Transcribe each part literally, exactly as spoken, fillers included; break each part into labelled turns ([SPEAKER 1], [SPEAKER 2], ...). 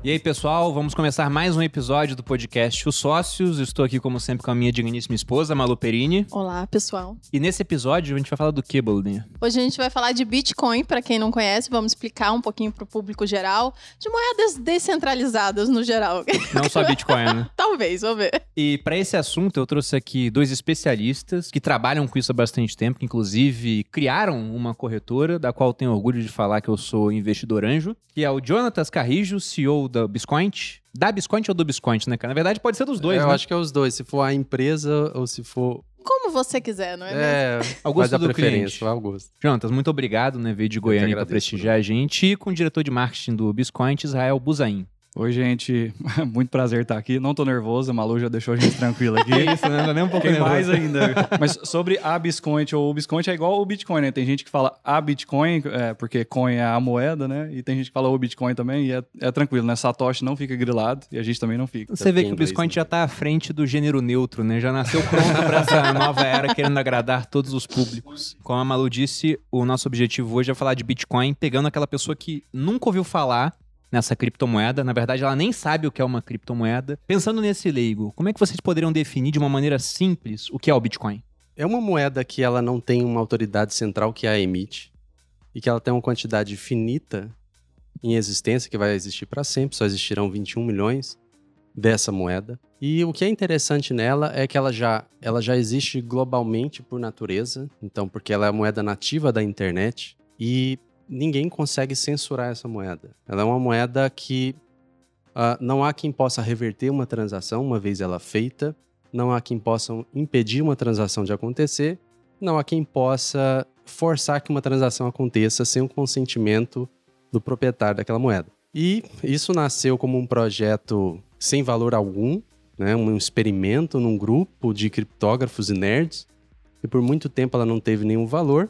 [SPEAKER 1] E aí, pessoal, vamos começar mais um episódio do podcast Os Sócios. Estou aqui, como sempre, com a minha digníssima esposa, Malu Perini.
[SPEAKER 2] Olá, pessoal.
[SPEAKER 1] E nesse episódio, a gente vai falar do quê, Baludinha?
[SPEAKER 2] Hoje a gente vai falar de Bitcoin, para quem não conhece. Vamos explicar um pouquinho para o público geral, de moedas descentralizadas no geral.
[SPEAKER 1] Não só Bitcoin, né?
[SPEAKER 2] Talvez, vamos ver.
[SPEAKER 1] E para esse assunto, eu trouxe aqui dois especialistas que trabalham com isso há bastante tempo, que inclusive criaram uma corretora, da qual tenho orgulho de falar que eu sou investidor anjo, que é o Jonatas Carrijo, C E O da Biscoint. Da Biscoint ou do Biscoint, né, cara? Na verdade, pode ser dos dois,
[SPEAKER 3] é,
[SPEAKER 1] né?
[SPEAKER 3] Eu acho que é os dois. Se for a empresa ou se for...
[SPEAKER 2] Como você quiser, não é,
[SPEAKER 3] é
[SPEAKER 2] mesmo?
[SPEAKER 1] Ao gosto do
[SPEAKER 3] preferência,
[SPEAKER 1] cliente.
[SPEAKER 3] ao gosto.
[SPEAKER 1] Jonatas, muito obrigado, né? Veio de Goiânia para prestigiar a gente. E com o diretor de marketing do Biscoint, Israel Buzain.
[SPEAKER 4] Oi, gente. Muito prazer estar aqui. Não tô nervoso, a Malu já deixou a gente tranquila aqui.
[SPEAKER 1] Que isso, né? Não é nem um pouco
[SPEAKER 4] Fiquei
[SPEAKER 1] nervoso.
[SPEAKER 4] mais ainda. Mas sobre a Biscoint ou o Biscoint é igual o Bitcoin, né? Tem gente que fala a Bitcoin, é, porque coin é a moeda, né? E tem gente que fala o Bitcoin também e é, é tranquilo, né? Satoshi não fica grilado e a gente também não fica.
[SPEAKER 1] Você vê que o Biscoint já tá à frente do gênero neutro, né? Já nasceu pronto para essa nova era, querendo agradar todos os públicos. Como a Malu disse, o nosso objetivo hoje é falar de Bitcoin, pegando aquela pessoa que nunca ouviu falar nessa criptomoeda. Na verdade, ela nem sabe o que é uma criptomoeda. Pensando nesse leigo, como é que vocês poderiam definir de uma maneira simples o que é o Bitcoin?
[SPEAKER 3] É uma moeda que ela não tem uma autoridade central que a emite e que ela tem uma quantidade finita em existência, que vai existir para sempre, só existirão vinte e um milhões dessa moeda. E o que é interessante nela é que ela já, ela já existe globalmente por natureza, então porque ela é a moeda nativa da internet e ninguém consegue censurar essa moeda. Ela é uma moeda que uh, não há quem possa reverter uma transação uma vez ela feita, não há quem possa impedir uma transação de acontecer, não há quem possa forçar que uma transação aconteça sem o consentimento do proprietário daquela moeda. E isso nasceu como um projeto sem valor algum, né, um experimento num grupo de criptógrafos e nerds, e por muito tempo ela não teve nenhum valor,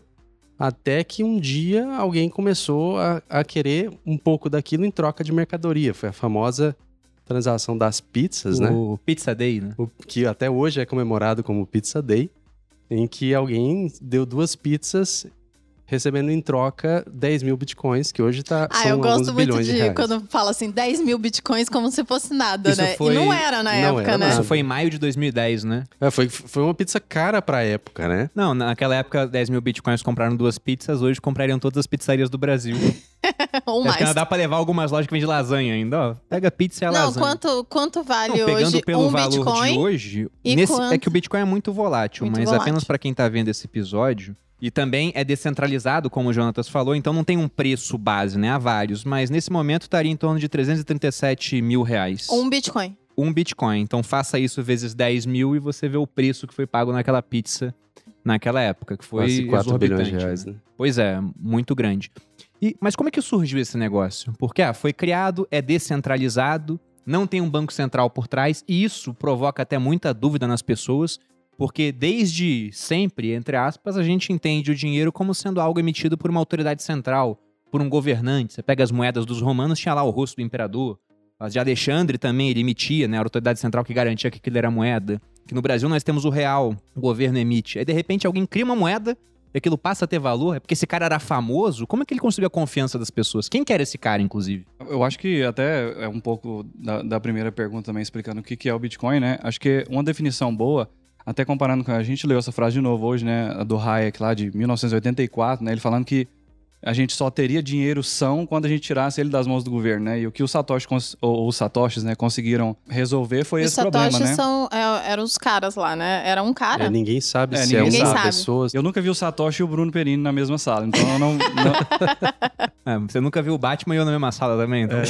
[SPEAKER 3] até que um dia alguém começou a, a querer um pouco daquilo em troca de mercadoria. Foi a famosa transação das pizzas,
[SPEAKER 1] o
[SPEAKER 3] né?
[SPEAKER 1] O Pizza Day, né?
[SPEAKER 3] O, que até hoje é comemorado como Pizza Day, em que alguém deu duas pizzas recebendo em troca dez mil bitcoins, que hoje tá,
[SPEAKER 2] ah,
[SPEAKER 3] são
[SPEAKER 2] eu
[SPEAKER 3] alguns
[SPEAKER 2] gosto muito
[SPEAKER 3] bilhões de,
[SPEAKER 2] de
[SPEAKER 3] reais.
[SPEAKER 2] quando fala assim, dez mil bitcoins como se fosse nada,
[SPEAKER 1] Isso
[SPEAKER 2] né?
[SPEAKER 1] foi...
[SPEAKER 2] E não era na
[SPEAKER 3] Não
[SPEAKER 2] época,
[SPEAKER 3] era
[SPEAKER 2] né?
[SPEAKER 3] nada.
[SPEAKER 1] Isso foi em maio de dois mil e dez, né?
[SPEAKER 3] É, foi, foi uma pizza cara pra época, né?
[SPEAKER 1] Não, naquela época, dez mil bitcoins compraram duas pizzas, hoje comprariam todas as pizzarias do Brasil.
[SPEAKER 2] Ou
[SPEAKER 1] Acho
[SPEAKER 2] mais.
[SPEAKER 1] que ainda dá pra levar algumas lojas que vendem lasanha ainda, ó. Pega pizza e a
[SPEAKER 2] Não,
[SPEAKER 1] lasanha.
[SPEAKER 2] quanto, quanto vale
[SPEAKER 1] Não, pegando
[SPEAKER 2] hoje
[SPEAKER 1] pelo
[SPEAKER 2] um
[SPEAKER 1] valor
[SPEAKER 2] Bitcoin?
[SPEAKER 1] de hoje,
[SPEAKER 2] e
[SPEAKER 1] nesse,
[SPEAKER 2] quanto?
[SPEAKER 1] é que o Bitcoin é muito volátil,
[SPEAKER 2] Muito
[SPEAKER 1] mas
[SPEAKER 2] volátil.
[SPEAKER 1] apenas para quem tá vendo esse episódio, e também é descentralizado, como o Jonatas falou, então não tem um preço base, né? Há vários, mas nesse momento estaria em torno de trezentos e trinta e sete mil reais.
[SPEAKER 2] Um Bitcoin.
[SPEAKER 1] Um Bitcoin. Então faça isso vezes dez mil e você vê o preço que foi pago naquela pizza naquela época, que foi
[SPEAKER 3] Quase quatro bilhões de
[SPEAKER 1] exorbitante,
[SPEAKER 3] reais,
[SPEAKER 1] né?
[SPEAKER 3] né?
[SPEAKER 1] Pois é, muito grande. E, mas como é que surgiu esse negócio? Porque ah, foi criado, é descentralizado, não tem um banco central por trás, e isso provoca até muita dúvida nas pessoas, porque desde sempre, entre aspas, a gente entende o dinheiro como sendo algo emitido por uma autoridade central, por um governante. Você pega as moedas dos romanos, tinha lá o rosto do imperador. As de Alexandre também, ele emitia, né? A autoridade central que garantia que aquilo era moeda. Que no Brasil nós temos o real, o governo emite. Aí, de repente, alguém cria uma moeda e aquilo passa a ter valor. É porque esse cara era famoso? Como é que ele conseguiu a confiança das pessoas? Quem que era esse cara, inclusive?
[SPEAKER 4] Eu acho que até é um pouco da, da primeira pergunta também, explicando o que, que é o Bitcoin, né? Acho que uma definição boa, até comparando com... A gente leu essa frase de novo hoje, né? A do Hayek lá de mil novecentos e oitenta e quatro, né? Ele falando que a gente só teria dinheiro são quando a gente tirasse ele das mãos do governo, né? E o que os Satoshi, ou os Satoshis, né, conseguiram resolver foi
[SPEAKER 2] Os
[SPEAKER 4] esse problema,
[SPEAKER 2] Satoshis
[SPEAKER 4] né?
[SPEAKER 2] são, é, eram os caras lá, né? Era um cara.
[SPEAKER 3] É, ninguém sabe
[SPEAKER 4] É,
[SPEAKER 3] se
[SPEAKER 4] ninguém
[SPEAKER 3] é uma
[SPEAKER 2] sabe.
[SPEAKER 3] pessoa.
[SPEAKER 4] Eu nunca vi o Satoshi e o Bruno Perini na mesma sala, então eu não... não...
[SPEAKER 1] É, você nunca viu o Batman e eu na mesma sala também, então. É.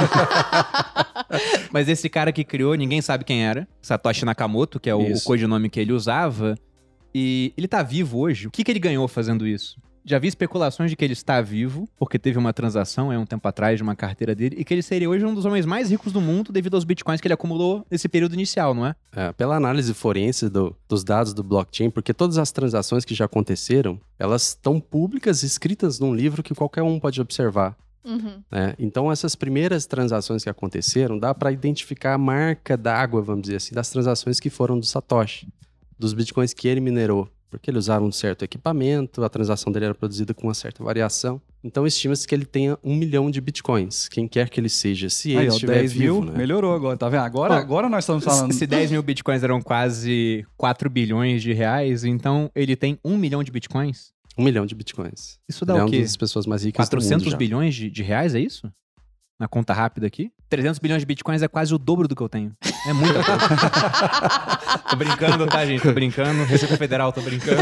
[SPEAKER 1] Mas esse cara que criou, ninguém sabe quem era. Satoshi Nakamoto, que é o, o codinome que ele usava. E ele tá vivo hoje. O que, que ele ganhou fazendo isso? Já vi especulações de que ele está vivo, porque teve uma transação há um tempo atrás de uma carteira dele, e que ele seria hoje um dos homens mais ricos do mundo devido aos bitcoins que ele acumulou nesse período inicial, não é?
[SPEAKER 3] É, pela análise forense do, dos dados do blockchain, porque todas as transações que já aconteceram, elas estão públicas, escritas num livro que qualquer um pode observar.
[SPEAKER 2] Uhum.
[SPEAKER 3] Né? Então, essas primeiras transações que aconteceram, dá para identificar a marca d'água, vamos dizer assim, das transações que foram do Satoshi, dos bitcoins que ele minerou. Porque ele usava um certo equipamento, a transação dele era produzida com uma certa variação. Então estima-se que ele tenha um milhão de bitcoins, quem quer que ele seja, se ele
[SPEAKER 4] Aí, ó,
[SPEAKER 3] estiver
[SPEAKER 4] dez
[SPEAKER 3] vivo,
[SPEAKER 4] mil,
[SPEAKER 3] né?
[SPEAKER 4] melhorou agora, tá vendo? Agora,
[SPEAKER 1] Ó,
[SPEAKER 4] agora nós estamos falando.
[SPEAKER 1] Se dez mil bitcoins eram quase quatro bilhões de reais, então ele tem um milhão de bitcoins?
[SPEAKER 3] Um milhão de bitcoins.
[SPEAKER 1] Isso dá
[SPEAKER 3] Ele é
[SPEAKER 1] o
[SPEAKER 3] uma
[SPEAKER 1] quê?
[SPEAKER 3] das pessoas mais ricas do
[SPEAKER 1] quatrocentos
[SPEAKER 3] mundo já.
[SPEAKER 1] bilhões de, de reais, é isso? Na conta rápida aqui? trezentos bilhões de bitcoins é quase o dobro do que eu tenho. É muita coisa. Tô brincando, tá, gente? Tô brincando. Receita Federal, tô brincando.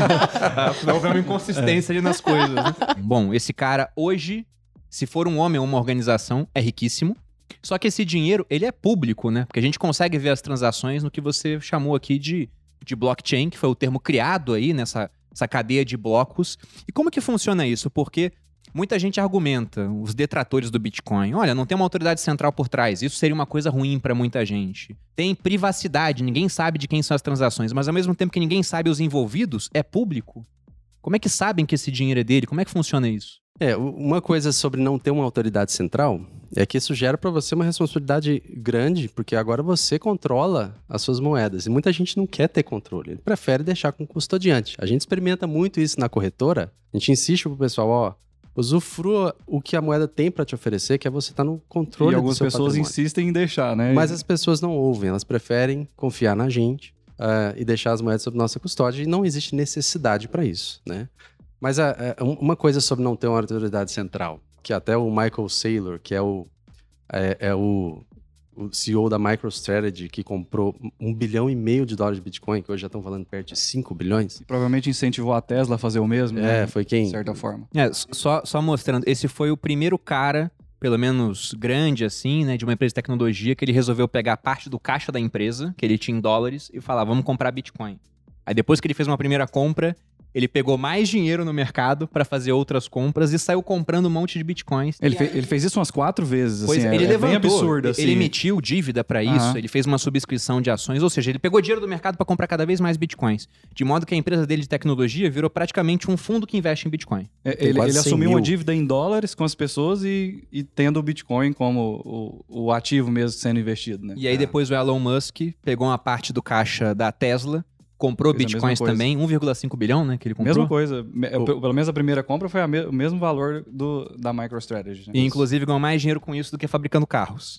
[SPEAKER 1] Tá houve uma inconsistência ali nas coisas, né? Bom, esse cara hoje, se for um homem ou uma organização, é riquíssimo. Só que esse dinheiro, ele é público, né? Porque a gente consegue ver as transações no que você chamou aqui de, de blockchain, que foi o termo criado aí nessa essa cadeia de blocos. E como que funciona isso? Porque muita gente argumenta, os detratores do Bitcoin, olha, não tem uma autoridade central por trás, isso seria uma coisa ruim para muita gente. Tem privacidade, ninguém sabe de quem são as transações, mas ao mesmo tempo que ninguém sabe os envolvidos, é público. Como é que sabem que esse dinheiro é dele? Como é que funciona isso?
[SPEAKER 3] É, uma coisa sobre não ter uma autoridade central é que isso gera para você uma responsabilidade grande, porque agora você controla as suas moedas. E muita gente não quer ter controle, ele prefere deixar com o custodiante. A gente experimenta muito isso na corretora, a gente insiste pro pessoal, ó, usufrua o que a moeda tem para te oferecer, que é você estar no controle
[SPEAKER 4] E
[SPEAKER 3] do
[SPEAKER 4] algumas
[SPEAKER 3] seu
[SPEAKER 4] pessoas
[SPEAKER 3] patrimônio.
[SPEAKER 4] insistem em deixar, né?
[SPEAKER 3] Mas as pessoas não ouvem, elas preferem confiar na gente uh, e deixar as moedas sob nossa custódia, e não existe necessidade para isso, né? Mas uh, uh, uma coisa sobre não ter uma autoridade central, que até o Michael Saylor, que é o, é, é o, o C E O da MicroStrategy, que comprou um bilhão e meio de dólares de Bitcoin, que hoje já estão falando perto de cinco bilhões.
[SPEAKER 4] E provavelmente incentivou a Tesla a fazer o mesmo,
[SPEAKER 3] É,
[SPEAKER 4] né?
[SPEAKER 3] foi quem?
[SPEAKER 4] De certa forma.
[SPEAKER 1] É, só, só mostrando, esse foi o primeiro cara, pelo menos grande assim, né, de uma empresa de tecnologia, que ele resolveu pegar parte do caixa da empresa, que ele tinha em dólares, e falar, vamos comprar Bitcoin. Aí depois que ele fez uma primeira compra, ele pegou mais dinheiro no mercado para fazer outras compras e saiu comprando um monte de bitcoins.
[SPEAKER 4] Ele,
[SPEAKER 1] E
[SPEAKER 4] fe-
[SPEAKER 1] aí-
[SPEAKER 4] ele fez isso umas quatro vezes,
[SPEAKER 1] Pois
[SPEAKER 4] assim,
[SPEAKER 1] é, ele
[SPEAKER 4] é, é
[SPEAKER 1] levantou,
[SPEAKER 4] bem absurdo, assim.
[SPEAKER 1] ele emitiu dívida para isso,
[SPEAKER 4] Aham.
[SPEAKER 1] ele fez uma subscrição de ações, ou seja, ele pegou dinheiro do mercado para comprar cada vez mais bitcoins, de modo que a empresa dele de tecnologia virou praticamente um fundo que investe em bitcoin.
[SPEAKER 4] É,
[SPEAKER 3] Tem
[SPEAKER 4] ele
[SPEAKER 3] quase
[SPEAKER 4] ele
[SPEAKER 3] cem
[SPEAKER 4] assumiu
[SPEAKER 3] mil.
[SPEAKER 4] uma dívida em dólares com as pessoas e, e tendo o Bitcoin como o, o ativo mesmo sendo investido, né?
[SPEAKER 1] E aí depois o Elon Musk pegou uma parte do caixa da Tesla, comprou
[SPEAKER 4] Fez a mesma
[SPEAKER 1] bitcoins
[SPEAKER 4] coisa.
[SPEAKER 1] também, um vírgula cinco bilhão, né, que ele comprou.
[SPEAKER 4] Mesma coisa. Me- Pelo pelo menos a primeira compra foi a me- o mesmo valor do, da MicroStrategy. Né?
[SPEAKER 1] E inclusive ganhou mais dinheiro com isso do que fabricando carros.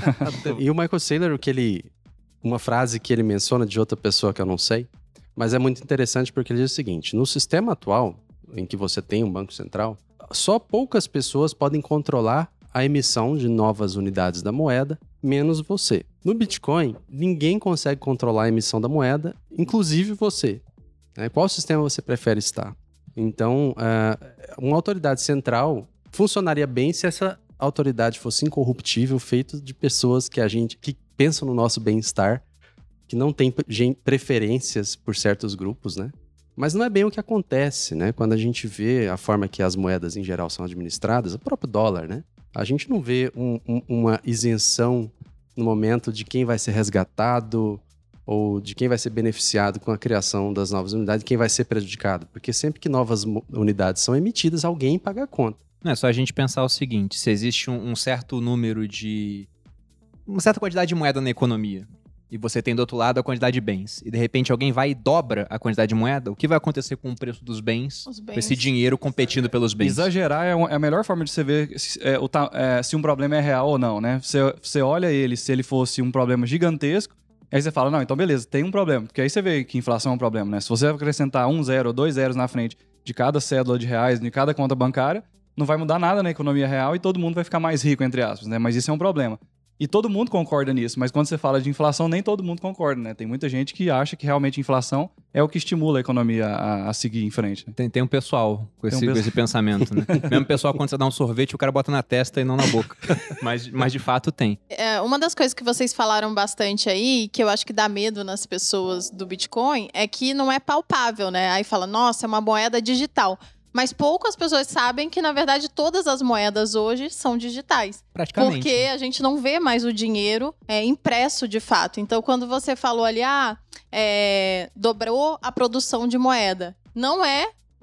[SPEAKER 3] E o Michael Saylor, o que ele, uma frase que ele menciona de outra pessoa que eu não sei, mas é muito interessante porque ele diz o seguinte: no sistema atual, em que você tem um banco central, só poucas pessoas podem controlar a emissão de novas unidades da moeda, menos você. No Bitcoin, ninguém consegue controlar a emissão da moeda, inclusive você. Né? Qual sistema você prefere estar? Então, uh, uma autoridade central funcionaria bem se essa autoridade fosse incorruptível, feita de pessoas que a gente que pensam no nosso bem-estar, que não tem gen- preferências por certos grupos, né? Mas não é bem o que acontece, né? Quando a gente vê a forma que as moedas em geral são administradas, o próprio dólar, né? A gente não vê um, um, uma isenção no momento de quem vai ser resgatado ou de quem vai ser beneficiado com a criação das novas unidades e quem vai ser prejudicado. Porque sempre que novas mo- unidades são emitidas, alguém paga a conta.
[SPEAKER 1] Não é só a gente pensar o seguinte, se existe um, um certo número de... uma certa quantidade de moeda na economia, e você tem do outro lado a quantidade de bens, e de repente alguém vai e dobra a quantidade de moeda, o que vai acontecer com o preço dos bens,
[SPEAKER 2] Os
[SPEAKER 1] com
[SPEAKER 2] bens.
[SPEAKER 1] esse dinheiro competindo pelos bens?
[SPEAKER 4] Exagerar é, um- é a melhor forma de você ver se, é, o ta- é, se um problema é real ou não, né? Você, você olha ele, se ele fosse um problema gigantesco, aí você fala, não, então beleza, tem um problema. Porque aí você vê que inflação é um problema, né? Se você acrescentar um zero ou dois zeros na frente de cada cédula de reais, de cada conta bancária, não vai mudar nada na economia real e todo mundo vai ficar mais rico, entre aspas, né? Mas isso é um problema. E todo mundo concorda nisso, mas quando você fala de inflação, nem todo mundo concorda, né? Tem muita gente que acha que realmente inflação é o que estimula a economia a, a seguir em frente, né?
[SPEAKER 1] Tem, tem um pessoal com esse,
[SPEAKER 4] um
[SPEAKER 1] com
[SPEAKER 4] pessoal.
[SPEAKER 1] esse pensamento, né? Mesmo pessoal, quando você dá um sorvete, o cara bota na testa e não na boca. mas, mas de fato tem.
[SPEAKER 2] É, uma das coisas que vocês falaram bastante aí, que eu acho que dá medo nas pessoas do Bitcoin, é que não é palpável, né? Aí fala, nossa, é uma moeda digital. Mas poucas pessoas sabem que, na verdade, todas as moedas hoje são digitais.
[SPEAKER 1] Praticamente.
[SPEAKER 2] Porque a gente não vê mais o dinheiro é, impresso de fato. Então, quando você falou ali, ah, é, dobrou a produção de moeda. Não é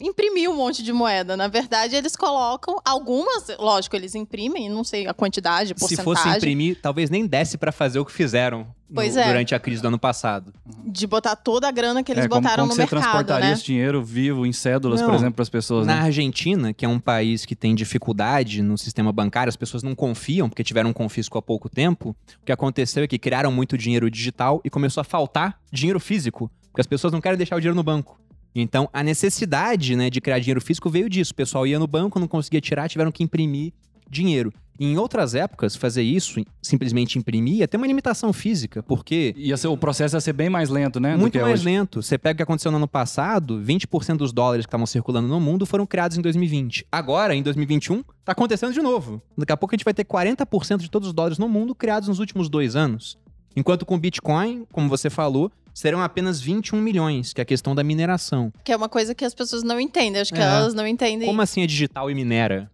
[SPEAKER 2] imprimir um monte de moeda. Na verdade, eles colocam algumas, lógico, eles imprimem, não sei a quantidade, porcentagem.
[SPEAKER 1] Se fosse imprimir, talvez nem desse pra fazer o que fizeram
[SPEAKER 2] Pois
[SPEAKER 1] no,
[SPEAKER 2] é.
[SPEAKER 1] durante a crise do ano passado.
[SPEAKER 2] De botar toda a grana que eles
[SPEAKER 4] é, como,
[SPEAKER 2] botaram
[SPEAKER 4] como
[SPEAKER 2] no
[SPEAKER 4] você
[SPEAKER 2] mercado,
[SPEAKER 4] transportaria
[SPEAKER 2] né?
[SPEAKER 4] esse dinheiro vivo em cédulas,
[SPEAKER 1] Não.
[SPEAKER 4] por exemplo, para as pessoas,
[SPEAKER 1] Na
[SPEAKER 4] né?
[SPEAKER 1] Argentina, que é um país que tem dificuldade no sistema bancário, as pessoas não confiam, porque tiveram um confisco há pouco tempo, o que aconteceu é que criaram muito dinheiro digital e começou a faltar dinheiro físico, porque as pessoas não querem deixar o dinheiro no banco. Então, a necessidade, né, de criar dinheiro físico veio disso. O pessoal ia no banco, não conseguia tirar, tiveram que imprimir dinheiro. E em outras épocas, fazer isso, simplesmente imprimir, ia ter uma limitação física, porque...
[SPEAKER 4] Ia ser, o processo ia ser bem mais lento, né? do
[SPEAKER 1] Muito
[SPEAKER 4] que é
[SPEAKER 1] mais
[SPEAKER 4] hoje.
[SPEAKER 1] lento. Você pega o que aconteceu no ano passado, vinte por cento dos dólares que estavam circulando no mundo foram criados em dois mil e vinte. Agora, em dois mil e vinte e um, tá acontecendo de novo. Daqui a pouco a gente vai ter quarenta por cento de todos os dólares no mundo criados nos últimos dois anos. Enquanto com o Bitcoin, como você falou, serão apenas vinte e um milhões, que é a questão da mineração.
[SPEAKER 2] Que é uma coisa que as pessoas não entendem. Acho que
[SPEAKER 1] É.
[SPEAKER 2] elas não entendem.
[SPEAKER 1] Como assim é digital e minera?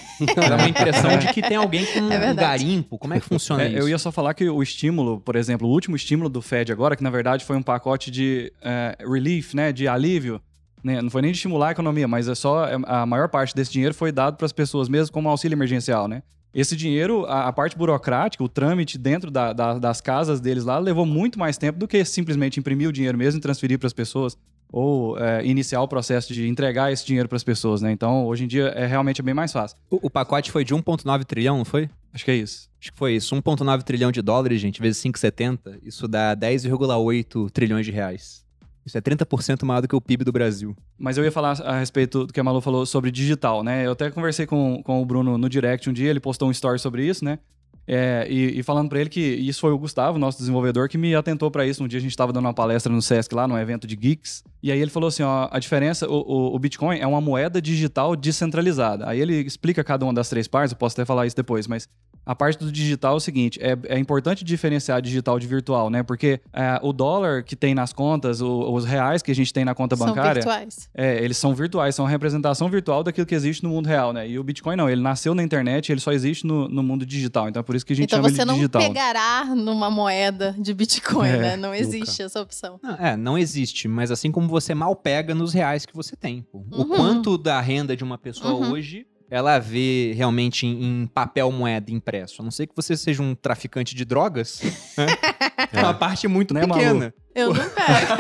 [SPEAKER 1] Dá uma impressão de que tem alguém com um
[SPEAKER 2] verdade.
[SPEAKER 1] garimpo. Como é que funciona
[SPEAKER 4] É,
[SPEAKER 1] isso?
[SPEAKER 4] eu ia só falar que o estímulo, por exemplo, o último estímulo do Fed agora, que na verdade foi um pacote de é, relief, né, de alívio, né, não foi nem de estimular a economia, mas é só a maior parte desse dinheiro foi dado para as pessoas mesmo como auxílio emergencial, né? Esse dinheiro, a, a parte burocrática, o trâmite dentro da, da, das casas deles lá, levou muito mais tempo do que simplesmente imprimir o dinheiro mesmo e transferir para as pessoas ou é, iniciar o processo de entregar esse dinheiro para as pessoas, né? Então, hoje em dia, é realmente bem mais fácil.
[SPEAKER 1] O, o pacote foi de um vírgula nove trilhão, não foi?
[SPEAKER 4] Acho que é isso.
[SPEAKER 1] Acho que foi isso. um vírgula nove trilhão de dólares, gente, vezes cinco vírgula setenta, isso dá dez vírgula oito trilhões de reais. Isso é trinta por cento maior do que o P I B do Brasil.
[SPEAKER 4] Mas eu ia falar a respeito do que a Malu falou sobre digital, né? Eu até conversei com, com o Bruno no direct um dia, ele postou um story sobre isso, né? É, e, e falando pra ele que isso foi o Gustavo, nosso desenvolvedor, que me atentou pra isso. Um dia a gente tava dando uma palestra no Sesc lá, num evento de geeks. E aí ele falou assim, ó, a diferença, o, o, o Bitcoin é uma moeda digital descentralizada. Aí ele explica cada uma das três partes, eu posso até falar isso depois, mas a parte do digital é o seguinte, é, é importante diferenciar digital de virtual, né? Porque é, o dólar que tem nas contas, o, os reais que a gente tem na conta
[SPEAKER 2] São
[SPEAKER 4] bancária...
[SPEAKER 2] virtuais.
[SPEAKER 4] É, eles são virtuais, são a representação virtual daquilo que existe no mundo real, né? E o Bitcoin não, ele nasceu na internet, ele só existe no, no mundo digital. Então é por isso que a gente
[SPEAKER 2] Então
[SPEAKER 4] chama
[SPEAKER 2] você
[SPEAKER 4] ele de
[SPEAKER 2] não
[SPEAKER 4] digital.
[SPEAKER 2] pegará numa moeda de Bitcoin,
[SPEAKER 4] É,
[SPEAKER 2] né? Não existe essa opção.
[SPEAKER 1] Não, é, não existe, mas assim como você mal pega nos reais que você tem. Pô. O
[SPEAKER 2] Uhum.
[SPEAKER 1] quanto da renda de uma pessoa
[SPEAKER 2] Uhum.
[SPEAKER 1] hoje ela vê realmente em, em papel moeda impresso. A não ser que você seja um traficante de drogas, né? É uma parte muito
[SPEAKER 4] Né, Malu?
[SPEAKER 1] pequena.
[SPEAKER 2] Eu não pego.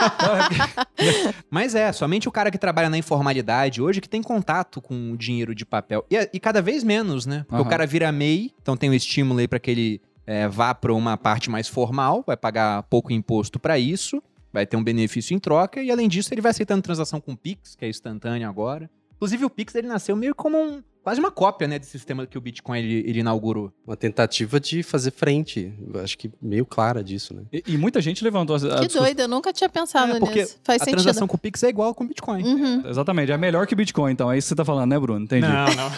[SPEAKER 1] Mas é, somente o cara que trabalha na informalidade hoje que tem contato com o dinheiro de papel. E, e cada vez menos, né? Porque
[SPEAKER 4] Aham.
[SPEAKER 1] o cara vira M E I, então tem um estímulo aí pra que ele é, vá pra uma parte mais formal, vai pagar pouco imposto pra isso, vai ter um benefício em troca, e além disso ele vai aceitando transação com o Pix, que é instantâneo agora. Inclusive o Pix ele nasceu meio como um, quase uma cópia, né, desse sistema que o Bitcoin ele, ele inaugurou.
[SPEAKER 3] Uma tentativa de fazer frente. Eu acho que meio clara disso, né?
[SPEAKER 4] E, e muita gente levantou a, a
[SPEAKER 2] Que
[SPEAKER 4] discuss-
[SPEAKER 2] doido, eu nunca tinha pensado
[SPEAKER 1] É, porque
[SPEAKER 2] nisso. Faz
[SPEAKER 1] a
[SPEAKER 2] sentido.
[SPEAKER 1] transação com o Pix é igual com o Bitcoin.
[SPEAKER 2] Uhum.
[SPEAKER 4] Exatamente, é melhor que Bitcoin, então. É isso que você tá falando, né, Bruno? Entendi.
[SPEAKER 1] Não, não.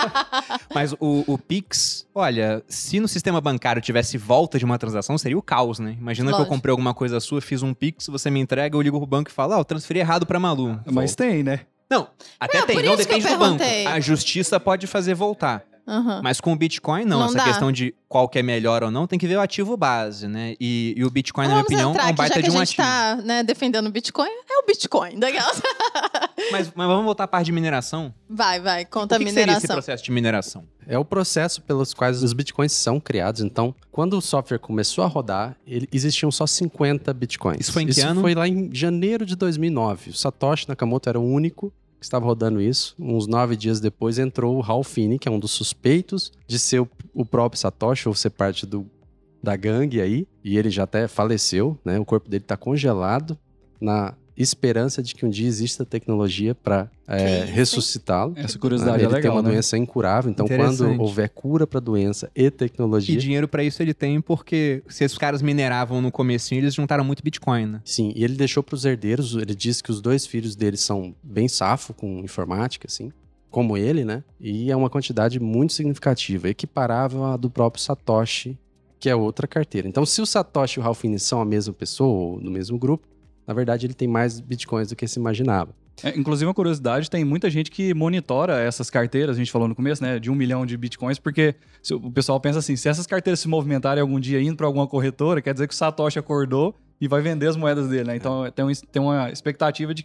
[SPEAKER 1] Mas o, o Pix, olha, se no sistema bancário tivesse volta de uma transação, seria o caos, né? Imagina que
[SPEAKER 2] Lógico.
[SPEAKER 1] eu comprei alguma coisa sua, fiz um Pix, você me entrega, eu ligo pro banco e falo, ó, eu transferi errado pra Malu.
[SPEAKER 4] Mas tem, né?
[SPEAKER 1] Não, até
[SPEAKER 2] Não,
[SPEAKER 1] tem,
[SPEAKER 2] por
[SPEAKER 1] não
[SPEAKER 2] isso que eu
[SPEAKER 1] depende do banco.
[SPEAKER 2] perguntei.
[SPEAKER 1] A justiça pode fazer voltar.
[SPEAKER 2] Uhum.
[SPEAKER 1] Mas com o Bitcoin, não.
[SPEAKER 2] Não
[SPEAKER 1] Essa
[SPEAKER 2] dá.
[SPEAKER 1] questão de qual que é melhor ou não, tem que ver o ativo base, né? E, e o Bitcoin, na minha
[SPEAKER 2] Vamos
[SPEAKER 1] opinião,
[SPEAKER 2] entrar
[SPEAKER 1] é um
[SPEAKER 2] aqui,
[SPEAKER 1] baita
[SPEAKER 2] já que
[SPEAKER 1] de um
[SPEAKER 2] a gente
[SPEAKER 1] ativo.
[SPEAKER 2] tá né, defendendo o Bitcoin, é o Bitcoin. Daquelas.
[SPEAKER 1] Mas, mas vamos voltar à parte de mineração?
[SPEAKER 2] Vai, vai, conta
[SPEAKER 1] o
[SPEAKER 2] a
[SPEAKER 1] que, que seria esse
[SPEAKER 2] mineração.
[SPEAKER 1] processo de mineração?
[SPEAKER 3] É o processo pelos quais os bitcoins são criados. Então, quando o software começou a rodar, ele, existiam só cinquenta bitcoins.
[SPEAKER 1] Isso foi em que
[SPEAKER 3] isso
[SPEAKER 1] ano?
[SPEAKER 3] foi lá em janeiro de dois mil e nove. O Satoshi Nakamoto era o único que estava rodando isso. Uns nove dias depois entrou o Hal Finney, que é um dos suspeitos de ser o, o próprio Satoshi, ou ser parte do, da gangue aí. E ele já até faleceu, né? O corpo dele está congelado na esperança de que um dia exista tecnologia para
[SPEAKER 2] isso, hein?
[SPEAKER 3] ressuscitá-lo.
[SPEAKER 4] Essa curiosidade
[SPEAKER 3] Ele
[SPEAKER 4] é
[SPEAKER 3] tem
[SPEAKER 4] legal,
[SPEAKER 3] uma
[SPEAKER 4] né?
[SPEAKER 3] doença incurável, então quando
[SPEAKER 1] Interessante.
[SPEAKER 3] houver cura para a doença e
[SPEAKER 1] E
[SPEAKER 3] tecnologia,
[SPEAKER 1] dinheiro pra isso ele tem porque se os caras mineravam no comecinho, eles juntaram muito Bitcoin, né?
[SPEAKER 3] sim, e ele deixou para os herdeiros, ele disse que os dois filhos dele são bem safo com informática, assim, como ele, né? E é uma quantidade muito significativa, equiparável à do próprio Satoshi, que é outra carteira. Então, se o Satoshi e o Hal Finney são a mesma pessoa, ou do mesmo grupo, na verdade ele tem mais bitcoins do que se imaginava.
[SPEAKER 4] É, inclusive, uma curiosidade, tem muita gente que monitora essas carteiras, a gente falou no começo, né? De um milhão de bitcoins, porque se o pessoal pensa assim, se essas carteiras se movimentarem algum dia indo para alguma corretora, quer dizer que o Satoshi acordou e vai vender as moedas dele, né? Então, tem, um, tem uma expectativa de que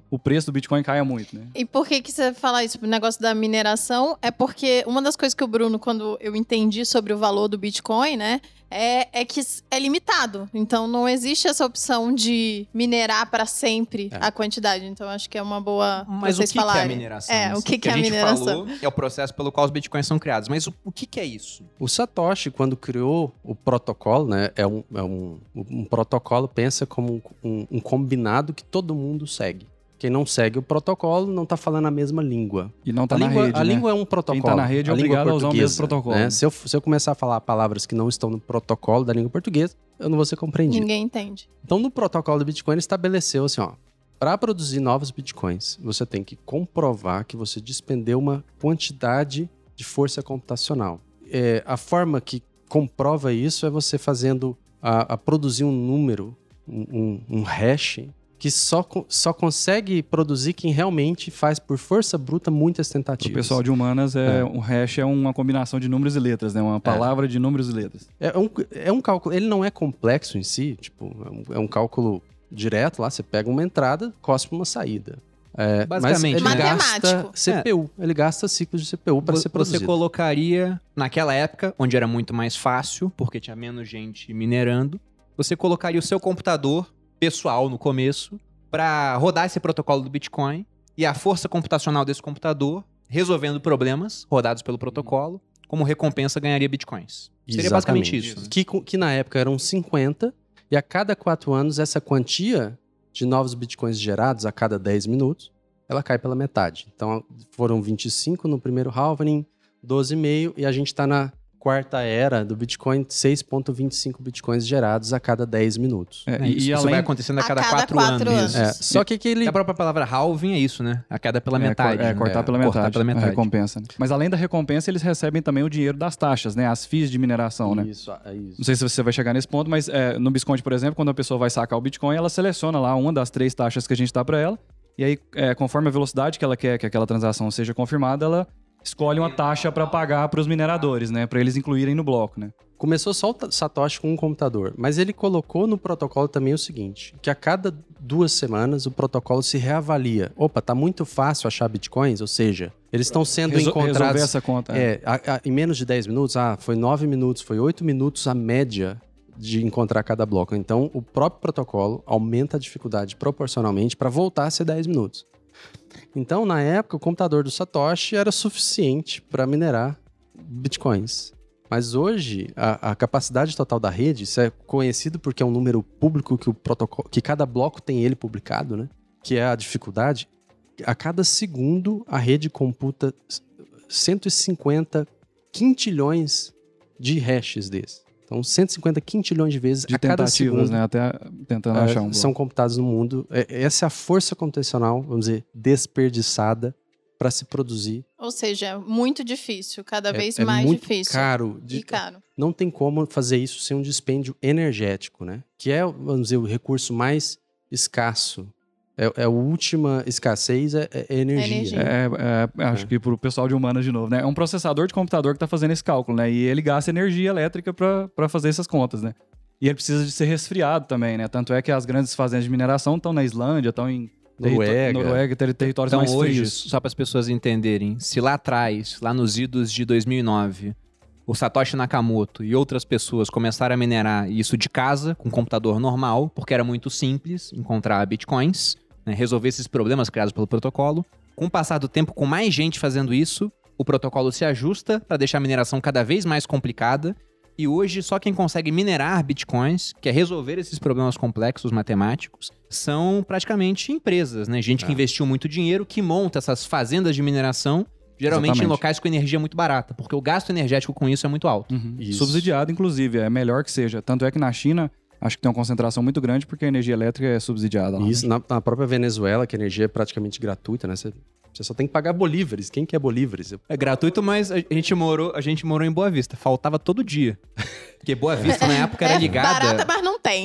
[SPEAKER 4] o preço do Bitcoin caia muito, né?
[SPEAKER 2] E por que que você fala isso? O negócio da mineração é porque uma das coisas que o Bruno, quando eu entendi sobre o valor do Bitcoin, né, é, é que é limitado. Então, não existe essa opção de minerar para sempre
[SPEAKER 3] É.
[SPEAKER 2] a quantidade. Então, acho que é uma boa
[SPEAKER 1] Mas
[SPEAKER 2] vocês
[SPEAKER 1] o que,
[SPEAKER 2] falarem.
[SPEAKER 1] que é a mineração?
[SPEAKER 2] É, o que, que,
[SPEAKER 1] a
[SPEAKER 2] é a
[SPEAKER 1] gente
[SPEAKER 2] mineração?
[SPEAKER 1] falou é o processo pelo qual os bitcoins são criados. Mas o, o que, que é isso?
[SPEAKER 3] O Satoshi, quando criou o protocolo, né, é um, é um, um protocolo, pensa como um, um combinado que todo mundo segue. Quem não segue o protocolo não está falando a mesma língua.
[SPEAKER 4] E não tá
[SPEAKER 3] a
[SPEAKER 4] na
[SPEAKER 3] língua,
[SPEAKER 4] rede,
[SPEAKER 3] a
[SPEAKER 4] né?
[SPEAKER 3] língua é um protocolo.
[SPEAKER 4] Quem tá na rede é
[SPEAKER 3] a língua
[SPEAKER 4] obrigado a usar o mesmo
[SPEAKER 3] portuguesa,
[SPEAKER 4] protocolo.
[SPEAKER 3] né? Se, eu, se eu começar a falar palavras que não estão no protocolo da língua portuguesa, eu não vou ser compreendido.
[SPEAKER 2] Ninguém entende.
[SPEAKER 3] Então, no protocolo do Bitcoin, ele estabeleceu assim, ó, para produzir novos Bitcoins, você tem que comprovar que você despendeu uma quantidade de força computacional. É, a forma que comprova isso é você fazendo a, a produzir um número, um, um, um hash, que só, só consegue produzir quem realmente faz por força bruta muitas tentativas.
[SPEAKER 4] O pessoal de humanas, é,
[SPEAKER 3] É.
[SPEAKER 4] um hash é uma combinação de números e letras, né? Uma palavra de números e letras.
[SPEAKER 3] É um, é um cálculo, ele não é complexo em si, tipo, é um, é um cálculo direto lá, você pega uma entrada, cospe uma saída. É,
[SPEAKER 1] Basicamente,
[SPEAKER 3] mas ele
[SPEAKER 2] né?
[SPEAKER 3] gasta
[SPEAKER 2] Matemático.
[SPEAKER 3] C P U, ele gasta ciclos de C P U para
[SPEAKER 1] Vo-
[SPEAKER 3] ser
[SPEAKER 1] Você
[SPEAKER 3] produzido.
[SPEAKER 1] colocaria, naquela época, onde era muito mais fácil, porque tinha menos gente minerando, você colocaria o seu computador pessoal no começo para rodar esse protocolo do Bitcoin e a força computacional desse computador, resolvendo problemas rodados pelo protocolo, como recompensa ganharia Bitcoins. Seria basicamente
[SPEAKER 3] Exatamente.
[SPEAKER 1] isso. Né?
[SPEAKER 3] Que, que na época eram cinquenta, e a cada quatro anos essa quantia de novos Bitcoins gerados a cada dez minutos, ela cai pela metade. Então foram vinte e cinco no primeiro halvening, doze vírgula cinco, e a gente está na quarta era do Bitcoin, seis vírgula vinte e cinco Bitcoins gerados a cada dez minutos.
[SPEAKER 4] É,
[SPEAKER 1] É,
[SPEAKER 4] e,
[SPEAKER 1] isso,
[SPEAKER 4] e
[SPEAKER 1] isso
[SPEAKER 4] além...
[SPEAKER 1] vai acontecendo a
[SPEAKER 2] A
[SPEAKER 1] cada,
[SPEAKER 2] cada
[SPEAKER 1] quatro,
[SPEAKER 2] quatro
[SPEAKER 1] anos.
[SPEAKER 2] anos.
[SPEAKER 3] É,
[SPEAKER 1] Isso.
[SPEAKER 3] só que aquele...
[SPEAKER 1] E a própria palavra halving é isso, né? A queda pela
[SPEAKER 4] É,
[SPEAKER 1] metade.
[SPEAKER 4] cor- é,
[SPEAKER 1] né?
[SPEAKER 4] cortar,
[SPEAKER 3] É,
[SPEAKER 4] pela
[SPEAKER 1] cortar
[SPEAKER 4] metade,
[SPEAKER 1] pela metade.
[SPEAKER 4] a recompensa. Né? Mas além da recompensa, eles recebem também o dinheiro das taxas, né? As fees de mineração, né?
[SPEAKER 3] Isso, é isso.
[SPEAKER 4] Não sei se você vai chegar nesse ponto, mas é, no Bisconte, por exemplo, quando a pessoa vai sacar o Bitcoin, ela seleciona lá uma das três taxas que a gente dá para ela, e aí, é, conforme a velocidade que ela quer que aquela transação seja confirmada, ela escolhe uma taxa para pagar para os mineradores, né? Para eles incluírem no bloco, né?
[SPEAKER 3] Começou só o Satoshi com um computador, mas ele colocou no protocolo também o seguinte, que a cada duas semanas o protocolo se reavalia. Opa, tá muito fácil achar bitcoins, ou seja, eles estão sendo
[SPEAKER 4] Resol-
[SPEAKER 3] encontrados...
[SPEAKER 4] Resolver essa conta. é.
[SPEAKER 3] É, a- a- em menos de dez minutos, ah, foi nove minutos, foi oito minutos a média de encontrar cada bloco. Então, o próprio protocolo aumenta a dificuldade proporcionalmente para voltar a ser dez minutos. Então, na época, o computador do Satoshi era suficiente para minerar bitcoins. Mas hoje, a, a capacidade total da rede, isso é conhecido porque é um número público que o protocolo, que cada bloco tem ele publicado, né? Que é a dificuldade. A cada segundo, a rede computa cento e cinquenta quintilhões de hashes desses. Então, cento e cinquenta quintilhões de vezes
[SPEAKER 4] De
[SPEAKER 3] a cada
[SPEAKER 4] tentativas,
[SPEAKER 3] segundo
[SPEAKER 4] né? Até tentando
[SPEAKER 3] é,
[SPEAKER 4] achar um bloco.
[SPEAKER 3] são computados no mundo. É, essa é a força computacional, vamos dizer, desperdiçada para se produzir.
[SPEAKER 2] Ou seja, é muito difícil, cada vez
[SPEAKER 3] é, é
[SPEAKER 2] mais
[SPEAKER 3] muito
[SPEAKER 2] difícil.
[SPEAKER 3] caro. De-
[SPEAKER 2] E caro.
[SPEAKER 3] Não tem como fazer isso sem um dispêndio energético, né? Que é, vamos dizer, o recurso mais escasso. É, é a última escassez, é, é energia.
[SPEAKER 2] Energia.
[SPEAKER 4] É, é, acho
[SPEAKER 3] É.
[SPEAKER 4] que pro pessoal de humanas de novo, né? É um processador de computador que está fazendo esse cálculo, né? E ele gasta energia elétrica para fazer essas contas, né? E ele precisa de ser resfriado também, né? Tanto é que as grandes fazendas de mineração estão na Islândia, estão em
[SPEAKER 3] Noruega.
[SPEAKER 4] territo- Noruega, ter- territórios
[SPEAKER 1] Então
[SPEAKER 4] mais
[SPEAKER 1] hoje,
[SPEAKER 4] frios.
[SPEAKER 1] só para as pessoas entenderem, se lá atrás, lá nos idos de dois mil e nove, o Satoshi Nakamoto e outras pessoas começaram a minerar isso de casa, com computador normal, porque era muito simples encontrar bitcoins, né, resolver esses problemas criados pelo protocolo. Com o passar do tempo, com mais gente fazendo isso, o protocolo se ajusta para deixar a mineração cada vez mais complicada. E hoje, só quem consegue minerar bitcoins, que é resolver esses problemas complexos matemáticos, são praticamente empresas, né? Gente que
[SPEAKER 3] É.
[SPEAKER 1] investiu muito dinheiro, que monta essas fazendas de mineração, geralmente
[SPEAKER 4] Exatamente.
[SPEAKER 1] em locais com energia muito barata, porque o gasto energético com isso é muito alto.
[SPEAKER 4] Uhum.
[SPEAKER 3] Isso.
[SPEAKER 4] Subsidiado, inclusive, é melhor que seja. Tanto é que na China, acho que tem uma concentração muito grande porque a energia elétrica é subsidiada lá.
[SPEAKER 3] E isso na, na própria Venezuela, que a energia é praticamente gratuita, né? Você, você só tem que pagar bolívares. Quem quer bolívares? Eu-
[SPEAKER 1] É gratuito, mas a gente morou, a gente morou em Boa Vista. Faltava todo dia. Porque Boa Vista, na época, era
[SPEAKER 2] é
[SPEAKER 1] ligada...
[SPEAKER 2] barata, mas não tem.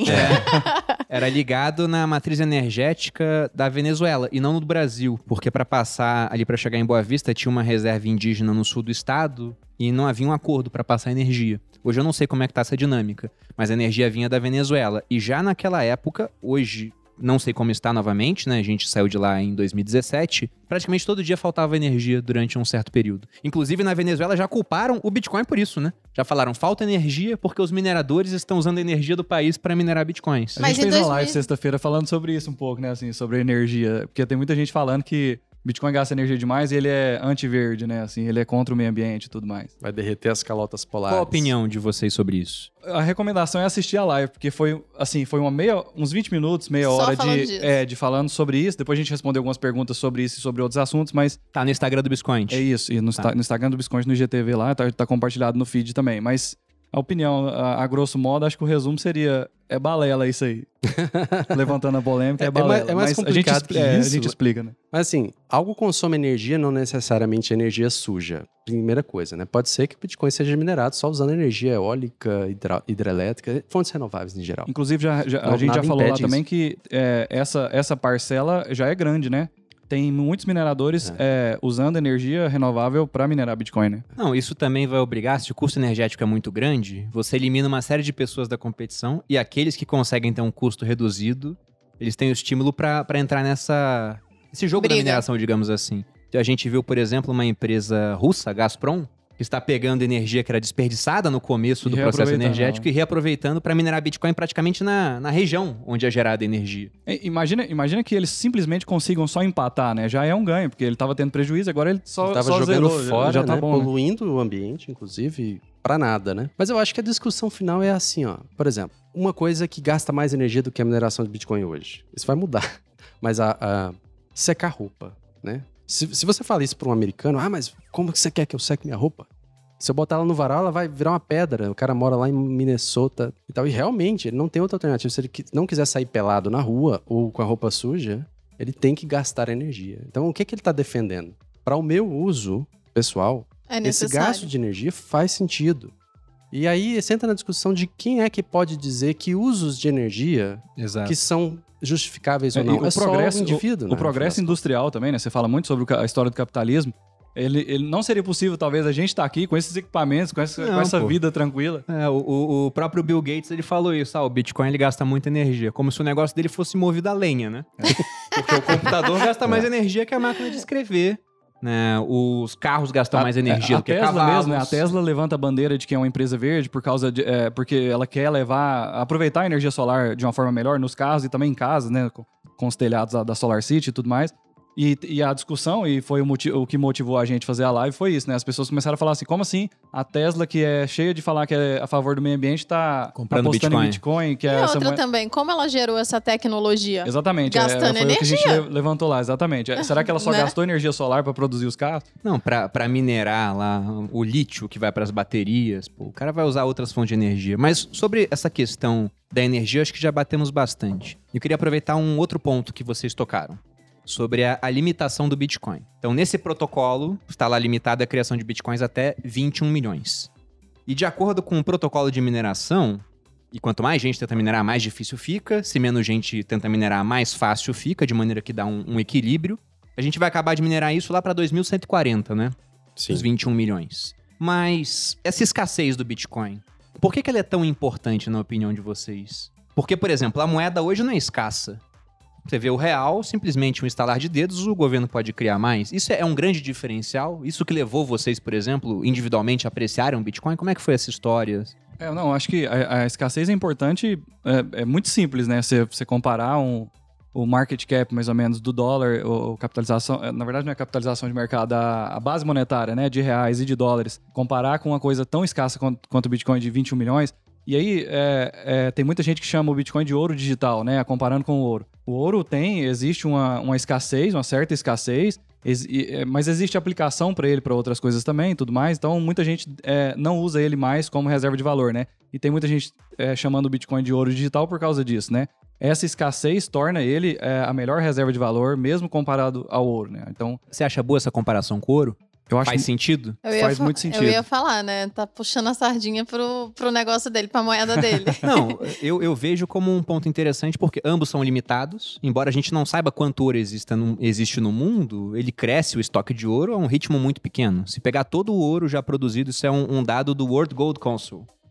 [SPEAKER 1] Era ligado na matriz energética da Venezuela e não no do Brasil, porque para passar ali para chegar em Boa Vista tinha uma reserva indígena no sul do estado e não havia um acordo para passar energia. Hoje eu não sei como é que tá essa dinâmica, mas a energia vinha da Venezuela e já naquela época, hoje não sei como está novamente, né? A gente saiu de lá em dois mil e dezessete. Praticamente todo dia faltava energia durante um certo período. Inclusive, na Venezuela já culparam o Bitcoin por isso, né? Já falaram, falta energia porque os mineradores estão usando a energia do país para minerar Bitcoins.
[SPEAKER 4] A
[SPEAKER 2] Mas
[SPEAKER 4] gente fez
[SPEAKER 2] em
[SPEAKER 4] uma
[SPEAKER 2] dois mil
[SPEAKER 4] live sexta-feira falando sobre isso um pouco, né? Assim, sobre energia. Porque tem muita gente falando que Bitcoin gasta energia demais e ele é anti-verde, né? Assim, ele é contra o meio ambiente e tudo mais.
[SPEAKER 3] Vai derreter as calotas polares.
[SPEAKER 1] Qual a opinião de vocês sobre isso?
[SPEAKER 4] A recomendação é assistir a live, porque foi, assim, foi uma meia, uns vinte minutos, meia
[SPEAKER 2] Só
[SPEAKER 4] hora
[SPEAKER 2] falando
[SPEAKER 4] de,
[SPEAKER 2] disso.
[SPEAKER 4] é, de falando sobre isso. Depois a gente respondeu algumas perguntas sobre isso e sobre outros assuntos, mas
[SPEAKER 1] Tá no Instagram do Biscoint.
[SPEAKER 4] é isso. E no,
[SPEAKER 1] Tá.
[SPEAKER 4] sta- no Instagram do Biscoint, no I G T V lá, tá, tá compartilhado no feed também. Mas a opinião, a, a grosso modo, acho que o resumo seria, é balela isso aí. Levantando a polêmica, é,
[SPEAKER 3] É- é
[SPEAKER 4] balela.
[SPEAKER 3] mais- é mais
[SPEAKER 4] Mas
[SPEAKER 3] complicado
[SPEAKER 4] a gente,
[SPEAKER 3] que
[SPEAKER 4] é,
[SPEAKER 3] isso.
[SPEAKER 4] A gente explica, né?
[SPEAKER 3] Mas assim, algo consome energia, não necessariamente energia suja. Primeira coisa, né? Pode ser que o Bitcoin seja minerado só usando energia eólica, hidra- hidrelétrica, fontes renováveis em geral.
[SPEAKER 4] Inclusive, já, já- a
[SPEAKER 3] Não,
[SPEAKER 4] gente já
[SPEAKER 3] nada
[SPEAKER 4] falou lá
[SPEAKER 3] impede
[SPEAKER 4] também que é, essa, essa parcela já é grande, né? Tem muitos mineradores é, usando energia renovável para minerar Bitcoin, né?
[SPEAKER 1] Não, isso também vai obrigar, se o custo energético é muito grande, você elimina uma série de pessoas da competição e aqueles que conseguem ter um custo reduzido, eles têm o estímulo para entrar nessa esse jogo da
[SPEAKER 2] Briga.
[SPEAKER 1] mineração, digamos assim. Então, a gente viu, por exemplo, uma empresa russa, Gazprom, que está pegando energia que era desperdiçada no começo
[SPEAKER 4] E
[SPEAKER 1] do processo
[SPEAKER 4] reaproveitando,
[SPEAKER 1] energético
[SPEAKER 4] né?
[SPEAKER 1] e reaproveitando para minerar Bitcoin praticamente na, na região onde é gerada energia.
[SPEAKER 4] É, Imagina, imagina que eles simplesmente consigam só empatar, né? Já é um ganho, porque ele estava tendo prejuízo, agora ele só,
[SPEAKER 3] Ele tava
[SPEAKER 4] só
[SPEAKER 3] jogando
[SPEAKER 4] zerou, já-
[SPEAKER 3] fora,
[SPEAKER 4] já tá
[SPEAKER 3] né?
[SPEAKER 4] bom, né?
[SPEAKER 3] Poluindo o ambiente, inclusive, pra nada, né? Mas eu acho que a discussão final é assim, ó. Por exemplo, uma coisa que gasta mais energia do que a mineração de Bitcoin hoje. Isso vai mudar. Mas a, a secar roupa, né? Se, se você fala isso pra um americano, ah, mas como que você quer que eu seque minha roupa? Se eu botar ela no varal, ela vai virar uma pedra. O cara mora lá em Minnesota e tal. E realmente, ele não tem outra alternativa. Se ele qui- não quiser sair pelado na rua ou com a roupa suja, ele tem que gastar energia. Então, o que, que ele tá defendendo? Para o meu uso pessoal,
[SPEAKER 2] É
[SPEAKER 3] esse
[SPEAKER 2] necessário.
[SPEAKER 3] gasto de energia faz sentido. E aí, você entra na discussão de quem é que pode dizer que usos de energia
[SPEAKER 1] Exato.
[SPEAKER 3] que são justificáveis
[SPEAKER 4] É,
[SPEAKER 3] ou
[SPEAKER 4] e
[SPEAKER 3] não.
[SPEAKER 4] o
[SPEAKER 3] É
[SPEAKER 4] progresso,
[SPEAKER 3] só o indivíduo,
[SPEAKER 4] o,
[SPEAKER 3] né,
[SPEAKER 4] o progresso
[SPEAKER 3] no final das
[SPEAKER 4] industrial também, né? Você fala muito sobre o ca- a história do capitalismo. Ele, ele não seria possível, talvez, a gente estar aqui com esses equipamentos, com essa,
[SPEAKER 1] Não,
[SPEAKER 4] com essa
[SPEAKER 1] pô.
[SPEAKER 4] vida tranquila.
[SPEAKER 1] É, o, o- o próprio Bill Gates, ele falou isso, ah, o Bitcoin ele gasta muita energia, como se o negócio dele fosse movido a lenha, né? Porque o computador gasta mais energia que a máquina de escrever, né? Os carros gastam mais energia
[SPEAKER 4] a,
[SPEAKER 1] do que
[SPEAKER 4] Tesla
[SPEAKER 1] cavalos.
[SPEAKER 4] mesmo, né? A Tesla levanta a bandeira de que é uma empresa verde por causa de, é, porque ela quer levar, aproveitar a energia solar de uma forma melhor nos carros e também em casa, né? Com, com os telhados da, da Solar City e tudo mais. E, e a discussão, e foi o, moti- o que motivou a gente a fazer a live, foi isso, né? As pessoas começaram a falar assim, como assim a Tesla, que é cheia de falar que é a favor do meio ambiente, tá
[SPEAKER 1] Comprando
[SPEAKER 4] apostando
[SPEAKER 1] Bitcoin.
[SPEAKER 4] em Bitcoin, que
[SPEAKER 2] E
[SPEAKER 4] é essa
[SPEAKER 2] outra
[SPEAKER 4] moeda-
[SPEAKER 2] também, como ela gerou essa tecnologia?
[SPEAKER 4] Exatamente, é,
[SPEAKER 2] Gastando
[SPEAKER 4] foi o que a gente
[SPEAKER 2] energia.
[SPEAKER 4] le- levantou lá, exatamente. É, Será que ela só
[SPEAKER 2] Né?
[SPEAKER 4] gastou energia solar para produzir os carros?
[SPEAKER 1] Não, pra, pra minerar lá o lítio que vai pras baterias, pô, o cara vai usar outras fontes de energia. Mas sobre essa questão da energia, acho que já batemos bastante. Eu queria aproveitar um outro ponto que vocês tocaram, sobre a, a limitação do Bitcoin. Então, nesse protocolo, está lá limitada a criação de Bitcoins até vinte e um milhões. E de acordo com o protocolo de mineração, e quanto mais gente tenta minerar, mais difícil fica. Se menos gente tenta minerar, mais fácil fica, de maneira que dá um, um equilíbrio. A gente vai acabar de minerar isso lá para dois mil cento e quarenta, né?
[SPEAKER 3] Sim.
[SPEAKER 1] Os vinte e um milhões. Mas essa escassez do Bitcoin, por que, que ela é tão importante na opinião de vocês? Porque, por exemplo, a moeda hoje não é escassa. Você vê o real, simplesmente um estalar de dedos, o governo pode criar mais. Isso é um grande diferencial? Isso que levou vocês, por exemplo, individualmente a apreciarem o Bitcoin? Como é que foi essa história?
[SPEAKER 4] É, não, acho que a, a escassez é importante, é, é muito simples, né? Você, você comparar um, o market cap, mais ou menos, do dólar, ou capitalização, na verdade não é capitalização de mercado, a, a base monetária, né, de reais e de dólares, comparar com uma coisa tão escassa quanto, quanto o Bitcoin de vinte e um milhões, e aí é, é, tem muita gente que chama o Bitcoin de ouro digital, né, comparando com o ouro. O ouro tem, existe uma, uma escassez, uma certa escassez, ex, e, mas existe aplicação para ele para outras coisas também e tudo mais, então muita gente é, não usa ele mais como reserva de valor, né? E tem muita gente é, chamando o Bitcoin de ouro digital por causa disso, né? Essa escassez torna ele é, a melhor reserva de valor, mesmo comparado ao ouro, né? Então,
[SPEAKER 1] Você acha boa essa comparação com o ouro?
[SPEAKER 4] eu acho
[SPEAKER 1] Faz
[SPEAKER 4] que
[SPEAKER 1] sentido?
[SPEAKER 2] Eu ia
[SPEAKER 4] Faz
[SPEAKER 2] fa-
[SPEAKER 4] muito sentido.
[SPEAKER 2] Eu ia falar, né? Tá puxando a sardinha pro, pro negócio dele, pra moeda dele.
[SPEAKER 1] Não, eu, eu vejo como um ponto interessante porque ambos são limitados. Embora a gente não saiba quanto ouro exista no- existe no mundo, ele cresce o estoque de ouro a um ritmo muito pequeno. Se pegar todo o ouro já produzido, isso é um, um dado do World Gold Council.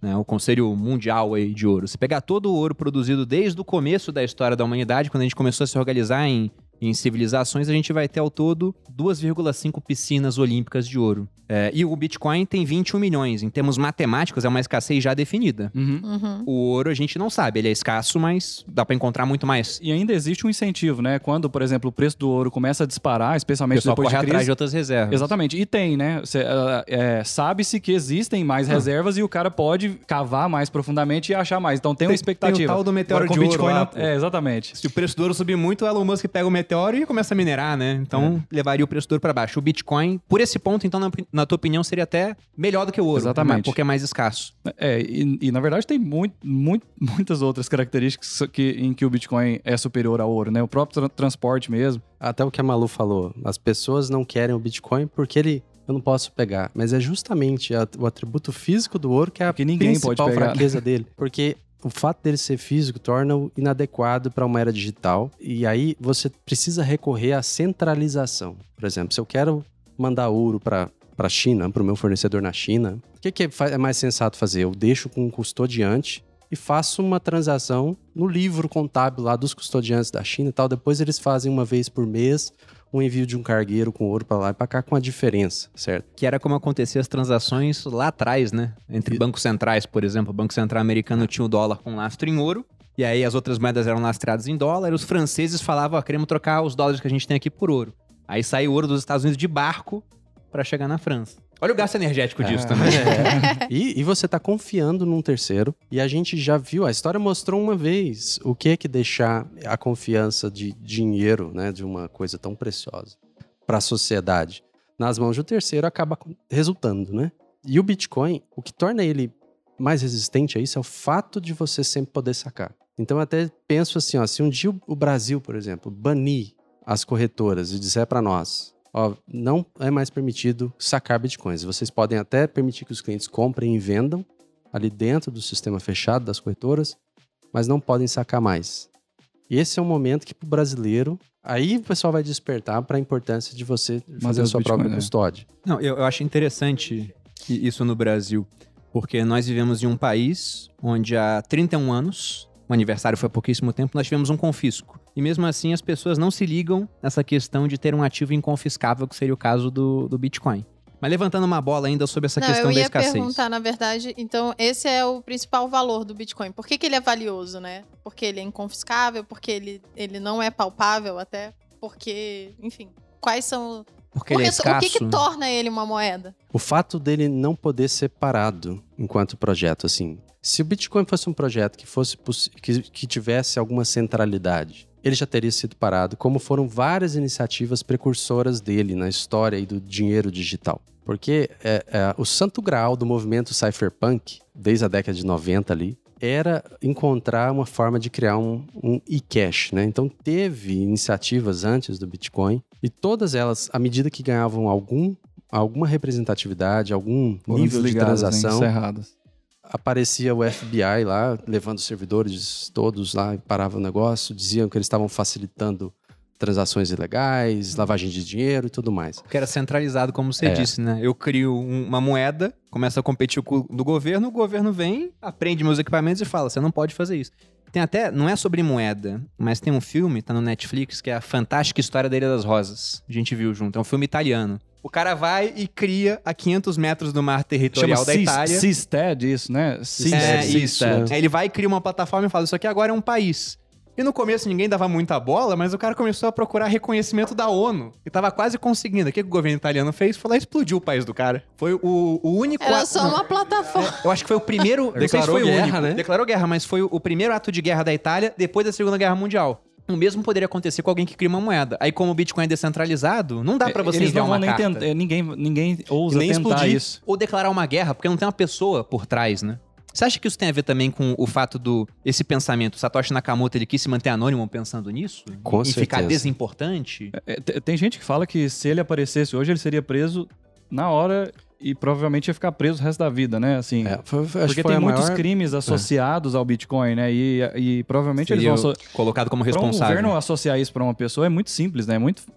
[SPEAKER 1] né, o Conselho Mundial aí de Ouro. Se pegar todo o ouro produzido desde o começo da história da humanidade, quando a gente começou a se organizar em, em civilizações, a gente vai ter ao todo duas vírgula cinco piscinas olímpicas de ouro. É, e o Bitcoin tem vinte e um milhões. Em termos matemáticos, é uma escassez já definida.
[SPEAKER 4] Uhum.
[SPEAKER 2] Uhum.
[SPEAKER 1] O ouro a gente não sabe, ele é escasso, mas dá pra encontrar muito mais.
[SPEAKER 4] E ainda existe um incentivo, né? Quando, por exemplo, o preço do ouro começa a disparar,
[SPEAKER 1] O
[SPEAKER 4] especialmente
[SPEAKER 1] pessoal
[SPEAKER 4] depois
[SPEAKER 1] corre
[SPEAKER 4] de crise.
[SPEAKER 1] atrás de outras reservas.
[SPEAKER 4] Exatamente. E tem, né? Cê, uh, é, sabe-se que existem mais reservas e o cara pode cavar mais profundamente e achar mais. Então tem uma
[SPEAKER 1] Tem-
[SPEAKER 4] expectativa.
[SPEAKER 1] tem o tal do meteoro
[SPEAKER 4] Agora, com
[SPEAKER 1] de
[SPEAKER 4] o Bitcoin
[SPEAKER 1] ouro lá,
[SPEAKER 4] não-
[SPEAKER 1] pô.
[SPEAKER 4] É, exatamente.
[SPEAKER 1] Se o preço do ouro subir muito, o Elon Musk pega o meteoro e começa a minerar, né? Então, levaria o preço do ouro pra baixo. O Bitcoin, por esse ponto, então, na, na tua opinião, seria até melhor do que o ouro.
[SPEAKER 4] Exatamente.
[SPEAKER 1] Porque é mais escasso.
[SPEAKER 4] É, e, e, na verdade tem muito, muito, muitas outras características que, em que o Bitcoin é superior ao ouro, né? O próprio tra- transporte mesmo.
[SPEAKER 3] Até o que a Malu falou, as pessoas não querem o Bitcoin porque ele, eu não posso pegar. Mas é justamente a- o atributo físico do ouro que é a
[SPEAKER 4] Que ninguém pode
[SPEAKER 3] principal
[SPEAKER 4] pegar.
[SPEAKER 3] fraqueza dele. Porque o fato dele ser físico torna-o inadequado para uma era digital. E aí você precisa recorrer à centralização. Por exemplo, se eu quero mandar ouro para para a China, para o meu fornecedor na China, o que, que é fa- é mais sensato fazer? Eu deixo com um custodiante e faço uma transação no livro contábil lá dos custodiantes da China e tal. Depois eles fazem uma vez por mês um envio de um cargueiro com ouro para lá e para cá com a diferença, certo?
[SPEAKER 1] Que era como acontecia as transações lá atrás, né? Entre
[SPEAKER 3] E-
[SPEAKER 1] bancos centrais, por exemplo. O Banco Central americano tinha o dólar com lastro em ouro. E aí as outras moedas eram lastreadas em dólar. E os franceses falavam, ó, queremos trocar os dólares que a gente tem aqui por ouro. Aí saiu ouro dos Estados Unidos de barco para chegar na França. Olha o gasto energético disso
[SPEAKER 3] É.
[SPEAKER 1] também.
[SPEAKER 3] É. E, e você tá confiando num terceiro. E a gente já viu, a história mostrou uma vez o que é que deixar a confiança de dinheiro, né, de uma coisa tão preciosa para a sociedade nas mãos do terceiro acaba resultando, né? E o Bitcoin, o que torna ele mais resistente a isso é o fato de você sempre poder sacar. Então eu até penso assim, ó, se um dia o Brasil, por exemplo, banir as corretoras e disser para nós, ó, não é mais permitido sacar bitcoins. Vocês podem até permitir que os clientes comprem e vendam ali dentro do sistema fechado das corretoras, mas não podem sacar mais. E esse é um momento que para o brasileiro, aí o pessoal vai despertar para a importância de você fazer a
[SPEAKER 4] os
[SPEAKER 3] sua
[SPEAKER 4] Bitcoin,
[SPEAKER 3] própria
[SPEAKER 4] né?
[SPEAKER 3] custódia.
[SPEAKER 1] Não, eu, eu acho interessante i- isso no Brasil. Porque nós vivemos em um país onde há trinta e um anos, o aniversário foi há pouquíssimo tempo, nós tivemos um confisco. E mesmo assim as pessoas não se ligam nessa questão de ter um ativo inconfiscável, que seria o caso do, do Bitcoin. Mas levantando uma bola ainda sobre essa
[SPEAKER 2] Não,
[SPEAKER 1] questão
[SPEAKER 2] eu
[SPEAKER 1] da
[SPEAKER 2] ia
[SPEAKER 1] escassez.
[SPEAKER 2] perguntar, na verdade, então esse é o principal valor do Bitcoin. Por que, que ele é valioso, né? Porque ele é inconfiscável, porque ele, ele não é palpável até, porque, enfim, quais são...
[SPEAKER 1] Porque ele é
[SPEAKER 2] o
[SPEAKER 1] escasso.
[SPEAKER 2] que que torna ele uma moeda?
[SPEAKER 3] O fato dele não poder ser parado enquanto projeto, assim. Se o Bitcoin fosse um projeto que fosse possi- que, que tivesse alguma centralidade, ele já teria sido parado, como foram várias iniciativas precursoras dele na história aí do dinheiro digital. Porque é, é, o santo graal do movimento cypherpunk, desde a década de noventa ali, era encontrar uma forma de criar um, um e-cash, né? Então teve iniciativas antes do Bitcoin e todas elas, à medida que ganhavam algum, alguma representatividade, algum
[SPEAKER 4] Foram
[SPEAKER 3] nível de
[SPEAKER 4] desligadas, né,
[SPEAKER 3] transação,
[SPEAKER 4] encerradas.
[SPEAKER 3] aparecia o F B I lá, levando os servidores todos lá e parava o negócio, diziam que eles estavam facilitando transações ilegais, lavagem de dinheiro e tudo mais.
[SPEAKER 1] Que era centralizado, como você
[SPEAKER 3] É.
[SPEAKER 1] disse, né? Eu crio um- uma moeda, começo a competir com o do governo, o governo vem, aprende meus equipamentos e fala, você não pode fazer isso. Tem até, não é sobre moeda, mas tem um filme, tá no Netflix, que é a Fantástica História da Ilha das Rosas. A gente viu junto, é um filme italiano. O cara vai e cria a quinhentos metros do mar territorial
[SPEAKER 4] Chama
[SPEAKER 1] da
[SPEAKER 4] Seas-
[SPEAKER 1] Itália.
[SPEAKER 4] Seastead, isso, né? Seas-
[SPEAKER 1] É,
[SPEAKER 3] Seastead.
[SPEAKER 1] isso.
[SPEAKER 3] Seastead.
[SPEAKER 1] Aí ele vai e cria uma plataforma e fala, isso aqui agora é um país. E no começo ninguém dava muita bola, mas o cara começou a procurar reconhecimento da ONU. E tava quase conseguindo. O que que o governo italiano fez? Foi lá e explodiu o país do cara. Foi o, o único...
[SPEAKER 2] Era
[SPEAKER 1] ato-
[SPEAKER 2] só
[SPEAKER 1] não,
[SPEAKER 2] uma plataforma.
[SPEAKER 1] eu acho que foi o primeiro... não sei se
[SPEAKER 3] Declarou
[SPEAKER 1] foi o
[SPEAKER 3] guerra,
[SPEAKER 1] único.
[SPEAKER 3] né?
[SPEAKER 1] Declarou guerra, mas foi o primeiro ato de guerra da Itália depois da Segunda Guerra Mundial. O mesmo poderia acontecer com alguém que cria uma moeda. Aí como o Bitcoin é descentralizado, não dá pra você
[SPEAKER 4] Eles
[SPEAKER 1] enviar
[SPEAKER 4] não vão
[SPEAKER 1] uma
[SPEAKER 4] nem
[SPEAKER 1] carta.
[SPEAKER 4] tentar, é, ninguém, ninguém ousa
[SPEAKER 3] E nem
[SPEAKER 4] tentar
[SPEAKER 3] explodir.
[SPEAKER 4] isso.
[SPEAKER 1] Ou declarar uma guerra, porque não tem uma pessoa por trás, né? Você acha que isso tem a ver também com o fato do... Esse pensamento, Satoshi Nakamoto, ele quis se manter anônimo pensando nisso?
[SPEAKER 3] Com
[SPEAKER 1] em ficar
[SPEAKER 3] certeza.
[SPEAKER 1] desimportante?
[SPEAKER 4] É, te- tem gente que fala que se ele aparecesse hoje, ele seria preso na hora e provavelmente ia ficar preso o resto da vida, né? Assim,
[SPEAKER 3] É, foi, foi- acho
[SPEAKER 4] porque
[SPEAKER 3] que foi
[SPEAKER 4] tem
[SPEAKER 3] a
[SPEAKER 4] muitos
[SPEAKER 3] maior...
[SPEAKER 4] crimes associados ao Bitcoin, né? E, e provavelmente
[SPEAKER 1] Seria
[SPEAKER 4] eles vão... So...
[SPEAKER 1] colocado como
[SPEAKER 4] Para um
[SPEAKER 1] responsável.
[SPEAKER 4] governo associar isso para uma pessoa é muito simples, né? É muito... é-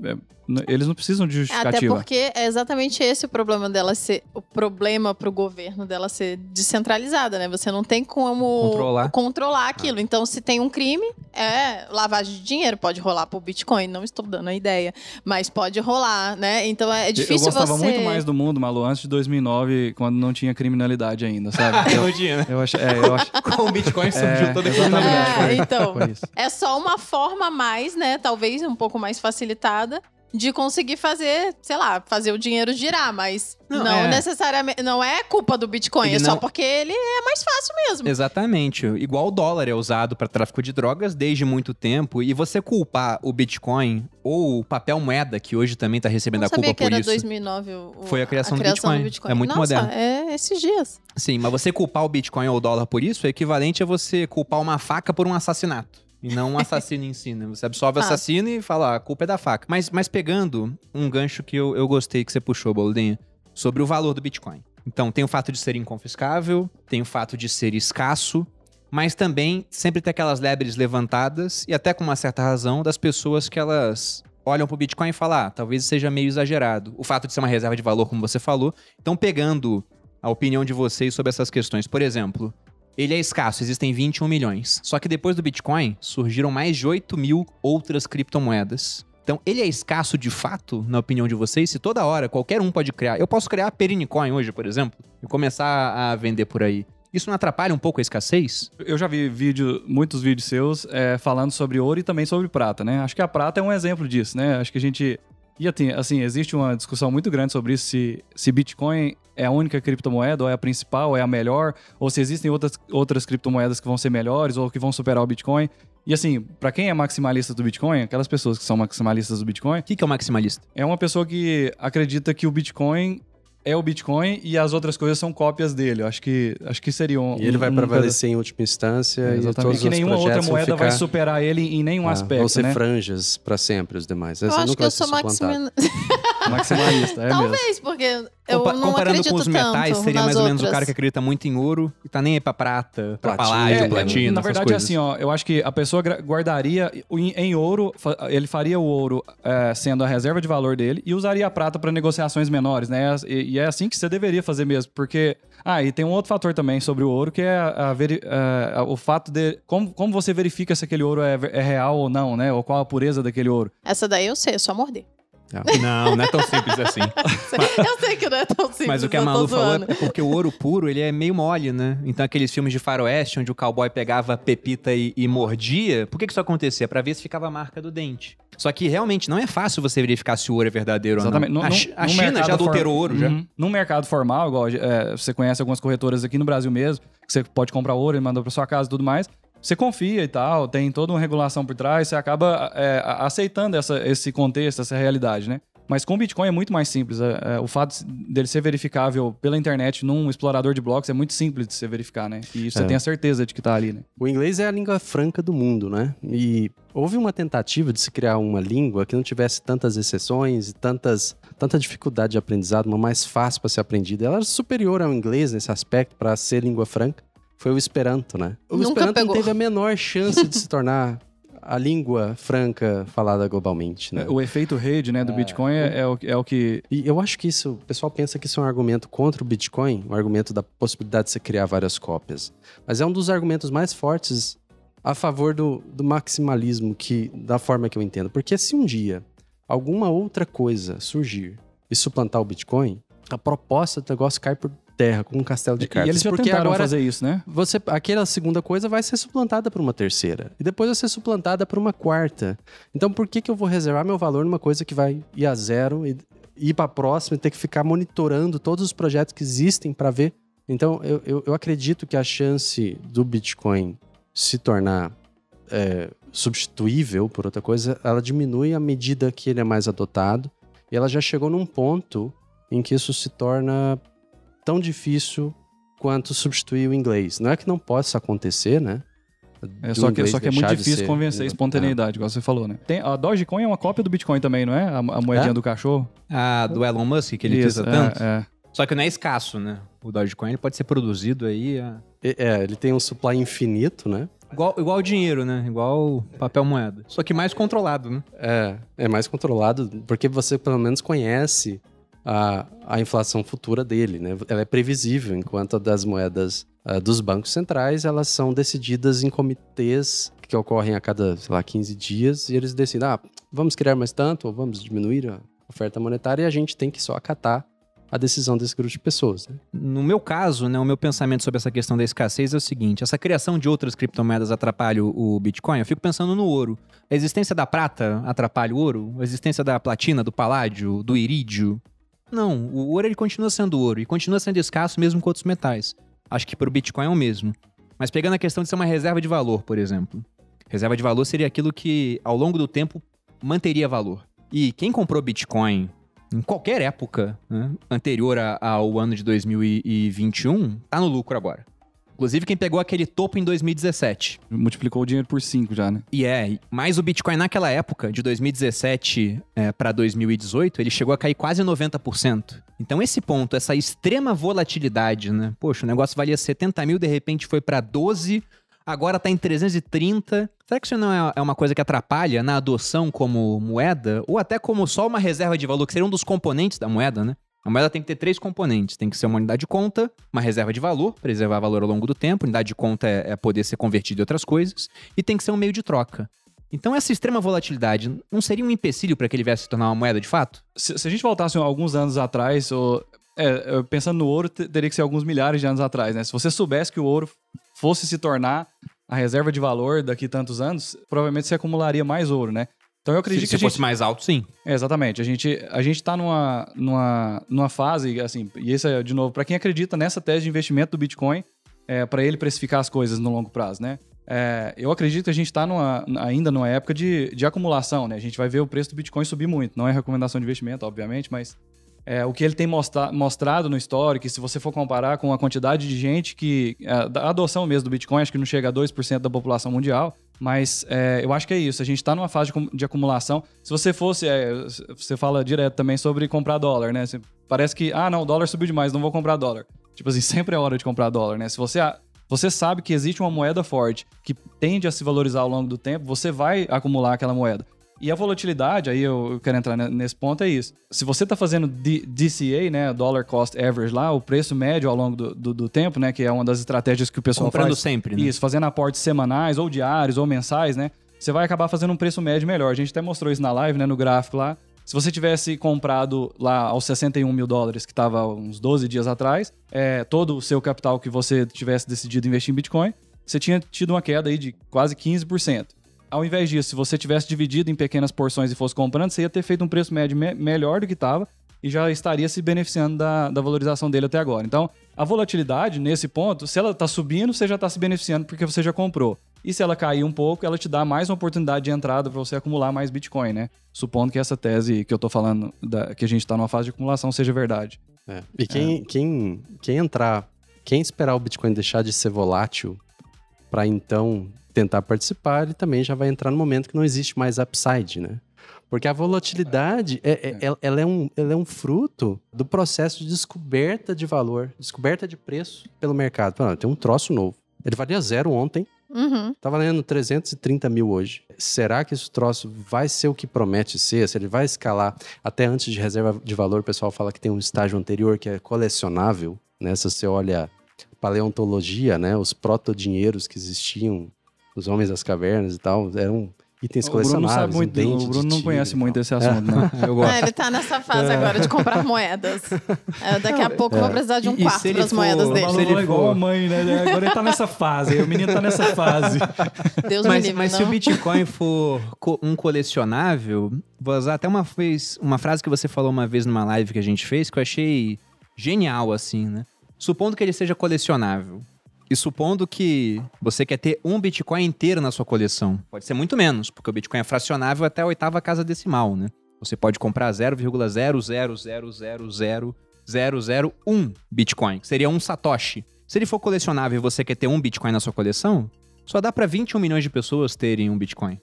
[SPEAKER 4] Eles não precisam de justificativa.
[SPEAKER 2] Até porque é exatamente esse o problema dela ser... O problema pro governo dela ser descentralizada, né? Você não tem como...
[SPEAKER 1] Controlar.
[SPEAKER 2] Controlar aquilo. Então, se tem um crime, é lavagem de dinheiro. Pode rolar pro Bitcoin. Não estou dando a ideia. Mas pode rolar, né? Então, é difícil você...
[SPEAKER 4] Eu gostava muito mais do mundo, Malu, antes de dois mil e nove, quando não tinha criminalidade ainda, sabe?
[SPEAKER 1] Eu, eu,
[SPEAKER 4] eu acho, é, eu acho...
[SPEAKER 1] Com o Bitcoin surgiu
[SPEAKER 4] é,
[SPEAKER 1] toda a criminalidade.
[SPEAKER 2] É, então,
[SPEAKER 4] Foi isso.
[SPEAKER 2] é só uma forma mais, né? Talvez um pouco mais facilitada de conseguir fazer, sei lá, fazer o dinheiro girar, mas não, não é. necessariamente, não é culpa do Bitcoin, ele é só não... porque ele é mais fácil mesmo.
[SPEAKER 1] Exatamente, igual o dólar é usado para tráfico de drogas desde muito tempo, e você culpar o Bitcoin ou o papel moeda, que hoje também tá recebendo
[SPEAKER 2] não
[SPEAKER 1] a culpa
[SPEAKER 2] que
[SPEAKER 1] por
[SPEAKER 2] era
[SPEAKER 1] isso.
[SPEAKER 2] dois mil e nove o,
[SPEAKER 1] foi a criação,
[SPEAKER 2] a
[SPEAKER 1] do,
[SPEAKER 2] criação
[SPEAKER 1] Bitcoin.
[SPEAKER 2] do Bitcoin.
[SPEAKER 1] É muito
[SPEAKER 2] Nossa,
[SPEAKER 1] moderno.
[SPEAKER 2] é esses dias.
[SPEAKER 1] Sim, mas você culpar o Bitcoin ou o dólar por isso é equivalente a você culpar uma faca por um assassinato. E não um assassino em si, né? Você absolve o
[SPEAKER 2] Ah.
[SPEAKER 1] assassino e fala, ah, a culpa é da faca. Mas, mas pegando um gancho que eu, eu gostei que você puxou, Boludinha, sobre o valor do Bitcoin. Então, tem o fato de ser inconfiscável, tem o fato de ser escasso, mas também sempre tem aquelas lebres levantadas, e até com uma certa razão, das pessoas que elas olham pro Bitcoin e falam, ah, talvez seja meio exagerado. O fato de ser uma reserva de valor, como você falou. Então, pegando a opinião de vocês sobre essas questões. Por exemplo... Ele é escasso, existem vinte e um milhões. Só que depois do Bitcoin, surgiram mais de oito mil outras criptomoedas. Então, ele é escasso de fato, na opinião de vocês? Se toda hora qualquer um pode criar... Eu posso criar Perinicoin hoje, por exemplo, e começar a vender por aí. Isso não atrapalha um pouco a escassez?
[SPEAKER 4] Eu já vi vídeo, muitos vídeos seus é, falando sobre ouro e também sobre prata, né? Acho que a prata é um exemplo disso, né? Acho que a gente... E assim, existe uma discussão muito grande sobre isso, se, se Bitcoin é a única criptomoeda, ou é a principal, ou é a melhor, ou se existem outras, outras criptomoedas que vão ser melhores, ou que vão superar o Bitcoin. E assim, pra quem é maximalista do Bitcoin, aquelas pessoas que são maximalistas do Bitcoin...
[SPEAKER 1] O que, que é o maximalista?
[SPEAKER 4] É uma pessoa que acredita que o Bitcoin é o Bitcoin e as outras coisas são cópias dele. Eu acho que, acho que seria um...
[SPEAKER 3] E ele vai
[SPEAKER 4] um,
[SPEAKER 3] prevalecer um... em última instância.
[SPEAKER 4] É,
[SPEAKER 3] e todos
[SPEAKER 4] e que nenhuma outra moeda
[SPEAKER 3] ficar...
[SPEAKER 4] vai superar ele em nenhum
[SPEAKER 3] ah,
[SPEAKER 4] aspecto,
[SPEAKER 3] vão ser
[SPEAKER 4] né?
[SPEAKER 3] franjas pra sempre os demais.
[SPEAKER 2] Eu
[SPEAKER 3] Essa
[SPEAKER 2] acho
[SPEAKER 3] nunca
[SPEAKER 2] que eu
[SPEAKER 3] vai ser
[SPEAKER 2] sou
[SPEAKER 3] suplantada.
[SPEAKER 2] maximalista.
[SPEAKER 4] Maximalista, é
[SPEAKER 2] Talvez,
[SPEAKER 4] mesmo.
[SPEAKER 2] porque eu
[SPEAKER 1] Compa
[SPEAKER 2] não
[SPEAKER 1] comparando
[SPEAKER 2] acredito
[SPEAKER 1] com os metais,
[SPEAKER 2] tanto
[SPEAKER 1] seria
[SPEAKER 2] nas
[SPEAKER 1] mais ou menos
[SPEAKER 2] outras.
[SPEAKER 1] o cara que acredita muito em ouro e tá nem aí pra prata, pra
[SPEAKER 3] Platina,
[SPEAKER 1] paládio,
[SPEAKER 3] é,
[SPEAKER 1] platina,
[SPEAKER 4] Na
[SPEAKER 1] essas
[SPEAKER 4] verdade, é
[SPEAKER 1] coisas.
[SPEAKER 4] assim, ó, eu acho que a pessoa guardaria em, em ouro, ele faria o ouro é, sendo a reserva de valor dele e usaria a prata para negociações menores, né? E, e é assim que você deveria fazer mesmo, porque... Ah, e tem um outro fator também sobre o ouro, que é a, a veri, a, a, o fato de... Como, como você verifica se aquele ouro é, é real ou não, né? Ou qual a pureza daquele ouro.
[SPEAKER 2] Essa daí eu sei, é só morder.
[SPEAKER 1] Não, não é tão simples assim.
[SPEAKER 2] Eu sei que não é tão simples,
[SPEAKER 1] Mas o que a
[SPEAKER 2] eu tô
[SPEAKER 1] Malu falou
[SPEAKER 2] zoando.
[SPEAKER 1] é porque o ouro puro, ele é meio mole, né? Então aqueles filmes de faroeste, onde o cowboy pegava a pepita e, e mordia, por que que isso acontecia? Pra ver se ficava a marca do dente. Só que realmente não é fácil você verificar se o ouro é verdadeiro
[SPEAKER 4] Exatamente.
[SPEAKER 1] ou não.
[SPEAKER 4] No,
[SPEAKER 1] a,
[SPEAKER 4] no,
[SPEAKER 1] a
[SPEAKER 4] no
[SPEAKER 1] China já adulterou
[SPEAKER 4] form...
[SPEAKER 1] ouro, já.
[SPEAKER 4] Uhum. No mercado formal, igual é, você conhece algumas corretoras aqui no Brasil mesmo, que você pode comprar ouro e mandar pra sua casa e tudo mais. Você confia e tal, tem toda uma regulação por trás, você acaba é, aceitando essa, esse contexto, essa realidade, né? Mas com o Bitcoin é muito mais simples. É, é, o fato dele ser verificável pela internet num explorador de blocos é muito simples de se verificar, né? E você
[SPEAKER 3] É.
[SPEAKER 4] tem a certeza de que tá ali, né?
[SPEAKER 3] O inglês é a língua franca do mundo, né? E houve uma tentativa de se criar uma língua que não tivesse tantas exceções e tantas, tanta dificuldade de aprendizado, uma mais fácil para ser aprendida. Ela era superior ao inglês nesse aspecto para ser língua franca. Foi o Esperanto, né? O
[SPEAKER 2] Nunca
[SPEAKER 3] Esperanto
[SPEAKER 2] pegou.
[SPEAKER 3] não teve a menor chance de se tornar a língua franca falada globalmente, né?
[SPEAKER 4] O efeito rede, né, do Bitcoin é, é, o, é o que...
[SPEAKER 3] E eu acho que isso, o pessoal pensa que isso é um argumento contra o Bitcoin, um argumento da possibilidade de você criar várias cópias. Mas é um dos argumentos mais fortes a favor do, do maximalismo, que, da forma que eu entendo. Porque se um dia alguma outra coisa surgir e suplantar o Bitcoin, a proposta do negócio cai por terra, com um castelo de cartas.
[SPEAKER 4] E eles já
[SPEAKER 3] porque
[SPEAKER 4] tentaram
[SPEAKER 3] agora
[SPEAKER 4] fazer isso, né?
[SPEAKER 3] você, aquela segunda coisa vai ser suplantada por uma terceira. E depois vai ser suplantada por uma quarta. Então por que que eu vou reservar meu valor numa coisa que vai ir a zero e ir para a próxima e ter que ficar monitorando todos os projetos que existem para ver? Então eu, eu, eu acredito que a chance do Bitcoin se tornar é, substituível por outra coisa, ela diminui à medida que ele é mais adotado. E ela já chegou num ponto em que isso se torna tão difícil quanto substituir o inglês. Não é que não possa acontecer, né?
[SPEAKER 4] É,
[SPEAKER 3] Do
[SPEAKER 4] só, que,
[SPEAKER 3] inglês
[SPEAKER 4] só que é muito
[SPEAKER 3] deixar de
[SPEAKER 4] difícil
[SPEAKER 3] ser-
[SPEAKER 4] convencer a
[SPEAKER 3] Exato.
[SPEAKER 4] espontaneidade, igual você falou, né? Tem, a Dogecoin é uma cópia do Bitcoin também, não é? A, a moedinha
[SPEAKER 3] É?
[SPEAKER 4] do cachorro.
[SPEAKER 1] Ah, do Elon Musk, que ele
[SPEAKER 4] Isso,
[SPEAKER 1] usa
[SPEAKER 4] é,
[SPEAKER 1] tanto.
[SPEAKER 4] é.
[SPEAKER 1] Só que não é escasso, né? O Dogecoin ele pode ser produzido aí a...
[SPEAKER 3] É, ele tem um supply infinito, né?
[SPEAKER 1] Igual, igual o dinheiro, né? Igual papel moeda. Só que mais controlado, né?
[SPEAKER 3] É, é mais controlado porque você pelo menos conhece a, a inflação futura dele, né? Ela é previsível, enquanto a das moedas uh, dos bancos centrais, elas são decididas em comitês que ocorrem a cada, sei lá, quinze dias, e eles decidem, ah, vamos criar mais tanto, ou vamos diminuir a oferta monetária, e a gente tem que só acatar a decisão desse grupo de pessoas, né?
[SPEAKER 1] No meu caso, né, o meu pensamento sobre essa questão da escassez é o seguinte: essa criação de outras criptomoedas atrapalha o, o Bitcoin? Eu fico pensando no ouro. A existência da prata atrapalha o ouro? A existência da platina, do paládio, do irídio? Não, o ouro ele continua sendo ouro e continua sendo escasso mesmo com outros metais. Acho que para o Bitcoin é o mesmo. Mas pegando a questão de ser uma reserva de valor, por exemplo. Reserva de valor seria aquilo que, ao longo do tempo, manteria valor. E quem comprou Bitcoin em qualquer época, né, anterior a, ao ano de dois mil e vinte e um, tá no lucro agora. Inclusive quem pegou aquele topo em dois mil e dezessete.
[SPEAKER 4] Multiplicou o dinheiro por cinco já, né?
[SPEAKER 1] E é, mas o Bitcoin naquela época, de dois mil e dezessete é, para dois mil e dezoito, ele chegou a cair quase noventa por cento. Então esse ponto, essa extrema volatilidade, né? Poxa, o negócio valia setenta mil, de repente foi para doze, agora tá em trezentos e trinta. Será que isso não é uma coisa que atrapalha na adoção como moeda? Ou até como só uma reserva de valor, que seria um dos componentes da moeda, né? A moeda tem que ter três componentes. Tem que ser uma unidade de conta, uma reserva de valor, preservar valor ao longo do tempo. Unidade de conta é, é poder ser convertido em outras coisas. E tem que ser um meio de troca. Então essa extrema volatilidade não seria um empecilho para que ele viesse se tornar uma moeda de fato?
[SPEAKER 4] Se, se a gente voltasse alguns anos atrás, ou, é, pensando no ouro, teria que ser alguns milhares de anos atrás, né? Se você soubesse que o ouro fosse se tornar a reserva de valor daqui a tantos anos, provavelmente você acumularia mais ouro, né? Então eu acredito
[SPEAKER 1] se,
[SPEAKER 4] que a
[SPEAKER 1] se fosse
[SPEAKER 4] gente...
[SPEAKER 1] mais alto, sim.
[SPEAKER 4] É, exatamente. A gente, a gente tá numa, numa, numa fase, assim, e isso é, de novo, para quem acredita nessa tese de investimento do Bitcoin, é, para ele precificar as coisas no longo prazo, né? É, eu acredito que a gente está ainda numa época de, de acumulação, né? A gente vai ver o preço do Bitcoin subir muito. Não é recomendação de investimento, obviamente, mas é, o que ele tem mostra, mostrado no histórico, se você for comparar com a quantidade de gente que... A adoção mesmo do Bitcoin, acho que não chega a dois por cento da população mundial, mas é, eu acho que é isso. A gente está numa fase de, de acumulação. Se você fosse... É, você fala direto também sobre comprar dólar, né? Você, parece que, ah, não, o dólar subiu demais, não vou comprar dólar. Tipo assim, sempre é hora de comprar dólar, né? Se você... Você sabe que existe uma moeda forte que tende a se valorizar ao longo do tempo, você vai acumular aquela moeda. E a volatilidade, aí eu quero entrar nesse ponto, é isso. Se você está fazendo D C A, né, Dollar Cost Average lá, o preço médio ao longo do, do, do tempo, né, que é uma das estratégias que o pessoal
[SPEAKER 1] comprando
[SPEAKER 4] faz.
[SPEAKER 1] sempre, né?
[SPEAKER 4] Isso, fazendo aportes semanais, ou diários, ou mensais, né, você vai acabar fazendo um preço médio melhor. A gente até mostrou isso na live, né, no gráfico lá. Se você tivesse comprado lá aos sessenta e um mil dólares, que estava uns doze dias atrás, é, todo o seu capital que você tivesse decidido investir em Bitcoin, você tinha tido uma queda aí de quase quinze por cento. Ao invés disso, se você tivesse dividido em pequenas porções e fosse comprando, você ia ter feito um preço médio me- melhor do que estava e já estaria se beneficiando da, da valorização dele até agora. Então, a volatilidade, nesse ponto, se ela está subindo, você já está se beneficiando porque você já comprou. E se ela cair um pouco, ela te dá mais uma oportunidade de entrada para você acumular mais Bitcoin, né? Supondo que essa tese que eu tô falando, da, que a gente está numa fase de acumulação, seja verdade.
[SPEAKER 3] É. E quem, é. quem, quem entrar, quem esperar o Bitcoin deixar de ser volátil para então tentar participar, ele também já vai entrar no momento que não existe mais upside, né? Porque a volatilidade, é, é, é. Ela, é um, ela é um fruto do processo de descoberta de valor, descoberta de preço pelo mercado. Pô, tem um troço novo. Ele valia zero ontem,
[SPEAKER 2] Uhum.
[SPEAKER 3] tá valendo trezentos e trinta mil hoje. Será que esse troço vai ser o que promete ser? Se ele vai escalar até antes de reserva de valor, o pessoal fala que tem um estágio anterior que é colecionável, né? Se você olha paleontologia, né? Os proto-dinheiros que existiam, os homens das cavernas e tal, eram itens
[SPEAKER 4] O Bruno não
[SPEAKER 3] colecionáveis.
[SPEAKER 4] sabe muito,
[SPEAKER 3] um dente
[SPEAKER 4] o Bruno
[SPEAKER 3] de
[SPEAKER 4] não
[SPEAKER 3] tigre
[SPEAKER 4] conhece
[SPEAKER 3] e
[SPEAKER 4] muito
[SPEAKER 3] tal.
[SPEAKER 4] esse assunto, né? Eu gosto.
[SPEAKER 2] Ah, ele tá nessa fase agora de comprar moedas. É, daqui a pouco eu vou precisar de um
[SPEAKER 1] E- e
[SPEAKER 2] quarto
[SPEAKER 1] se ele
[SPEAKER 2] para as
[SPEAKER 1] for-
[SPEAKER 2] moedas
[SPEAKER 1] se
[SPEAKER 2] dele.
[SPEAKER 1] ele
[SPEAKER 4] Falou igual
[SPEAKER 1] for-
[SPEAKER 4] a mãe, né? Agora ele tá nessa fase, o menino tá nessa fase.
[SPEAKER 2] Deus me
[SPEAKER 1] Mas,
[SPEAKER 2] livre,
[SPEAKER 1] mas
[SPEAKER 2] não.
[SPEAKER 1] se o Bitcoin for co- um colecionável, vou usar até uma, vez, uma frase que você falou uma vez numa live que a gente fez, que eu achei genial, assim, né? Supondo que ele seja colecionável, e supondo que você quer ter um Bitcoin inteiro na sua coleção, pode ser muito menos, porque o Bitcoin é fracionável até a oitava casa decimal, né? Você pode comprar zero vírgula zero zero zero zero zero zero zero um Bitcoin, que seria um Satoshi. Se ele for colecionável e você quer ter um Bitcoin na sua coleção, só dá para vinte e um milhões de pessoas terem um Bitcoin.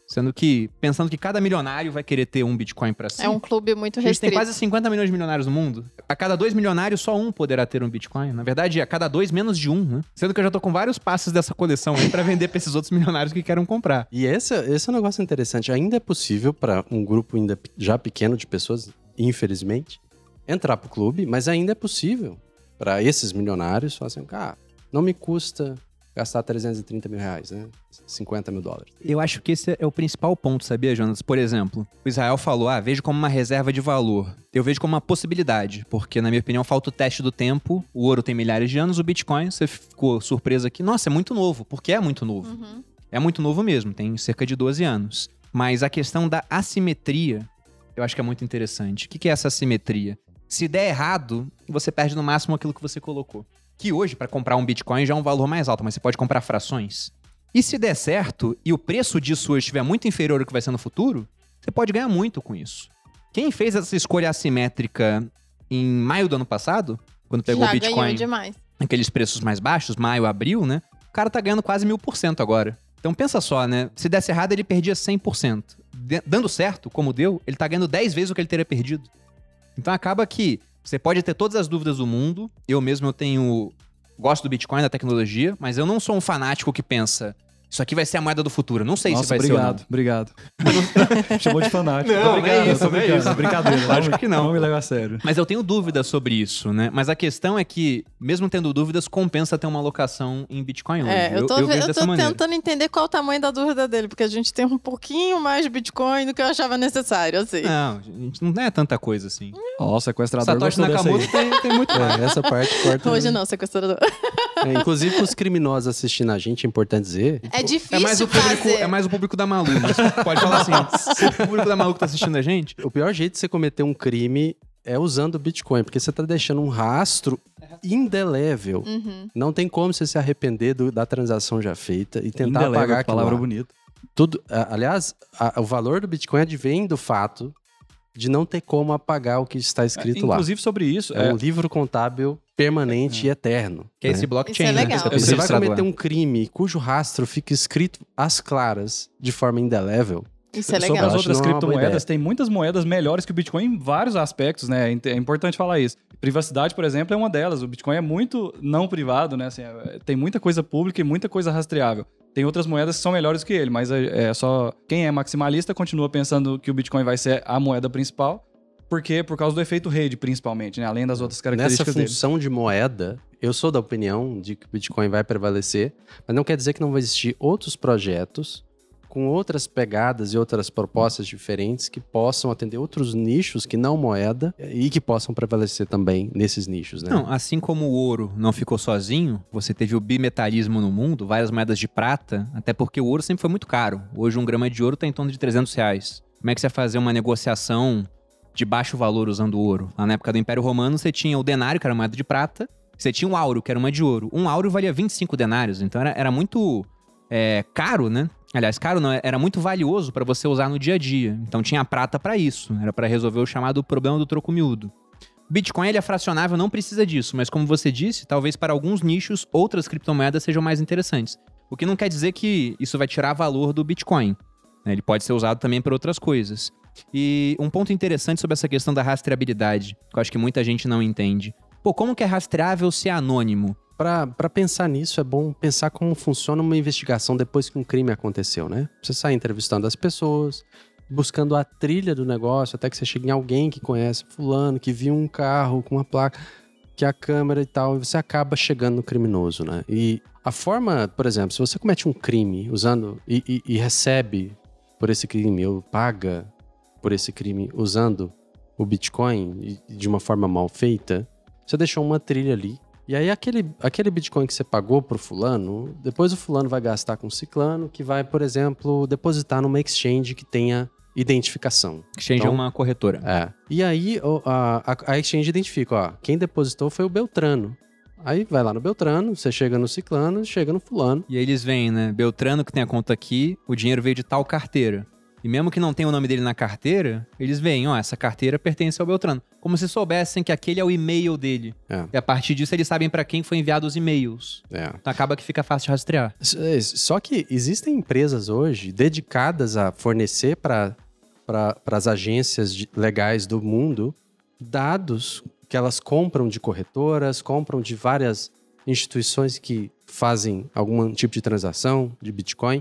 [SPEAKER 1] Sendo que, pensando que cada milionário vai querer ter um Bitcoin pra si.
[SPEAKER 2] É um clube muito
[SPEAKER 1] A gente tem
[SPEAKER 2] restrito.
[SPEAKER 1] quase cinquenta milhões de milionários no mundo. A cada dois milionários, só um poderá ter um Bitcoin. Na verdade, a cada dois, menos de um, né? Sendo que eu já tô com vários passes dessa coleção aí pra vender pra esses outros milionários que querem comprar.
[SPEAKER 3] E esse, esse é um negócio interessante. Ainda é possível para um grupo ainda já pequeno de pessoas, infelizmente, entrar pro clube, mas ainda é possível para esses milionários falar assim, cara, não me custa gastar trezentos e trinta mil reais, né? cinquenta mil dólares.
[SPEAKER 1] Eu acho que esse é o principal ponto, sabia, Jonas? Por exemplo, o Israel falou, ah, vejo como uma reserva de valor. Eu vejo como uma possibilidade, porque, na minha opinião, falta o teste do tempo. O ouro tem milhares de anos, o Bitcoin, você ficou surpreso aqui. Nossa, é muito novo, porque é muito novo.
[SPEAKER 2] Uhum.
[SPEAKER 1] É muito novo mesmo, tem cerca de doze anos. Mas a questão da assimetria, eu acho que é muito interessante. O que é essa assimetria? Se der errado, você perde no máximo aquilo que você colocou. Que hoje, para comprar um Bitcoin, já é um valor mais alto, mas você pode comprar frações. E se der certo, e o preço disso hoje estiver muito inferior ao que vai ser no futuro, você pode ganhar muito com isso. Quem fez essa escolha assimétrica em maio do ano passado, quando pegou
[SPEAKER 2] Já
[SPEAKER 1] o Bitcoin,
[SPEAKER 2] ganhou demais.
[SPEAKER 1] aqueles preços mais baixos, maio, abril, né? O cara tá ganhando quase mil por cento agora. Então pensa só, né? Se desse errado, ele perdia cem por cento. De- dando certo, como deu, ele tá ganhando dez vezes o que ele teria perdido. Então acaba que você pode ter todas as dúvidas do mundo. Eu mesmo eu tenho... Gosto do Bitcoin, da tecnologia, mas eu não sou um fanático que pensa... Isso aqui vai ser a moeda do futuro. Não sei
[SPEAKER 4] Nossa,
[SPEAKER 1] se vai
[SPEAKER 4] obrigado,
[SPEAKER 1] ser ou
[SPEAKER 4] obrigado. Chamou de fanático.
[SPEAKER 1] Não,
[SPEAKER 4] Tô
[SPEAKER 1] não é
[SPEAKER 4] brincando,
[SPEAKER 1] isso,
[SPEAKER 4] tô
[SPEAKER 1] não é
[SPEAKER 4] brincando.
[SPEAKER 1] isso.
[SPEAKER 4] Brincadeira.
[SPEAKER 1] Lógico
[SPEAKER 4] não,
[SPEAKER 1] que não.
[SPEAKER 4] Não me leva a sério.
[SPEAKER 1] não. Mas eu tenho dúvidas sobre isso, né? Mas a questão é que, mesmo tendo dúvidas, compensa ter uma alocação em Bitcoin hoje.
[SPEAKER 2] É, eu tô,
[SPEAKER 1] eu
[SPEAKER 2] ve-
[SPEAKER 1] vejo
[SPEAKER 2] eu
[SPEAKER 1] dessa
[SPEAKER 2] tô
[SPEAKER 1] maneira.
[SPEAKER 2] tentando entender qual o tamanho da dúvida dele, porque a gente tem um pouquinho mais de Bitcoin do que eu achava necessário, assim.
[SPEAKER 1] Não, gente, não é tanta coisa assim.
[SPEAKER 4] Ó, o sequestrador
[SPEAKER 1] Satoshi
[SPEAKER 4] gostou dessa
[SPEAKER 1] Nakamoto
[SPEAKER 4] aí.
[SPEAKER 1] tem, tem muito mais.
[SPEAKER 3] É, essa parte corta.
[SPEAKER 2] Hoje não, sequestrador.
[SPEAKER 3] É, inclusive, os criminosos assistindo a gente, é importante dizer.
[SPEAKER 2] É difícil
[SPEAKER 1] É mais, o público,
[SPEAKER 2] fazer.
[SPEAKER 1] é mais o público da Malu, mas pode falar assim. Se o público da Malu que tá assistindo a gente,
[SPEAKER 3] O pior jeito de você cometer um crime é usando o Bitcoin, porque você tá deixando um rastro indelével.
[SPEAKER 2] Uhum.
[SPEAKER 3] Não tem como você se arrepender do- da transação já feita e tentar
[SPEAKER 4] Indelével,
[SPEAKER 3] apagar aquilo
[SPEAKER 4] palavra
[SPEAKER 3] lá.
[SPEAKER 4] bonita.
[SPEAKER 3] Tudo, a- aliás, a- o valor do Bitcoin advém do fato de não ter como apagar o que está escrito lá.
[SPEAKER 4] Inclusive sobre isso,
[SPEAKER 3] É
[SPEAKER 4] é,
[SPEAKER 3] um livro contábil permanente e eterno.
[SPEAKER 1] que é
[SPEAKER 3] né?
[SPEAKER 1] esse blockchain,
[SPEAKER 2] Isso é
[SPEAKER 1] né?
[SPEAKER 2] legal.
[SPEAKER 1] Esse
[SPEAKER 3] Você vai
[SPEAKER 1] registrador.
[SPEAKER 3] cometer um crime cujo rastro fica escrito às claras, de forma indelével.
[SPEAKER 2] Isso é
[SPEAKER 4] sobre
[SPEAKER 2] legal.
[SPEAKER 4] as
[SPEAKER 3] Acho
[SPEAKER 4] outras
[SPEAKER 3] que não é uma boa
[SPEAKER 4] criptomoedas,
[SPEAKER 3] ideia.
[SPEAKER 4] tem muitas moedas melhores que o Bitcoin em vários aspectos, né? É inte- É importante falar isso. Privacidade, por exemplo, é uma delas. O Bitcoin é muito não privado, né? Assim, é- tem muita coisa pública e muita coisa rastreável. Tem outras moedas que são melhores que ele, mas é, é só quem é maximalista continua pensando que o Bitcoin vai ser a moeda principal. Por quê? Por causa do efeito rede, principalmente, né? Além das outras
[SPEAKER 3] Nessa
[SPEAKER 4] características dele.
[SPEAKER 3] função de moeda, eu sou da opinião de que o Bitcoin vai prevalecer, mas não quer dizer que não vai existir outros projetos com outras pegadas e outras propostas diferentes que possam atender outros nichos que não moeda e que possam prevalecer também nesses nichos, né?
[SPEAKER 1] Não, assim como o ouro não ficou sozinho, você teve o bimetalismo no mundo, várias moedas de prata, até porque o ouro sempre foi muito caro. Hoje um grama de ouro está em torno de trezentos reais. Como é que você vai fazer uma negociação de baixo valor usando ouro? Lá na época do Império Romano, você tinha o denário, que era uma moeda de prata, você tinha um áureo, que era uma de ouro. Um áureo valia vinte e cinco denários, então era, era muito é, caro, né? Aliás, caro não, era muito valioso para você usar no dia a dia. Então tinha a prata para isso, era para resolver o chamado problema do troco miúdo. O Bitcoin, ele é fracionável, não precisa disso, mas como você disse, talvez para alguns nichos outras criptomoedas sejam mais interessantes. O que não quer dizer que isso vai tirar valor do Bitcoin, né? Ele pode ser usado também para outras coisas. E um ponto interessante sobre essa questão da rastreabilidade, que eu acho que muita gente não entende. Pô, como que é rastreável se é anônimo?
[SPEAKER 3] Para pensar nisso, é bom pensar como funciona uma investigação depois que um crime aconteceu, né? Você sai entrevistando as pessoas, buscando a trilha do negócio, até que você chegue em alguém que conhece fulano, que viu um carro com uma placa, que a câmera e tal, e você acaba chegando no criminoso, né? E a forma, por exemplo, se você comete um crime usando e, e, e recebe por esse crime, ou paga por esse crime usando o Bitcoin e de uma forma mal feita, você deixou uma trilha ali. E aí aquele, aquele Bitcoin que você pagou pro fulano, depois o fulano vai gastar com o ciclano, que vai, por exemplo, depositar numa exchange que tenha identificação.
[SPEAKER 1] Exchange
[SPEAKER 3] Então,
[SPEAKER 1] é uma corretora.
[SPEAKER 3] É. E aí o- a, a, a exchange identifica, ó, quem depositou foi o Beltrano. Aí vai lá no Beltrano, você chega no ciclano, chega no fulano.
[SPEAKER 1] E aí eles veem, né? Beltrano que tem a conta aqui, o dinheiro veio de tal carteira. E mesmo que não tenha o nome dele na carteira, eles veem, ó, essa carteira pertence ao Beltrano. Como se soubessem que aquele é o e-mail dele.
[SPEAKER 3] É.
[SPEAKER 1] E a partir disso eles sabem pra quem foi enviado os e-mails.
[SPEAKER 3] É.
[SPEAKER 1] Então acaba que fica fácil de rastrear.
[SPEAKER 3] Só que existem empresas hoje dedicadas a fornecer para para as agências de, legais do mundo dados que elas compram de corretoras, compram de várias instituições que fazem algum tipo de transação de Bitcoin.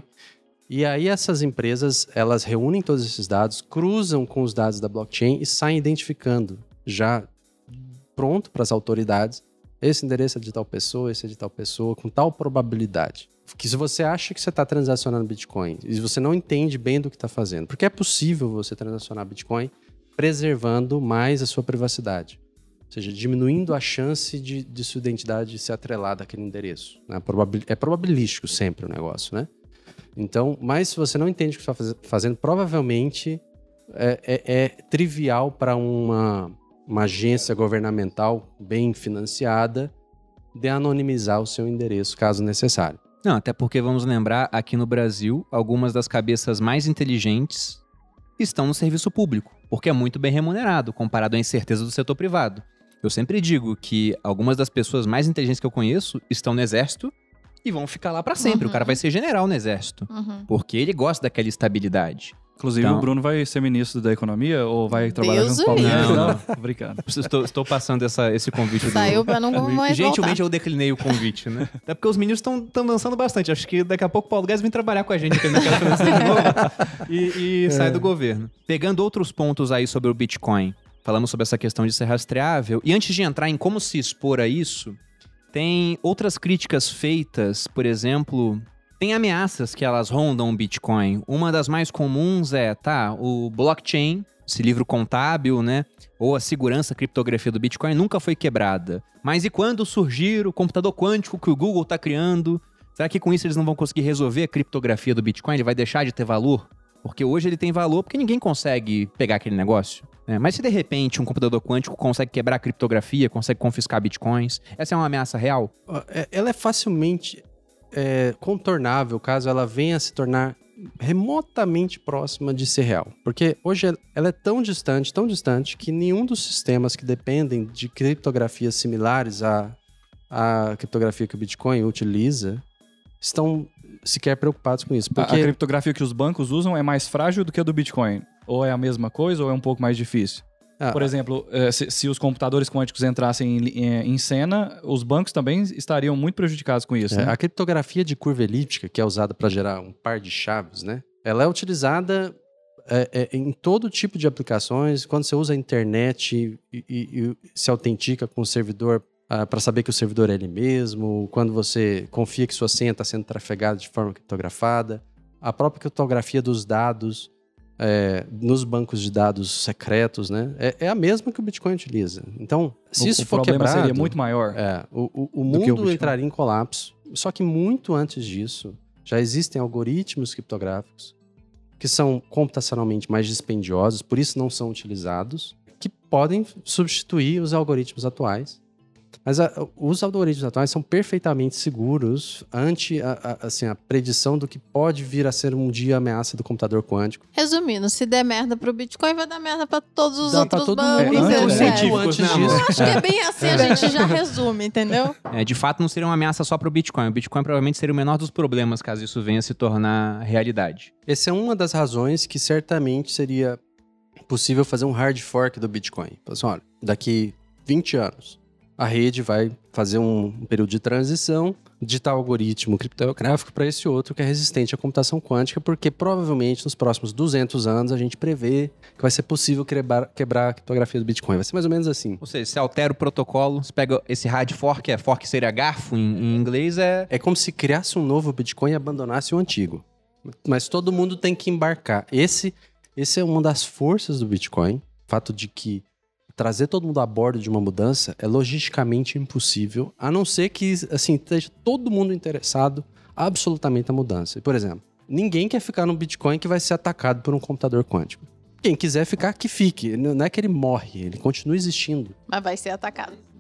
[SPEAKER 3] E aí essas empresas, elas reúnem todos esses dados, cruzam com os dados da blockchain e saem identificando já pronto para as autoridades. Esse endereço é de tal pessoa, esse é de tal pessoa, com tal probabilidade. Que se você acha que você está transacionando Bitcoin e você não entende bem do que está fazendo, porque é possível você transacionar Bitcoin preservando mais a sua privacidade. Ou seja, diminuindo a chance de, de sua identidade ser atrelada àquele endereço. Né? Probabil, é probabilístico sempre o negócio, né? Então, mas se você não entende o que está fazendo, provavelmente é, é, é trivial para uma, uma agência governamental bem financiada de anonimizar o seu endereço, caso necessário.
[SPEAKER 1] Não, até porque vamos lembrar, aqui no Brasil, algumas das cabeças mais inteligentes estão no serviço público, porque é muito bem remunerado, comparado à incerteza do setor privado. Eu sempre digo que algumas das pessoas mais inteligentes que eu conheço estão no exército e vão ficar lá pra sempre.
[SPEAKER 2] Uhum.
[SPEAKER 1] O cara vai ser general no exército,
[SPEAKER 2] Uhum.
[SPEAKER 1] porque ele gosta daquela estabilidade.
[SPEAKER 4] Inclusive,
[SPEAKER 1] Então-
[SPEAKER 4] o Bruno vai ser ministro da Economia ou vai trabalhar
[SPEAKER 2] Deus
[SPEAKER 4] junto com o Paulo
[SPEAKER 2] o
[SPEAKER 4] Guedes?
[SPEAKER 1] livre.
[SPEAKER 4] Não, obrigado.
[SPEAKER 1] Estou, estou passando essa, esse convite.
[SPEAKER 2] Saiu pra não mais
[SPEAKER 1] Gentilmente
[SPEAKER 2] voltar.
[SPEAKER 1] eu declinei o convite, né? Até porque os meninos estão dançando bastante. Acho que daqui a pouco o Paulo Guedes vem trabalhar com a gente aqui no Quero Financeiro de novo e, e sai do governo. Pegando outros pontos aí sobre o Bitcoin, falamos sobre essa questão de ser rastreável. E antes de entrar em como se expor a isso, tem outras críticas feitas, por exemplo... Tem ameaças que elas rondam o Bitcoin. Uma das mais comuns é, tá, o blockchain, esse livro contábil, né? Ou a segurança, a criptografia do Bitcoin nunca foi quebrada. Mas e quando surgir o computador quântico que o Google está criando? Será que com isso eles não vão conseguir resolver a criptografia do Bitcoin? Ele vai deixar de ter valor? Porque hoje ele tem valor porque ninguém consegue pegar aquele negócio. Né? Mas se de repente um computador quântico consegue quebrar a criptografia, consegue confiscar bitcoins, essa é uma ameaça real?
[SPEAKER 3] É- Ela é facilmente é, contornável caso ela venha a se tornar remotamente próxima de ser real. Porque hoje ela é tão distante, tão distante, que nenhum dos sistemas que dependem de criptografias similares à, à criptografia que o Bitcoin utiliza estão sequer preocupados com isso.
[SPEAKER 4] A-
[SPEAKER 3] Porque
[SPEAKER 4] A criptografia que os bancos usam é mais frágil do que a do Bitcoin? Ou é a mesma coisa ou é um pouco mais difícil?
[SPEAKER 3] ah,
[SPEAKER 4] Por exemplo, eh, se, se os computadores quânticos entrassem em, em- em cena, os bancos também estariam muito prejudicados com isso,
[SPEAKER 3] É,
[SPEAKER 4] né?
[SPEAKER 3] a criptografia de curva elíptica, que é usada para gerar um par de chaves, né? Ela é utilizada é, é, em todo tipo de aplicações. Quando você usa a internet e, e- e se autentica com o servidor para saber que o servidor é ele mesmo, quando você confia que sua senha está sendo trafegada de forma criptografada, a própria criptografia dos dados é, nos bancos de dados secretos, né? É, é a mesma que o Bitcoin utiliza. Então, se
[SPEAKER 4] O-
[SPEAKER 3] isso
[SPEAKER 4] o
[SPEAKER 3] for
[SPEAKER 4] problema
[SPEAKER 3] quebrado,
[SPEAKER 4] seria muito maior.
[SPEAKER 3] é, o, o- o
[SPEAKER 4] do que o
[SPEAKER 3] mundo
[SPEAKER 4] Bitcoin.
[SPEAKER 3] entraria em colapso. Só que muito antes disso, já existem algoritmos criptográficos que são computacionalmente mais dispendiosos, por isso não são utilizados, que podem substituir os algoritmos atuais. Mas a- os algoritmos atuais são perfeitamente seguros ante a, a- assim, a predição do que pode vir a ser um dia a ameaça do computador quântico.
[SPEAKER 2] Resumindo, se der merda pro Bitcoin, vai dar merda pra todos os
[SPEAKER 3] Dá pra
[SPEAKER 2] outros
[SPEAKER 3] todo
[SPEAKER 2] bancos.
[SPEAKER 3] mundo.
[SPEAKER 4] É,
[SPEAKER 2] é,
[SPEAKER 4] antes-
[SPEAKER 2] sério.
[SPEAKER 1] científicos,
[SPEAKER 3] antes
[SPEAKER 1] né, amor?
[SPEAKER 3] disso.
[SPEAKER 2] Acho que é bem assim, a gente já resume, entendeu?
[SPEAKER 1] É, de fato, não seria uma ameaça só para o Bitcoin. O Bitcoin provavelmente seria o menor dos problemas caso isso venha a se tornar realidade.
[SPEAKER 3] Essa é uma das razões que certamente seria possível fazer um hard fork do Bitcoin. Então, assim, olha, daqui vinte anos, a rede vai fazer um, um período de transição de tal algoritmo criptográfico para esse outro que é resistente à computação quântica, porque provavelmente nos próximos duzentos anos a gente prevê que vai ser possível quebrar, quebrar a criptografia do Bitcoin. Vai ser mais ou menos assim.
[SPEAKER 1] Ou seja, você altera o protocolo, você pega esse hard fork, é fork seria garfo em, em inglês, é...
[SPEAKER 3] É como se criasse um novo Bitcoin e abandonasse o antigo. Mas todo mundo tem que embarcar. Esse, esse é uma das forças do Bitcoin. O fato de que trazer todo mundo a bordo de uma mudança é logisticamente impossível, a não ser que assim, esteja todo mundo interessado absolutamente na mudança. Por exemplo, ninguém quer ficar no Bitcoin que vai ser atacado por um computador quântico. Quem quiser ficar, que fique. Não é que ele morre, ele continua existindo.
[SPEAKER 2] Mas vai ser atacado.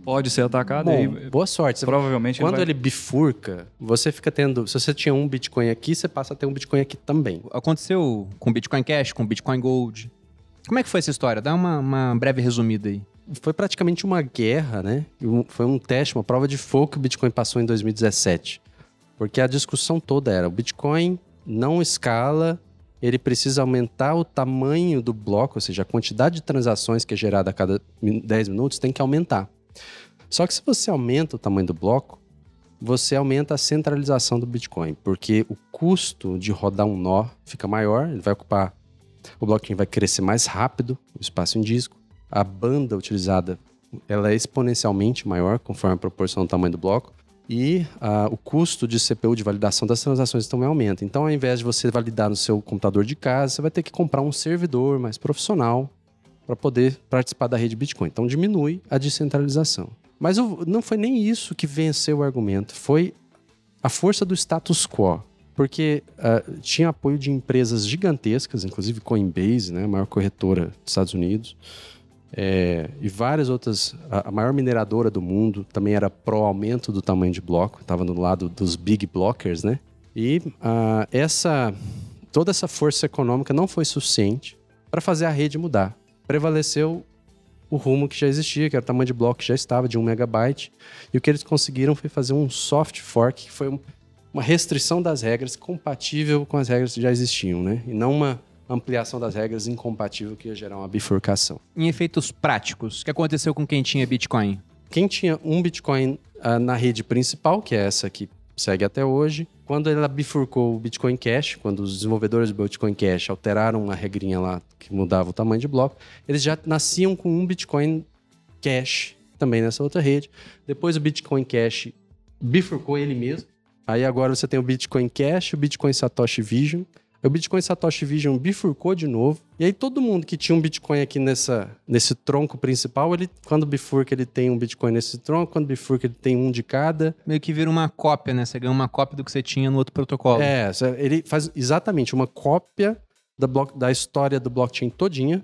[SPEAKER 4] Pode ser atacado
[SPEAKER 3] Bom,
[SPEAKER 4] aí.
[SPEAKER 3] boa sorte. Você-
[SPEAKER 4] Provavelmente
[SPEAKER 3] Quando
[SPEAKER 4] vai...
[SPEAKER 3] ele bifurca, você fica tendo... Se você tinha um Bitcoin aqui, você passa a ter um Bitcoin aqui também.
[SPEAKER 1] Aconteceu com Bitcoin Cash, com Bitcoin Gold. Como é que foi essa história? Dá uma, uma breve resumida aí.
[SPEAKER 3] Foi praticamente uma guerra, né? E um- Foi um teste, uma prova de fogo que o Bitcoin passou em dois mil e dezessete. Porque a discussão toda era, o Bitcoin não escala, ele precisa aumentar o tamanho do bloco, ou seja, a quantidade de transações que é gerada a cada min- dez minutos tem que aumentar. Só que se você aumenta o tamanho do bloco, você aumenta a centralização do Bitcoin, porque o custo de rodar um nó fica maior, ele vai ocupar, o blockchain vai crescer mais rápido, o espaço em disco, a banda utilizada ela é exponencialmente maior conforme a proporção do tamanho do bloco, e ah, o custo de C P U de validação das transações também aumenta. Então, ao invés de você validar no seu computador de casa, você vai ter que comprar um servidor mais profissional para poder participar da rede Bitcoin. Então, diminui a descentralização. Mas o- não foi nem isso que venceu o argumento, foi a força do status quo. Porque ah, tinha apoio de empresas gigantescas, inclusive Coinbase, né, a maior corretora dos Estados Unidos, é, e várias outras. A, a maior mineradora do mundo também era pró-aumento do tamanho de bloco, estava do lado dos big blockers, né? E ah, essa, toda essa força econômica não foi suficiente para fazer a rede mudar. Prevaleceu o rumo que já existia, que era o tamanho de bloco que já estava, de um megabyte. E o que eles conseguiram foi fazer um soft fork, que foi um- uma restrição das regras compatível com as regras que já existiam, né? E não uma ampliação das regras incompatível que ia gerar uma bifurcação.
[SPEAKER 1] Em efeitos práticos, o que aconteceu com quem tinha Bitcoin?
[SPEAKER 3] Quem tinha um Bitcoin ah, na rede principal, que é essa que segue até hoje, quando ela bifurcou o Bitcoin Cash, quando os desenvolvedores do Bitcoin Cash alteraram uma regrinha lá que mudava o tamanho de bloco, eles já nasciam com um Bitcoin Cash também nessa outra rede. Depois o Bitcoin Cash bifurcou ele mesmo. Aí agora você tem o Bitcoin Cash, o Bitcoin Satoshi Vision. O Bitcoin Satoshi Vision bifurcou de novo. E aí todo mundo que tinha um Bitcoin aqui nessa, nesse tronco principal, ele, quando bifurca ele tem um Bitcoin nesse tronco, quando bifurca ele tem um de cada.
[SPEAKER 1] Meio que vira uma cópia, né? Você ganha uma cópia do que você tinha no outro protocolo.
[SPEAKER 3] É, ele faz exatamente uma cópia da, blo- da história do blockchain todinha,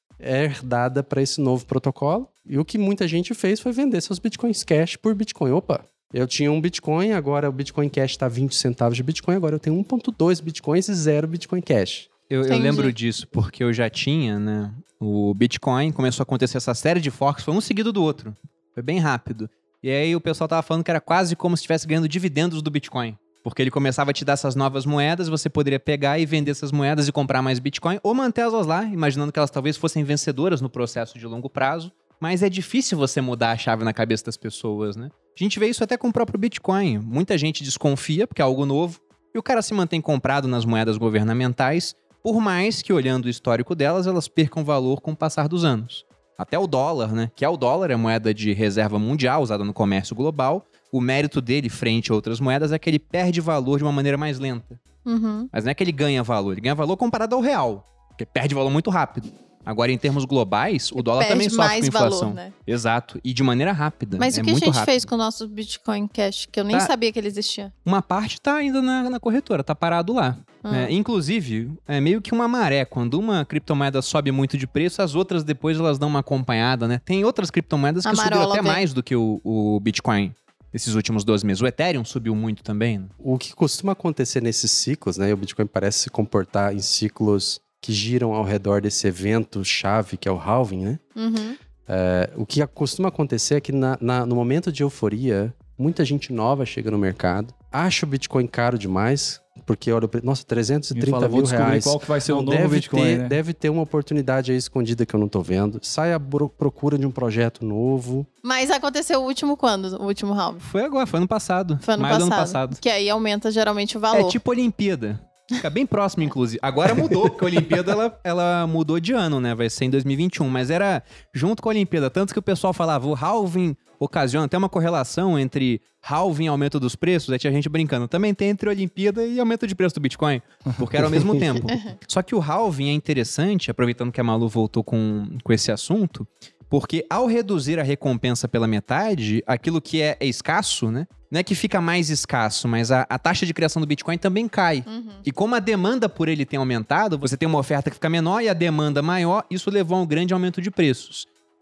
[SPEAKER 3] é herdada para esse novo protocolo. E o que muita gente fez foi vender seus Bitcoins Cash por Bitcoin. Opa, eu tinha um Bitcoin, agora o Bitcoin Cash está vinte centavos de Bitcoin, agora eu tenho um vírgula dois Bitcoins e zero Bitcoin Cash.
[SPEAKER 1] Eu, eu
[SPEAKER 2] Entendi.
[SPEAKER 1] lembro disso, porque eu já tinha, né? O Bitcoin, começou a acontecer essa série de forks, foi um seguido do outro. Foi bem rápido. E aí o pessoal tava falando que era quase como se estivesse ganhando dividendos do Bitcoin. Porque ele começava a te dar essas novas moedas, você poderia pegar e vender essas moedas e comprar mais Bitcoin, ou manter elas lá, imaginando que elas talvez fossem vencedoras no processo de longo prazo. Mas é difícil você mudar a chave na cabeça das pessoas, né? A gente vê isso até com o próprio Bitcoin. Muita gente desconfia, porque é algo novo, e o cara se mantém comprado nas moedas governamentais, por mais que, olhando o histórico delas, elas percam valor com o passar dos anos. Até o dólar, né? Que é o dólar, é a moeda de reserva mundial usada no comércio global. O mérito dele frente a outras moedas é que ele perde valor de uma maneira mais lenta.
[SPEAKER 2] Uhum.
[SPEAKER 1] Mas não é que ele ganha valor, ele ganha valor comparado ao real, porque perde valor muito rápido. Agora, em termos globais, o dólar
[SPEAKER 2] Perde
[SPEAKER 1] também sofre
[SPEAKER 2] mais
[SPEAKER 1] com inflação.
[SPEAKER 2] valor, né?
[SPEAKER 1] Exato, e de maneira rápida.
[SPEAKER 2] Mas
[SPEAKER 1] é
[SPEAKER 2] o que a
[SPEAKER 1] muito
[SPEAKER 2] gente
[SPEAKER 1] rápido.
[SPEAKER 2] fez com o nosso Bitcoin Cash, que eu nem
[SPEAKER 1] Tá.
[SPEAKER 2] sabia que ele existia?
[SPEAKER 1] Uma parte tá ainda na, na corretora, tá parado lá.
[SPEAKER 2] Ah.
[SPEAKER 1] né? Inclusive, é meio que uma maré. Quando uma criptomoeda sobe muito de preço, as outras depois elas dão uma acompanhada, né? Tem outras criptomoedas que
[SPEAKER 2] A
[SPEAKER 1] subiram
[SPEAKER 2] marola
[SPEAKER 1] até
[SPEAKER 2] vem.
[SPEAKER 1] mais do que o, o Bitcoin nesses últimos doze meses. O Ethereum subiu muito também, né?
[SPEAKER 3] O que costuma acontecer nesses ciclos, né? E o Bitcoin parece se comportar em ciclos que giram ao redor desse evento-chave, que é o halving, né?
[SPEAKER 2] Uhum.
[SPEAKER 3] É, o que costuma acontecer é que na- na- no momento de euforia, muita gente nova chega no mercado, acha o Bitcoin caro demais, porque olha, o pre- nossa, trezentos e
[SPEAKER 4] E
[SPEAKER 3] trinta
[SPEAKER 4] fala, vou
[SPEAKER 3] mil
[SPEAKER 4] descobrir
[SPEAKER 3] reais.
[SPEAKER 4] qual que vai ser o
[SPEAKER 3] Não,
[SPEAKER 4] novo
[SPEAKER 3] deve
[SPEAKER 4] Bitcoin,
[SPEAKER 3] ter,
[SPEAKER 4] né?
[SPEAKER 3] deve ter uma oportunidade aí escondida que eu não tô vendo. Sai à bro- procura de um projeto novo.
[SPEAKER 2] Mas aconteceu o último quando? O último round?
[SPEAKER 1] Foi agora, foi ano passado.
[SPEAKER 2] Foi ano
[SPEAKER 1] mais do
[SPEAKER 2] passado.
[SPEAKER 1] ano passado.
[SPEAKER 2] Que aí aumenta geralmente o valor.
[SPEAKER 1] É tipo Olimpíada. Fica bem próximo, inclusive. Agora mudou, porque a Olimpíada ela, ela mudou de ano, né? Vai ser em dois mil e vinte e um. Mas era junto com a Olimpíada. Tanto que o pessoal falava, o halving ocasiona até uma correlação entre halving e aumento dos preços. Aí tinha gente brincando. Também tem entre a Olimpíada e aumento de preço do Bitcoin. Porque era ao mesmo tempo. Só que o halving é interessante, aproveitando que a Malu voltou com, com esse assunto, porque ao reduzir a recompensa pela metade, aquilo que é, é escasso, né? Não é que fica mais escasso, mas a, a taxa de criação do Bitcoin também cai.
[SPEAKER 2] Uhum.
[SPEAKER 1] E como a demanda por ele tem aumentado, você tem uma oferta que fica menor e a demanda maior, isso levou a um grande aumento de preços.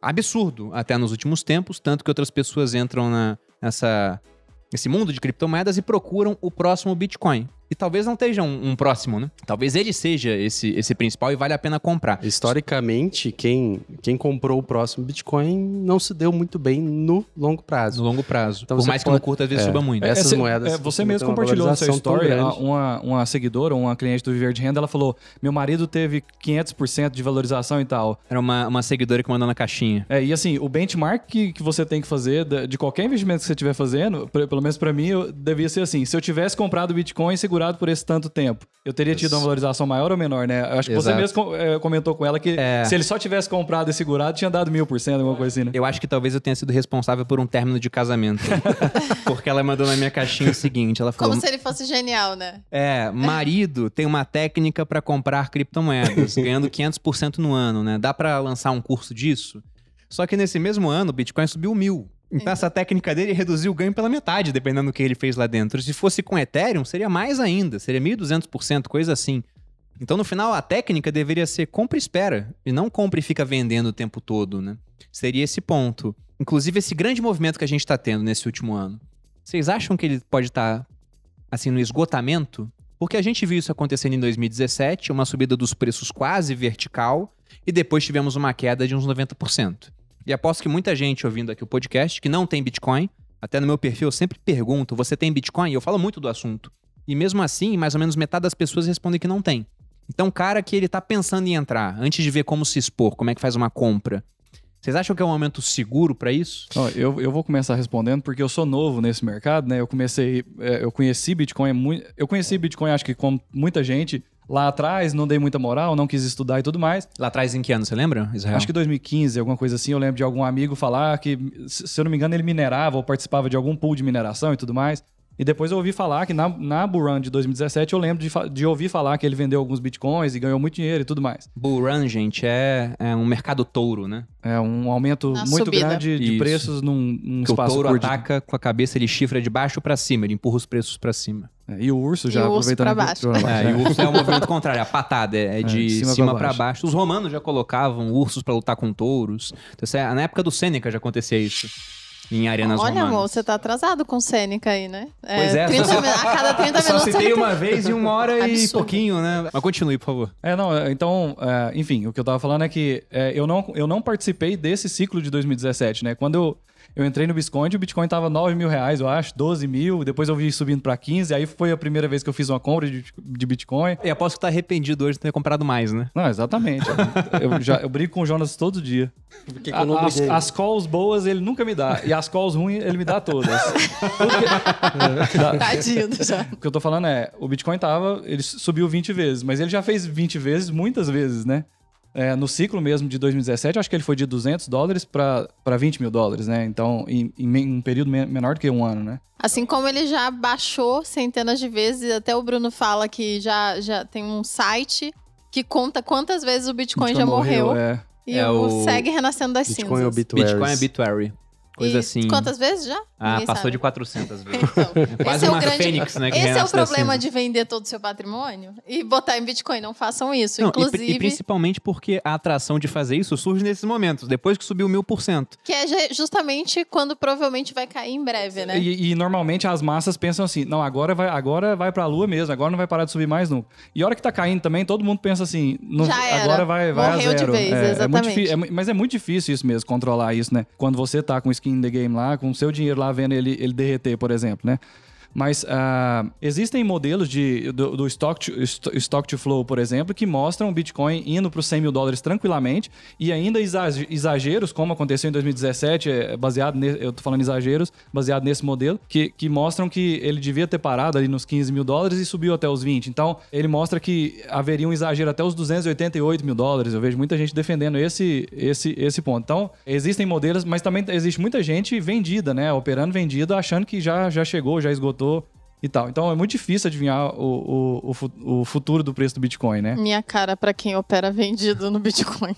[SPEAKER 1] absurdo até nos últimos tempos, tanto que outras pessoas entram na, nessa, nesse mundo de criptomoedas e procuram o próximo Bitcoin. E talvez não esteja um, um próximo, né? Talvez ele seja esse, esse principal e vale a pena comprar.
[SPEAKER 3] Historicamente, quem, quem comprou o próximo Bitcoin não se deu muito bem no longo prazo.
[SPEAKER 1] No longo prazo.
[SPEAKER 3] Então,
[SPEAKER 1] Por
[SPEAKER 3] você
[SPEAKER 1] mais
[SPEAKER 3] pode-
[SPEAKER 1] que no curto às vezes
[SPEAKER 3] é.
[SPEAKER 1] suba muito.
[SPEAKER 4] É,
[SPEAKER 3] Essas
[SPEAKER 4] cê-
[SPEAKER 3] moedas
[SPEAKER 4] é, você
[SPEAKER 3] costumam
[SPEAKER 4] mesmo
[SPEAKER 3] ter uma
[SPEAKER 4] compartilhou no seu
[SPEAKER 3] valorização tão
[SPEAKER 4] story,
[SPEAKER 3] grande.
[SPEAKER 4] a- uma, uma seguidora, uma cliente do Viver de Renda, ela falou, meu marido teve quinhentos por cento de valorização e tal.
[SPEAKER 1] Era uma, uma seguidora que mandou na caixinha.
[SPEAKER 4] É, e assim, o benchmark que, que você tem que fazer de, de qualquer investimento que você estiver fazendo, pre- pelo menos pra mim, eu, devia ser assim, se eu tivesse comprado Bitcoin segurado por esse tanto tempo, eu teria tido uma valorização maior ou menor, né? Eu acho que
[SPEAKER 1] Exato.
[SPEAKER 4] você mesmo com- é, comentou com ela que
[SPEAKER 1] É.
[SPEAKER 4] se ele só tivesse comprado e segurado, tinha dado mil por cento, alguma coisa assim, né?
[SPEAKER 1] Eu acho que talvez eu tenha sido responsável por um término de casamento. Porque ela mandou na minha caixinha o seguinte, ela falou...
[SPEAKER 2] Como se ele fosse genial, né?
[SPEAKER 1] É, marido tem uma técnica pra comprar criptomoedas, ganhando quinhentos por cento no ano, né? Dá pra lançar um curso disso? Só que nesse mesmo ano, o Bitcoin subiu mil. Então essa técnica dele reduziu o ganho pela metade, dependendo do que ele fez lá dentro. Se fosse com Ethereum, seria mais ainda, seria mil e duzentos por cento, coisa assim. Então no final a técnica deveria ser compra e espera, e não compra e fica vendendo o tempo todo, né? Seria esse ponto. Inclusive esse grande movimento que a gente tá tendo nesse último ano. Vocês acham que ele pode estar, assim, no esgotamento? Porque a gente viu isso acontecendo em dois mil e dezessete, uma subida dos preços quase vertical, e depois tivemos uma queda de uns noventa por cento. E aposto que muita gente ouvindo aqui o podcast que não tem Bitcoin, até no meu perfil eu sempre pergunto, você tem Bitcoin? E eu falo muito do assunto. E mesmo assim, mais ou menos metade das pessoas respondem que não tem. Então, o cara que ele tá pensando em entrar, antes de ver como se expor, como é que faz uma compra, vocês acham que é um momento seguro pra isso?
[SPEAKER 4] Ó, eu, eu vou começar respondendo porque eu sou novo nesse mercado, né? Eu comecei, é, eu conheci Bitcoin muito, eu conheci Bitcoin, acho que como muita gente lá atrás, não dei muita moral, não quis estudar e tudo mais.
[SPEAKER 1] Lá atrás em que ano, você lembra, Israel?
[SPEAKER 4] Acho que dois mil e quinze, alguma coisa assim, eu lembro de algum amigo falar que, se se eu não me engano, ele minerava ou participava de algum pool de mineração e tudo mais. E depois eu ouvi falar que na, na Bull Run de dois mil e dezessete eu lembro de, fa- de ouvir falar que ele vendeu alguns bitcoins e ganhou muito dinheiro e tudo mais.
[SPEAKER 1] Bull Run, gente, é, é um mercado touro, né?
[SPEAKER 4] É um aumento
[SPEAKER 2] Na
[SPEAKER 4] muito
[SPEAKER 2] subida.
[SPEAKER 4] grande de
[SPEAKER 1] Isso.
[SPEAKER 4] preços num, num
[SPEAKER 1] Porque o
[SPEAKER 4] espaço
[SPEAKER 1] touro
[SPEAKER 4] curto.
[SPEAKER 1] ataca com a cabeça, ele chifra de baixo pra cima, ele empurra os preços pra cima.
[SPEAKER 4] É, e o urso já
[SPEAKER 2] E o urso
[SPEAKER 4] aproveitando...
[SPEAKER 2] pra
[SPEAKER 4] que-
[SPEAKER 2] baixo.
[SPEAKER 1] É, e o urso é o movimento contrário, a patada é, é de,
[SPEAKER 4] de cima
[SPEAKER 1] cima,
[SPEAKER 4] pra
[SPEAKER 1] pra
[SPEAKER 4] baixo.
[SPEAKER 1] baixo. Os romanos já colocavam ursos pra lutar com touros. Então, isso é- na época do Sêneca já acontecia isso, em arenas
[SPEAKER 2] Olha,
[SPEAKER 1] romanas.
[SPEAKER 2] amor, você tá atrasado com Sêneca aí, né?
[SPEAKER 1] Pois é,
[SPEAKER 2] trinta
[SPEAKER 1] só-
[SPEAKER 2] min- a cada trinta
[SPEAKER 1] Só
[SPEAKER 2] minutos.
[SPEAKER 1] citei
[SPEAKER 2] ele
[SPEAKER 1] uma
[SPEAKER 2] tem-
[SPEAKER 1] vez em uma hora e
[SPEAKER 2] Absurdo.
[SPEAKER 1] pouquinho, né? Mas continue, por favor.
[SPEAKER 4] É, não, é, então, é, enfim, o que eu tava falando é que é, eu, não, eu não participei desse ciclo de dois mil e dezessete, né? Quando eu, eu entrei no Bitcoin, o Bitcoin tava nove mil reais, eu acho, doze mil, depois eu vi subindo pra quinze, aí foi a primeira vez que eu fiz uma compra de, de Bitcoin.
[SPEAKER 1] E aposto que tá arrependido hoje de ter comprado mais, né?
[SPEAKER 4] Não, exatamente. eu, já, eu brigo com o Jonas todo dia.
[SPEAKER 3] Por que que eu não
[SPEAKER 4] A- as,
[SPEAKER 3] briguei?
[SPEAKER 4] as calls boas ele nunca me dá, e as calls ruins ele me dá todas. Tudo que- Dá-
[SPEAKER 2] Tadinho do já.
[SPEAKER 4] O que eu tô falando é, o Bitcoin tava, ele subiu vinte vezes, mas ele já fez vinte vezes, muitas vezes, né? É, no ciclo mesmo de dois mil e dezessete, acho que ele foi de duzentos dólares para vinte mil dólares, né? Então, em, em me- um período men- menor do que um ano, né?
[SPEAKER 2] Assim como ele já baixou centenas de vezes, até o Bruno fala que já, já tem um site que conta quantas vezes o Bitcoin, já morreu.
[SPEAKER 4] É.
[SPEAKER 2] E
[SPEAKER 1] É
[SPEAKER 2] o...
[SPEAKER 1] o-
[SPEAKER 2] segue renascendo das
[SPEAKER 3] Bitcoin
[SPEAKER 2] cinzas.
[SPEAKER 3] Obituaries.
[SPEAKER 1] Bitcoin é Bitwary. Coisa
[SPEAKER 2] E
[SPEAKER 1] assim.
[SPEAKER 2] Quantas vezes já?
[SPEAKER 1] Ah,
[SPEAKER 2] Ninguém
[SPEAKER 1] passou
[SPEAKER 2] sabe.
[SPEAKER 1] de quatrocentas vezes.
[SPEAKER 2] Então,
[SPEAKER 1] É quase
[SPEAKER 2] esse é o
[SPEAKER 1] uma
[SPEAKER 2] grande-
[SPEAKER 1] fênix, né? que
[SPEAKER 2] Esse é o
[SPEAKER 1] renasce das
[SPEAKER 2] problema
[SPEAKER 1] cinzas.
[SPEAKER 2] de vender todo o seu patrimônio e botar em Bitcoin. Não façam isso.
[SPEAKER 1] Não, e pri-
[SPEAKER 2] Inclusive,
[SPEAKER 1] e, principalmente porque a atração de fazer isso surge nesses momentos, depois que subiu mil por cento.
[SPEAKER 2] que é ju- justamente quando provavelmente vai cair em breve, né?
[SPEAKER 4] E, e normalmente as massas pensam assim, não, agora vai, agora vai pra lua mesmo, agora não vai parar de subir mais nunca. E a hora que tá caindo também, todo mundo pensa assim, não-
[SPEAKER 2] Já era.
[SPEAKER 4] agora vai, vai
[SPEAKER 2] Morreu
[SPEAKER 4] a
[SPEAKER 2] de
[SPEAKER 4] zero.
[SPEAKER 2] vez,
[SPEAKER 4] é, é muito
[SPEAKER 2] exatamente.
[SPEAKER 4] difí- é mu- mas é muito difícil isso mesmo, controlar isso, né? Quando você tá com skin in the game lá, com o seu dinheiro lá vendo ele, ele derreter, por exemplo, né? Mas ah, existem modelos de, do, do stock, to, sto- stock to flow, por exemplo, que mostram o Bitcoin indo para os cem mil dólares tranquilamente e ainda exag- exageros, como aconteceu em dois mil e dezessete, é, baseado ne, eu tô falando exageros, baseado nesse modelo, que, que mostram que ele devia ter parado ali nos quinze mil dólares e subiu até os vinte. Então, ele mostra que haveria um exagero até os duzentos e oitenta e oito mil dólares. Eu vejo muita gente defendendo esse, esse, esse ponto. Então, existem modelos, mas também existe muita gente vendida, né? Operando vendida, achando que já, já chegou, já esgotou e tal. Então é muito difícil adivinhar o, o, o, fu- o futuro do preço do Bitcoin, né?
[SPEAKER 2] Minha cara pra quem opera vendido no Bitcoin.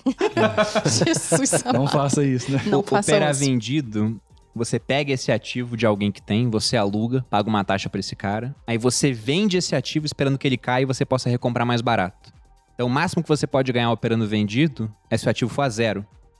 [SPEAKER 2] Jesus amado.
[SPEAKER 4] Não faça isso, né?
[SPEAKER 2] Não
[SPEAKER 1] o,
[SPEAKER 2] façam
[SPEAKER 1] opera
[SPEAKER 2] isso.
[SPEAKER 1] vendido, você pega esse ativo de alguém que tem, você aluga, paga uma taxa pra esse cara, aí você vende esse ativo esperando que ele caia e você possa recomprar mais barato. Então o máximo que você pode ganhar operando vendido é se o ativo for a zero.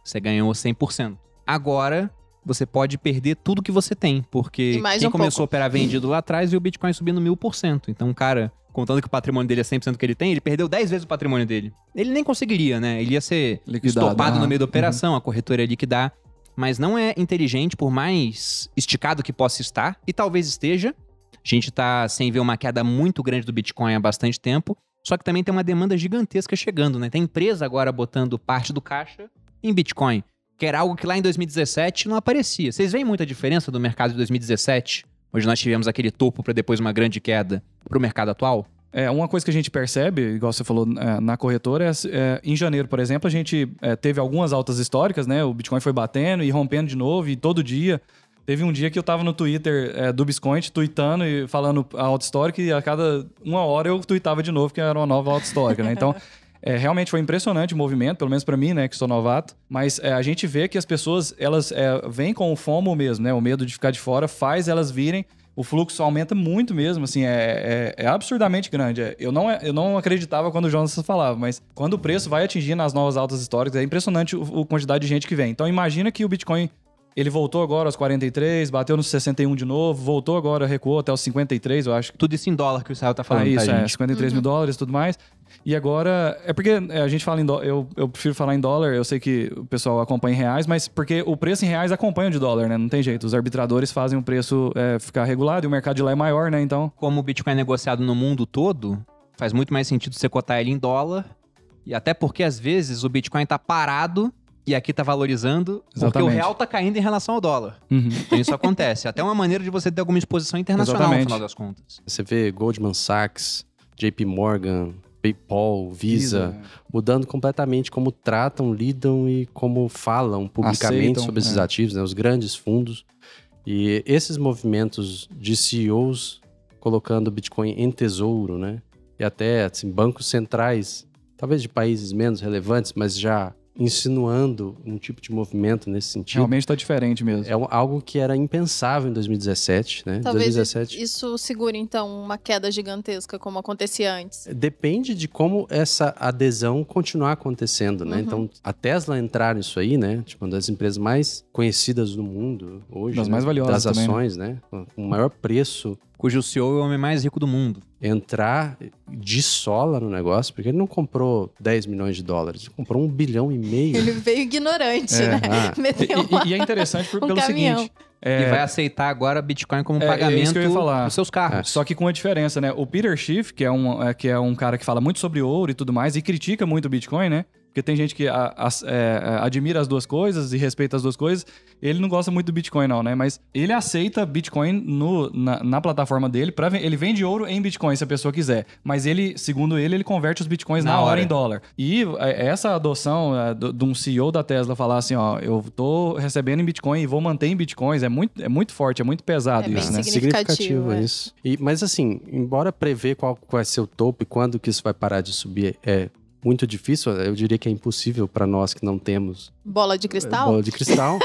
[SPEAKER 1] Você ganhou cem por cento. Agora, você pode perder tudo que você tem, porque
[SPEAKER 2] E mais
[SPEAKER 1] quem
[SPEAKER 2] um
[SPEAKER 1] começou
[SPEAKER 2] pouco.
[SPEAKER 1] a operar vendido lá atrás viu o Bitcoin subindo mil por cento. Então, cara, contando que o patrimônio dele é cem por cento que ele tem, ele perdeu dez vezes o patrimônio dele. Ele nem conseguiria, né? Ele ia ser
[SPEAKER 4] Liquidado,
[SPEAKER 1] estopado
[SPEAKER 4] ah,
[SPEAKER 1] no meio da operação, a corretora ia liquidar. Mas não é inteligente, por mais esticado que possa estar, e talvez esteja. A gente tá sem ver uma queda muito grande do Bitcoin há bastante tempo, só que também tem uma demanda gigantesca chegando, né? Tem empresa agora botando parte do caixa em Bitcoin, que era algo que lá em dois mil e dezessete não aparecia. Vocês veem muita diferença do mercado de dois mil e dezessete, onde nós tivemos aquele topo para depois uma grande queda, pro mercado atual?
[SPEAKER 4] É, uma coisa que a gente percebe, igual você falou é, na corretora, é, é em janeiro, por exemplo, a gente é, teve algumas altas históricas, né? O Bitcoin foi batendo e rompendo de novo, e todo dia. Teve um dia que eu tava no Twitter é, do Biscoint, tweetando e falando a alta histórica, e a cada uma hora eu tweetava de novo que era uma nova alta histórica, né? Então, é, realmente foi impressionante o movimento, pelo menos pra mim, né, que sou novato. Mas é, a gente vê que as pessoas, elas é, vêm com o FOMO mesmo, né? O medo de ficar de fora faz elas virem. O fluxo aumenta muito mesmo, assim, é, é, é absurdamente grande. É, eu, não, eu não acreditava quando o Jonas falava, mas quando o preço vai atingindo as novas altas históricas, é impressionante o, a quantidade de gente que vem. Então imagina que o Bitcoin, ele voltou agora aos quarenta e três, bateu nos sessenta e um de novo, voltou agora, recuou até os cinquenta e três, eu acho.
[SPEAKER 1] Tudo isso em dólar que o Israel tá falando,
[SPEAKER 4] Ah, isso,
[SPEAKER 1] tá,
[SPEAKER 4] é,
[SPEAKER 1] gente?
[SPEAKER 4] cinquenta e três mil dólares e tudo mais. E agora, é porque é, a gente fala em dólar, eu, eu prefiro falar em dólar, eu sei que o pessoal acompanha em reais, mas porque o preço em reais acompanha o de dólar, né? Não tem jeito, os arbitradores fazem o preço é, ficar regulado e o mercado de lá é maior, né? Então...
[SPEAKER 1] Como o Bitcoin é negociado no mundo todo, faz muito mais sentido você cotar ele em dólar, e até porque às vezes o Bitcoin tá parado e aqui tá valorizando, porque
[SPEAKER 4] Exatamente.
[SPEAKER 1] o real tá caindo em relação ao dólar.
[SPEAKER 4] Uhum.
[SPEAKER 1] Então isso acontece. Até uma maneira de você ter alguma exposição internacional
[SPEAKER 4] Exatamente.
[SPEAKER 1] no final das contas.
[SPEAKER 3] Você vê Goldman Sachs, J P Morgan, PayPal, Visa,
[SPEAKER 4] Visa,
[SPEAKER 3] mudando completamente como tratam, lidam e como falam publicamente
[SPEAKER 4] Aceitam,
[SPEAKER 3] sobre esses
[SPEAKER 4] é.
[SPEAKER 3] ativos, né? Os grandes fundos. E esses movimentos de C E Os colocando o Bitcoin em tesouro, né? E até assim, bancos centrais, talvez de países menos relevantes, mas já insinuando um tipo de movimento nesse sentido.
[SPEAKER 4] Realmente tá diferente mesmo.
[SPEAKER 3] É um- algo que era impensável em dois mil e dezessete, né?
[SPEAKER 2] Talvez
[SPEAKER 3] dois mil e dezessete.
[SPEAKER 2] isso segure, então, uma queda gigantesca, como acontecia antes.
[SPEAKER 3] Depende de como essa adesão continuar acontecendo, né?
[SPEAKER 2] Uhum.
[SPEAKER 3] Então, a Tesla entrar nisso aí, né? Tipo, uma das empresas mais conhecidas do mundo hoje.
[SPEAKER 4] Das
[SPEAKER 3] né?
[SPEAKER 4] mais valiosas
[SPEAKER 3] Das
[SPEAKER 4] também, né?
[SPEAKER 3] ações, né? Com o maior preço.
[SPEAKER 1] Cujo C E O é o homem mais rico do mundo.
[SPEAKER 3] Entrar de sola no negócio, porque ele não comprou dez milhões de dólares, ele comprou um bilhão e meio.
[SPEAKER 2] Ele veio ignorante,
[SPEAKER 4] É.
[SPEAKER 2] né?
[SPEAKER 3] Ah.
[SPEAKER 2] Meteu uma-
[SPEAKER 4] E, e é interessante por-
[SPEAKER 2] um
[SPEAKER 4] pelo
[SPEAKER 2] caminhão.
[SPEAKER 4] seguinte...
[SPEAKER 1] E
[SPEAKER 4] é,
[SPEAKER 1] vai aceitar agora Bitcoin como
[SPEAKER 4] É, é isso
[SPEAKER 1] pagamento
[SPEAKER 4] que eu ia falar.
[SPEAKER 1] dos seus carros.
[SPEAKER 4] Só que com uma diferença, né? O Peter Schiff, que é, um, é, que é um cara que fala muito sobre ouro e tudo mais, e critica muito o Bitcoin, né? Porque tem gente que a- as- é, admira as duas coisas e respeita as duas coisas. Ele não gosta muito do Bitcoin, não, né? Mas ele aceita Bitcoin no, na, na plataforma dele. Pra, ven- ele vende ouro em Bitcoin, se a pessoa quiser. Mas ele, segundo ele, ele converte os Bitcoins na,
[SPEAKER 1] Na
[SPEAKER 4] hora.
[SPEAKER 1] hora.
[SPEAKER 4] em dólar. E é, essa adoção é, do- de um C E O da Tesla falar assim, ó, eu tô recebendo em Bitcoin e vou manter em Bitcoins, é muito, é muito forte, é muito pesado
[SPEAKER 2] É bem
[SPEAKER 4] isso, né?
[SPEAKER 2] significativo, é.
[SPEAKER 3] isso. E, mas assim, embora prever qual vai ser o topo e quando que isso vai parar de subir é muito difícil, eu diria que é impossível para nós que não temos
[SPEAKER 2] Bola de cristal?
[SPEAKER 3] bola de cristal.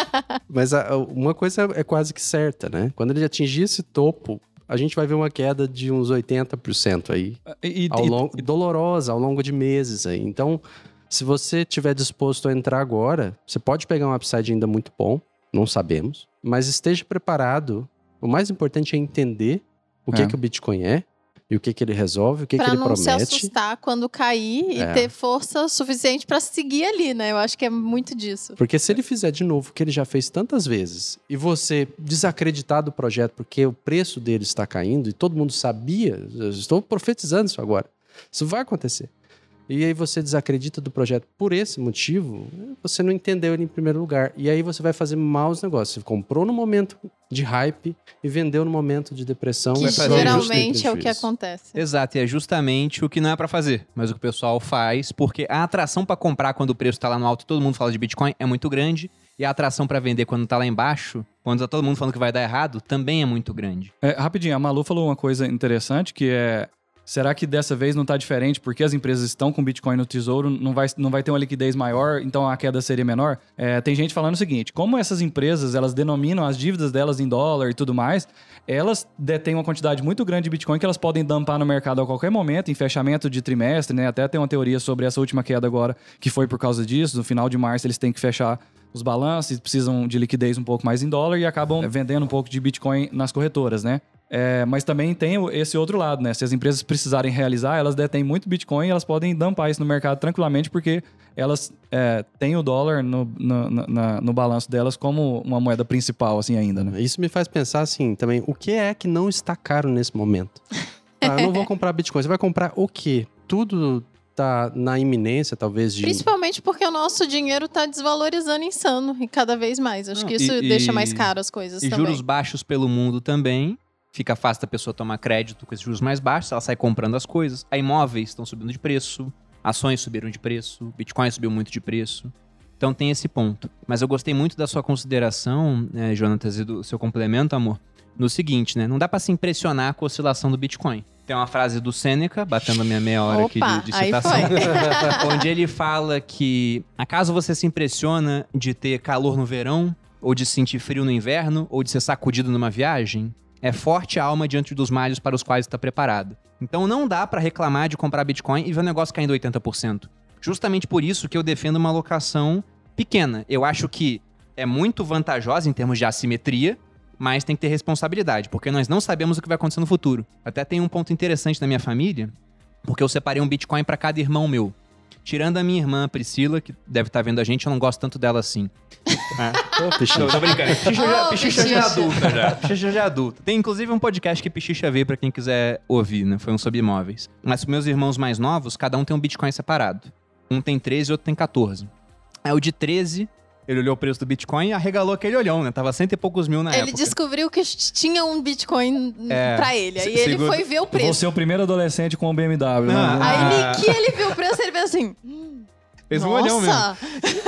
[SPEAKER 3] Mas a- a- uma coisa é quase que certa, né? Quando ele atingir esse topo, a gente vai ver uma queda de uns oitenta por cento aí,
[SPEAKER 4] E, e-
[SPEAKER 3] ao
[SPEAKER 4] e-
[SPEAKER 3] longo, dolorosa, ao longo de meses aí. Então, se você estiver disposto a entrar agora, você pode pegar um upside ainda muito bom, não sabemos, mas esteja preparado. O mais importante é entender o que,
[SPEAKER 4] É.
[SPEAKER 3] que o Bitcoin é e o que, que ele resolve, o que, que
[SPEAKER 2] Pra
[SPEAKER 3] ele
[SPEAKER 2] não se
[SPEAKER 3] promete.
[SPEAKER 2] assustar quando cair e
[SPEAKER 3] É.
[SPEAKER 2] ter força suficiente pra seguir ali, né? Eu acho que é muito disso.
[SPEAKER 3] Porque se ele fizer de novo o que ele já fez tantas vezes e você desacreditar do projeto porque o preço dele está caindo e todo mundo sabia, eu estou profetizando isso agora, isso vai acontecer. E aí você desacredita do projeto por esse motivo, você não entendeu ele em primeiro lugar. E aí você vai fazer maus negócios. Você comprou no momento de hype e vendeu no momento de depressão.
[SPEAKER 2] Que
[SPEAKER 3] vai fazer
[SPEAKER 2] geralmente
[SPEAKER 3] justo
[SPEAKER 2] é o que
[SPEAKER 3] prejuízo.
[SPEAKER 2] acontece.
[SPEAKER 1] Exato, e é justamente o que não é pra fazer, mas o que o pessoal faz, porque a atração pra comprar quando o preço tá lá no alto e todo mundo fala de Bitcoin é muito grande, e a atração pra vender quando tá lá embaixo, quando tá todo mundo falando que vai dar errado, também é muito grande.
[SPEAKER 4] É, rapidinho, a Malu falou uma coisa interessante que é será que dessa vez não está diferente porque as empresas estão com Bitcoin no tesouro, não vai, não vai ter uma liquidez maior, então a queda seria menor? É, tem gente falando o seguinte, como essas empresas, elas denominam as dívidas delas em dólar e tudo mais, elas detêm uma quantidade muito grande de Bitcoin que elas podem dumpar no mercado a qualquer momento, em fechamento de trimestre, né? Até tem uma teoria sobre essa última queda agora, que foi por causa disso, no final de março eles têm que fechar os balanços, precisam de liquidez um pouco mais em dólar e acabam vendendo um pouco de Bitcoin nas corretoras, né? É, mas também tem esse outro lado, né? Se as empresas precisarem realizar, elas detêm muito Bitcoin e elas podem dumpar isso no mercado tranquilamente porque elas é, têm o dólar no, no, na, no balanço delas como uma moeda principal, assim, ainda, né?
[SPEAKER 3] Isso me faz pensar, assim, também, o que é que não está caro nesse momento? Ah, eu não vou comprar Bitcoin. Você vai comprar o quê? Tudo tá na iminência, talvez, de...
[SPEAKER 2] Principalmente porque o nosso dinheiro tá desvalorizando insano e cada vez mais. Acho
[SPEAKER 1] Não,
[SPEAKER 2] que isso
[SPEAKER 1] e,
[SPEAKER 2] deixa
[SPEAKER 1] e,
[SPEAKER 2] mais caro as coisas
[SPEAKER 1] e
[SPEAKER 2] também.
[SPEAKER 1] juros baixos pelo mundo também. Fica fácil da pessoa tomar crédito com esses juros mais baixos, ela sai comprando as coisas. Aí imóveis estão subindo de preço, ações subiram de preço, Bitcoin subiu muito de preço. Então tem esse ponto. Mas eu gostei muito da sua consideração, né, Jonatas, e do seu complemento, amor, no seguinte, né? Não dá pra se impressionar com a oscilação do Bitcoin. Tem uma frase do Sêneca, batendo a minha meia hora
[SPEAKER 2] Opa,
[SPEAKER 1] aqui de, de
[SPEAKER 2] aí
[SPEAKER 1] citação,
[SPEAKER 2] foi.
[SPEAKER 1] onde ele fala que acaso você se impressiona de ter calor no verão, ou de sentir frio no inverno, ou de ser sacudido numa viagem, é forte a alma diante dos males para os quais está preparado. Então não dá pra reclamar de comprar Bitcoin e ver o negócio caindo oitenta por cento. Justamente por isso que eu defendo uma alocação pequena. Eu acho que é muito vantajosa em termos de assimetria, mas tem que ter responsabilidade, porque nós não sabemos o que vai acontecer no futuro. Até tem um ponto interessante na minha família, porque eu separei um Bitcoin para cada irmão meu. Tirando a minha irmã Priscila, que deve estar vendo a gente, eu não gosto tanto dela assim. É.
[SPEAKER 3] Ô, Pichicha.
[SPEAKER 1] Tô brincando. Pichicha já,
[SPEAKER 2] Ô,
[SPEAKER 1] Pichicha já é
[SPEAKER 2] Pichicha.
[SPEAKER 1] adulta já. Pichicha já é adulta. Tem inclusive um podcast que Pichicha veio pra quem quiser ouvir, né? Foi um sobre imóveis. Mas os meus irmãos mais novos, cada um tem um Bitcoin separado. Um tem treze e outro tem quatorze. Aí o de treze, ele olhou o preço do Bitcoin e arregalou aquele olhão, né? Tava cento e poucos mil na
[SPEAKER 2] Ele
[SPEAKER 1] época.
[SPEAKER 2] descobriu que tinha um Bitcoin
[SPEAKER 1] É.
[SPEAKER 2] pra ele. Aí
[SPEAKER 1] Se-
[SPEAKER 2] ele
[SPEAKER 1] segura-
[SPEAKER 2] foi ver o
[SPEAKER 4] Eu vou
[SPEAKER 2] preço.
[SPEAKER 4] ser o primeiro adolescente com um B M W,
[SPEAKER 1] Ah,
[SPEAKER 4] né?
[SPEAKER 2] Aí
[SPEAKER 1] Ah.
[SPEAKER 2] ele, que ele viu o preço, ele fez assim...
[SPEAKER 1] Fez um olhão mesmo.
[SPEAKER 2] Nossa!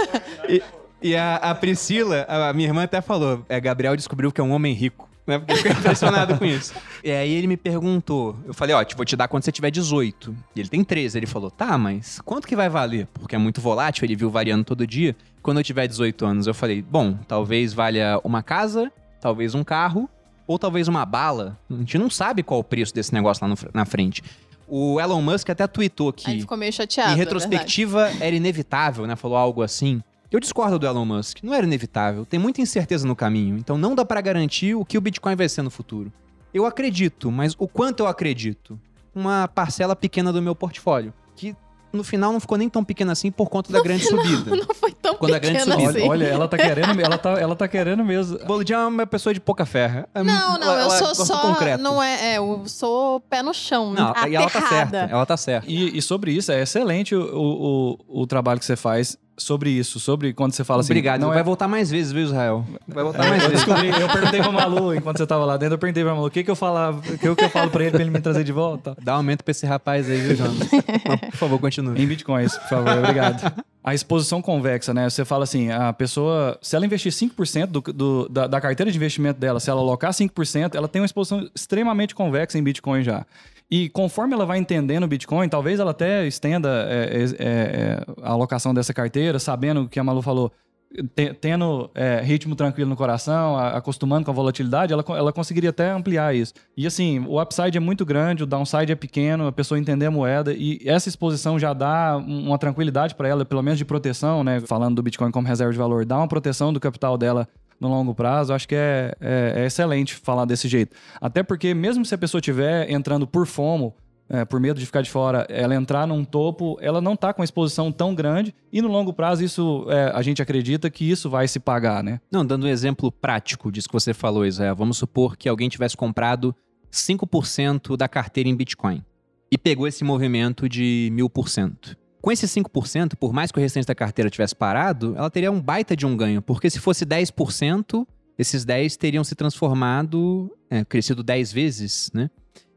[SPEAKER 1] E, e a, a Priscila, a minha irmã até falou, é, Gabriel descobriu que é um homem rico, né? Porque eu fiquei impressionado com isso. E aí ele me perguntou, eu falei, ó, te vou te dar quando você tiver dezoito. E ele tem treze. Ele falou, tá, mas quanto que vai valer? Porque é muito volátil, ele viu variando todo dia. Quando eu tiver dezoito anos, eu falei, bom, talvez valha uma casa, talvez um carro, ou talvez uma bala. A gente não sabe qual o preço desse negócio lá no, na frente. O Elon Musk até tweetou que...
[SPEAKER 2] Aí ele ficou meio chateado,
[SPEAKER 1] Em
[SPEAKER 2] é
[SPEAKER 1] retrospectiva, era inevitável, né? Falou algo assim. Eu discordo do Elon Musk. Não era inevitável. Tem muita incerteza no caminho. Então não dá pra garantir o que o Bitcoin vai ser no futuro. Eu acredito, mas o quanto eu acredito? Uma parcela pequena do meu portfólio. Que no final não ficou nem tão pequena assim por conta da grande subida.
[SPEAKER 2] Não foi tão
[SPEAKER 1] Quando a grande
[SPEAKER 2] pequeno
[SPEAKER 1] subida-
[SPEAKER 2] assim.
[SPEAKER 4] Olha, olha, ela tá querendo, ela tá, ela tá querendo mesmo.
[SPEAKER 1] Boludinho é uma pessoa de pouca fé. É-
[SPEAKER 2] Não, não,
[SPEAKER 1] ela-
[SPEAKER 2] eu
[SPEAKER 1] ela
[SPEAKER 2] sou
[SPEAKER 1] gosta do
[SPEAKER 2] só...
[SPEAKER 1] concreto.
[SPEAKER 2] Não é, é, eu sou pé no chão,
[SPEAKER 1] Não,
[SPEAKER 2] aterrada.
[SPEAKER 1] e ela tá certa. Ela tá certa.
[SPEAKER 4] E, e sobre isso, é excelente o, o, o, o trabalho que você faz sobre isso, sobre quando você fala assim...
[SPEAKER 1] Obrigado.
[SPEAKER 4] Não
[SPEAKER 1] Vai
[SPEAKER 4] é...
[SPEAKER 1] voltar mais vezes, viu, Israel? Vai voltar
[SPEAKER 4] É,
[SPEAKER 1] mais
[SPEAKER 4] eu
[SPEAKER 1] vezes.
[SPEAKER 4] descobri, eu perguntei pra Malu, enquanto você tava lá dentro, eu perguntei pra Malu, o que que eu falava, o que, que eu falo pra ele, pra ele me trazer de volta?
[SPEAKER 1] Dá um aumento pra esse rapaz aí, viu, Jonas? Por favor, continue.
[SPEAKER 4] Em bitcoins, por favor, obrigado. A exposição convexa, né? Você fala assim, a pessoa, se ela investir cinco por cento do, do, da, da carteira de investimento dela, se ela alocar cinco por cento, ela tem uma exposição extremamente convexa em Bitcoin já. E conforme ela vai entendendo o Bitcoin, talvez ela até estenda é, é, é, a alocação dessa carteira, sabendo o que a Malu falou, te- tendo é, ritmo tranquilo no coração, a- acostumando com a volatilidade, ela, co- ela conseguiria até ampliar isso. E assim, o upside é muito grande, o downside é pequeno, a pessoa entender a moeda, e essa exposição já dá um- uma tranquilidade para ela, pelo menos de proteção, né? Falando do Bitcoin como reserva de valor, dá uma proteção do capital dela no longo prazo. Acho que é, é, é excelente falar desse jeito. Até porque, mesmo se a pessoa estiver entrando por FOMO, é, por medo de ficar de fora, ela entrar num topo, ela não está com uma exposição tão grande, e no longo prazo isso, é, a gente acredita que isso vai se pagar, né?
[SPEAKER 1] Não, dando um exemplo prático disso que você falou, Israel. Vamos supor que alguém tivesse comprado cinco por cento da carteira em Bitcoin e pegou esse movimento de mil por cento. Com esses cinco por cento, por mais que o restante da carteira tivesse parado, ela teria um baita de um ganho, porque se fosse dez por cento, esses dez teriam se transformado, é, crescido dez vezes, né?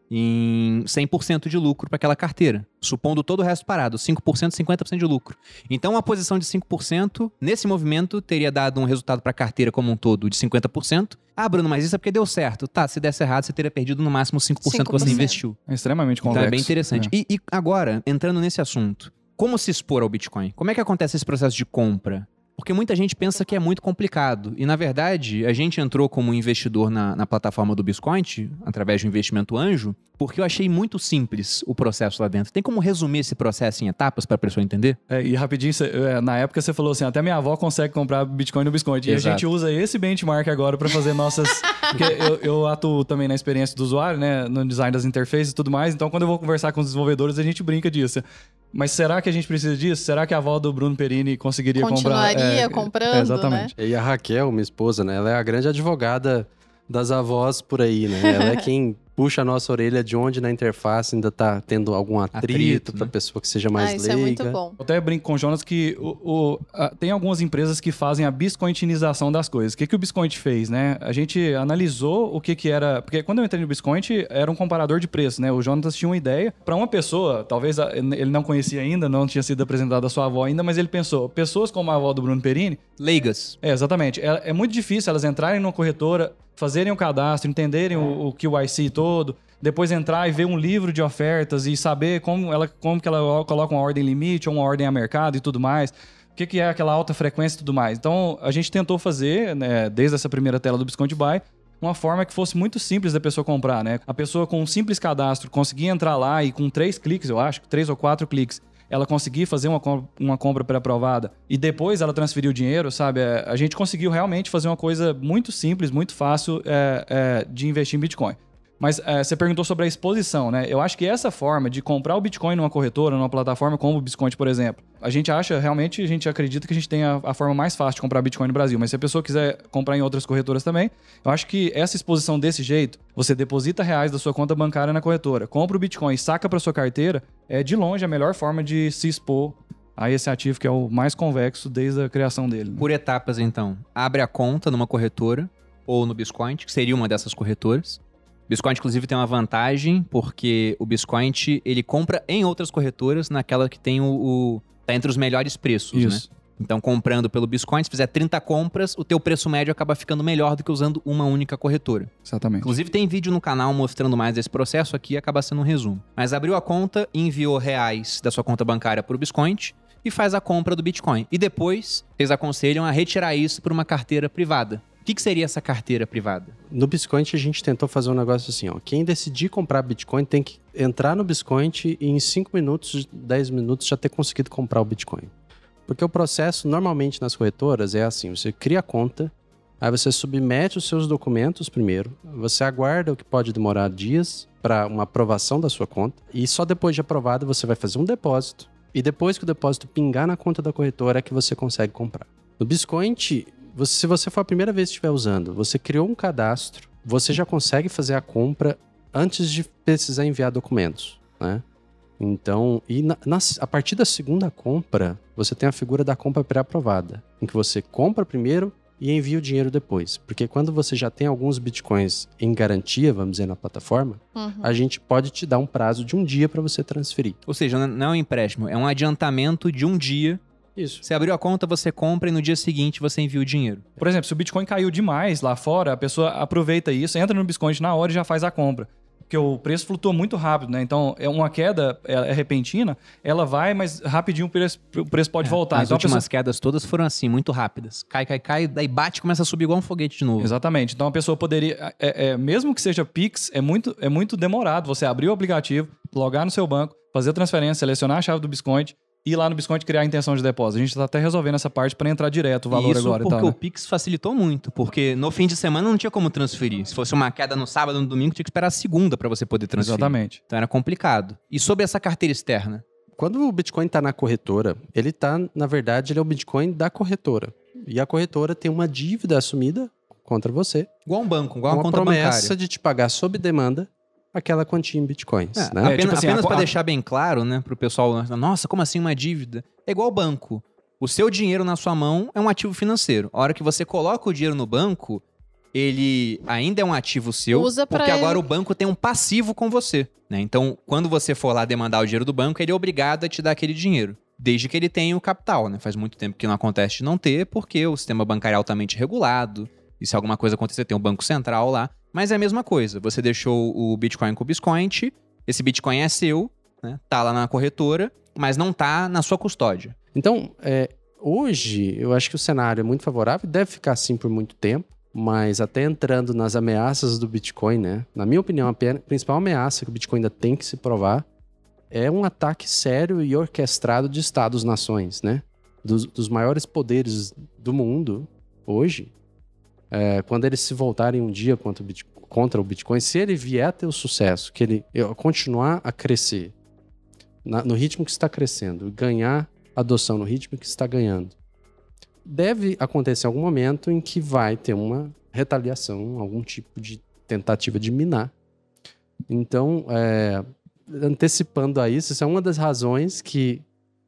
[SPEAKER 1] em cem por cento de lucro para aquela carteira, supondo todo o resto parado, cinco por cento, cinquenta por cento de lucro. Então, uma posição de cinco por cento, nesse movimento, teria dado um resultado para a carteira como um todo de cinquenta por cento. Ah, Bruno, mas isso é porque deu certo. Tá, se desse errado, você teria perdido no máximo cinco por cento que você investiu.
[SPEAKER 4] É extremamente
[SPEAKER 1] Então
[SPEAKER 4] complexo.
[SPEAKER 1] é bem interessante.
[SPEAKER 4] É.
[SPEAKER 1] E, e agora, entrando nesse assunto, como se expor ao Bitcoin? Como é que acontece esse processo de compra? Porque muita gente pensa que é muito complicado. E, na verdade, a gente entrou como investidor na, na plataforma do Biscoint, através de um investimento anjo, porque eu achei muito simples o processo lá dentro. Tem como resumir esse processo em etapas para a pessoa entender?
[SPEAKER 4] É, e rapidinho, cê, é, na época você falou assim, até minha avó consegue comprar Bitcoin no Biscoint. E
[SPEAKER 1] Exato.
[SPEAKER 4] a gente usa esse benchmark agora para fazer nossas... Porque eu, eu atuo também na experiência do usuário, né? No design das interfaces e tudo mais. Então, quando eu vou conversar com os desenvolvedores, a gente brinca disso. Mas será que a gente precisa disso? Será que a avó do Bruno Perini conseguiria
[SPEAKER 2] Continuaria
[SPEAKER 4] comprar?
[SPEAKER 2] Continuaria comprando,
[SPEAKER 4] é, exatamente.
[SPEAKER 2] né?
[SPEAKER 3] E a Raquel, minha esposa, né? Ela é a grande advogada das avós por aí, né? Ela é quem puxa a nossa orelha de onde na interface ainda tá tendo algum atrito,
[SPEAKER 1] Atrito,
[SPEAKER 3] pra
[SPEAKER 1] né?
[SPEAKER 3] pessoa que seja mais
[SPEAKER 2] Ah, isso
[SPEAKER 3] leiga.
[SPEAKER 2] é muito bom.
[SPEAKER 4] Eu até brinco com o Jonas que o, o, a, tem algumas empresas que fazem a biscointinização das coisas. O que, que o Biscoint fez, né? A gente analisou o que, que era... Porque quando eu entrei no Biscoint, era um comparador de preço, né? O Jonas tinha uma ideia. Para uma pessoa, talvez a, ele não conhecia ainda, não tinha sido apresentado a sua avó ainda, mas ele pensou, pessoas como a avó do Bruno Perini...
[SPEAKER 1] Leigas.
[SPEAKER 4] É, exatamente. É, é muito difícil elas entrarem numa corretora, fazerem o cadastro, entenderem o, o Q I C todo... Depois entrar e ver um livro de ofertas e saber como, ela, como que ela coloca uma ordem limite ou uma ordem a mercado e tudo mais. O que, que é aquela alta frequência e tudo mais. Então, a gente tentou fazer, né, desde essa primeira tela do Biscoint Buy, uma forma que fosse muito simples da pessoa comprar, né? A pessoa com um simples cadastro conseguia entrar lá e com três cliques, eu acho, três ou quatro cliques, ela conseguir fazer uma, uma compra pré-aprovada e depois ela transferir o dinheiro, sabe? É, a gente conseguiu realmente fazer uma coisa muito simples, muito fácil é, é, de investir em Bitcoin. Mas é, você perguntou sobre a exposição, né? Eu acho que essa forma de comprar o Bitcoin numa corretora, numa plataforma como o Biscoint, por exemplo, a gente acha, realmente, a gente acredita que a gente tem a, a forma mais fácil de comprar Bitcoin no Brasil. Mas se a pessoa quiser comprar em outras corretoras também, eu acho que essa exposição desse jeito, você deposita reais da sua conta bancária na corretora, compra o Bitcoin e saca para sua carteira, é de longe a melhor forma de se expor a esse ativo que é o mais convexo desde a criação dele. Né?
[SPEAKER 1] Por etapas, então. Abre a conta numa corretora ou no Biscoint, que seria uma dessas corretoras. Biscoint, inclusive, tem uma vantagem, porque o Biscoint, ele compra em outras corretoras, naquela que tem o... o tá entre os melhores preços,
[SPEAKER 4] Isso.
[SPEAKER 1] né? Então, comprando pelo Biscoint, se fizer trinta compras, o teu preço médio acaba ficando melhor do que usando uma única corretora.
[SPEAKER 4] Exatamente.
[SPEAKER 1] Inclusive, tem vídeo no canal mostrando mais desse processo, aqui acaba sendo um resumo. Mas abriu a conta, enviou reais da sua conta bancária para o Biscoint e faz a compra do Bitcoin. E depois, eles aconselham a retirar isso por uma carteira privada. O que, que seria essa carteira privada?
[SPEAKER 3] No Biscoint, a gente tentou fazer um negócio assim, ó. Quem decidir comprar Bitcoin tem que entrar no Biscoint e em cinco minutos, dez minutos, já ter conseguido comprar o Bitcoin. Porque o processo, normalmente, nas corretoras é assim. Você cria a conta, aí você submete os seus documentos primeiro, você aguarda o que pode demorar dias para uma aprovação da sua conta, e só depois de aprovado você vai fazer um depósito, e depois que o depósito pingar na conta da corretora é que você consegue comprar. No Biscoint... Você, se você for a primeira vez que estiver usando, você criou um cadastro, você já consegue fazer a compra antes de precisar enviar documentos, né? Então, e na, na, a partir da segunda compra, você tem a figura da compra pré-aprovada, em que você compra primeiro e envia o dinheiro depois. Porque quando você já tem alguns bitcoins em garantia, vamos dizer, na plataforma,
[SPEAKER 2] Uhum.
[SPEAKER 3] a gente pode te dar um prazo de um dia para você transferir.
[SPEAKER 1] Ou seja, não é um empréstimo, é um adiantamento de um dia.
[SPEAKER 3] Isso.
[SPEAKER 1] Você abriu a conta, você compra e no dia seguinte você envia o dinheiro.
[SPEAKER 4] Por exemplo, se o Bitcoin caiu demais lá fora, a pessoa aproveita isso, entra no Biscoint na hora e já faz a compra. Porque o preço flutua muito rápido, né? Então, é uma queda é, é repentina, ela vai, mas rapidinho o preço, o preço pode
[SPEAKER 1] É,
[SPEAKER 4] voltar.
[SPEAKER 1] As
[SPEAKER 4] então, a
[SPEAKER 1] últimas
[SPEAKER 4] pessoa...
[SPEAKER 1] quedas todas foram assim, muito rápidas. Cai, cai, cai, daí bate e começa a subir igual um foguete de novo.
[SPEAKER 4] Exatamente. Então, a pessoa poderia... É, é, mesmo que seja Pix, é muito, é muito demorado você abrir o aplicativo, logar no seu banco, fazer a transferência, selecionar a chave do Biscoint, ir lá no Biscoint criar a intenção de depósito. A gente está até resolvendo essa parte para entrar direto o valor
[SPEAKER 1] Isso
[SPEAKER 4] agora.
[SPEAKER 1] porque
[SPEAKER 4] e tal, né?
[SPEAKER 1] o Pix facilitou muito, porque no fim de semana não tinha como transferir. Se fosse uma queda no sábado, no domingo, tinha que esperar a segunda para você poder transferir.
[SPEAKER 4] Exatamente.
[SPEAKER 1] Então era complicado. E sobre essa carteira externa?
[SPEAKER 3] Quando o Bitcoin está na corretora, ele está, na verdade, ele é o Bitcoin da corretora. E a corretora tem uma dívida assumida contra você.
[SPEAKER 1] Igual um banco, igual uma,
[SPEAKER 3] uma
[SPEAKER 1] conta
[SPEAKER 3] promessa
[SPEAKER 1] bancária.
[SPEAKER 3] de te pagar sob demanda aquela quantia em Bitcoins,
[SPEAKER 1] É,
[SPEAKER 3] né?
[SPEAKER 1] apenas
[SPEAKER 4] É, tipo assim,
[SPEAKER 1] apenas
[SPEAKER 4] a-
[SPEAKER 1] para
[SPEAKER 4] a-
[SPEAKER 1] deixar bem claro, né, pro pessoal, nossa, como assim uma dívida? É igual banco. O seu dinheiro na sua mão é um ativo financeiro. A hora que você coloca o dinheiro no banco, ele ainda é um ativo seu,
[SPEAKER 2] Usa pra
[SPEAKER 1] porque
[SPEAKER 2] ele.
[SPEAKER 1] agora o banco tem um passivo com você, né? Então, quando você for lá demandar o dinheiro do banco, ele é obrigado a te dar aquele dinheiro, desde que ele tenha o capital, né? Faz muito tempo que não acontece de não ter, porque o sistema bancário é altamente regulado, e se alguma coisa acontecer, tem um banco central lá. Mas é a mesma coisa, você deixou o Bitcoin com o Biscoint, esse Bitcoin é seu, né? Tá lá na corretora, mas não tá na sua custódia.
[SPEAKER 3] Então, é, hoje, eu acho que o cenário é muito favorável, deve ficar assim por muito tempo, mas até entrando nas ameaças do Bitcoin, né? Na minha opinião, a principal ameaça que o Bitcoin ainda tem que se provar é um ataque sério e orquestrado de Estados-nações, né? Dos, dos maiores poderes do mundo, hoje, é, quando eles se voltarem um dia contra o, Bitcoin, contra o Bitcoin, se ele vier a ter o sucesso, que ele continuar a crescer na, no ritmo que está crescendo, ganhar adoção no ritmo que está ganhando, deve acontecer algum momento em que vai ter uma retaliação, algum tipo de tentativa de minar. Então, é, antecipando a isso, isso é uma das razões que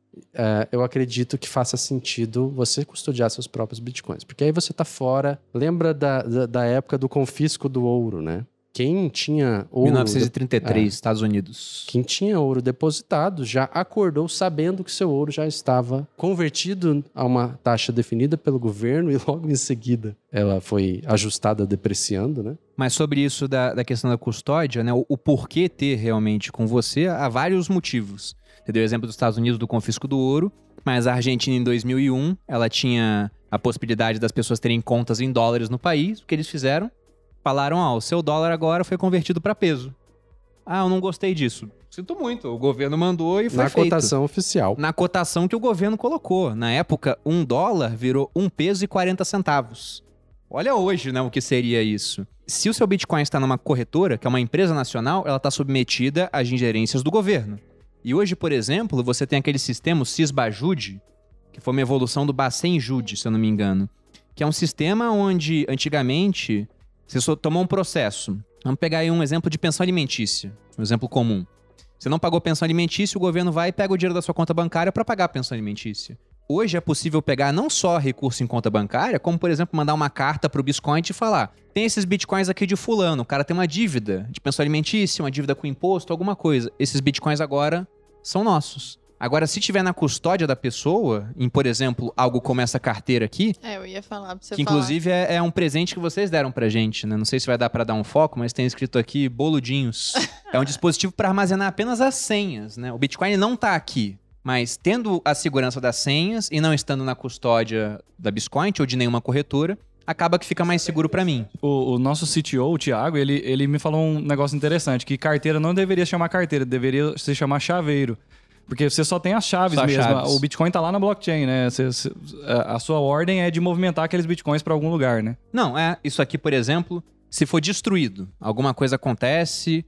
[SPEAKER 3] é, eu acredito que faça sentido você custodiar seus próprios bitcoins. Porque aí você está fora... Lembra da, da, da época do confisco do ouro, né? Quem tinha ouro...
[SPEAKER 1] mil novecentos e trinta e três,
[SPEAKER 3] é,
[SPEAKER 1] Estados Unidos.
[SPEAKER 3] Quem tinha ouro depositado já acordou sabendo que seu ouro já estava convertido a uma taxa definida pelo governo e logo em seguida ela foi ajustada depreciando, né?
[SPEAKER 1] Mas sobre isso da, da questão da custódia, né? O, o porquê ter realmente com você, há vários motivos. Você deu o exemplo dos Estados Unidos do confisco do ouro, mas a Argentina em dois mil e um, ela tinha a possibilidade das pessoas terem contas em dólares no país. O que eles fizeram? Falaram, ah, o seu dólar agora foi convertido para peso. Ah, eu não gostei disso. Sinto muito, o governo mandou e foi
[SPEAKER 3] Na
[SPEAKER 1] feito.
[SPEAKER 3] Na cotação oficial.
[SPEAKER 1] Na cotação que o governo colocou. Na época, um dólar virou um peso e quarenta centavos. Olha hoje, né, o que seria isso. Se o seu Bitcoin está numa corretora, que é uma empresa nacional, ela está submetida às ingerências do governo. E hoje, por exemplo, você tem aquele sistema, o Sysbajude, que foi uma evolução do Bacen-Jude, se eu não me engano, que é um sistema onde, antigamente... Você só tomou um processo. Vamos pegar aí um exemplo de pensão alimentícia. Um exemplo comum. Você não pagou pensão alimentícia, o governo vai e pega o dinheiro da sua conta bancária para pagar a pensão alimentícia. Hoje é possível pegar não só recurso em conta bancária, como, por exemplo, mandar uma carta para o Biscoint e falar: tem esses bitcoins aqui de fulano, o cara tem uma dívida de pensão alimentícia, uma dívida com imposto, alguma coisa. Esses bitcoins agora são nossos. Agora, se tiver na custódia da pessoa, em, por exemplo, algo como essa carteira aqui...
[SPEAKER 2] É, eu ia falar pra você
[SPEAKER 1] que,
[SPEAKER 2] falar.
[SPEAKER 1] inclusive, é, é um presente que vocês deram pra gente, né? Não sei se vai dar pra dar um foco, mas tem escrito aqui, boludinhos. É um dispositivo para armazenar apenas as senhas, né? O Bitcoin não tá aqui, mas tendo a segurança das senhas e não estando na custódia da Biscoint ou de nenhuma corretora, acaba que fica mais seguro pra mim.
[SPEAKER 4] O, o nosso C T O, o Thiago, ele, ele me falou um negócio interessante, que carteira não deveria chamar carteira, deveria se chamar chaveiro. Porque você só tem as chaves
[SPEAKER 1] Só
[SPEAKER 4] mesmo.
[SPEAKER 1] chaves.
[SPEAKER 4] O Bitcoin tá lá na blockchain, né? Você, você, a sua ordem é de movimentar aqueles Bitcoins para algum lugar, né?
[SPEAKER 1] Não, é isso aqui, por exemplo, se for destruído, alguma coisa acontece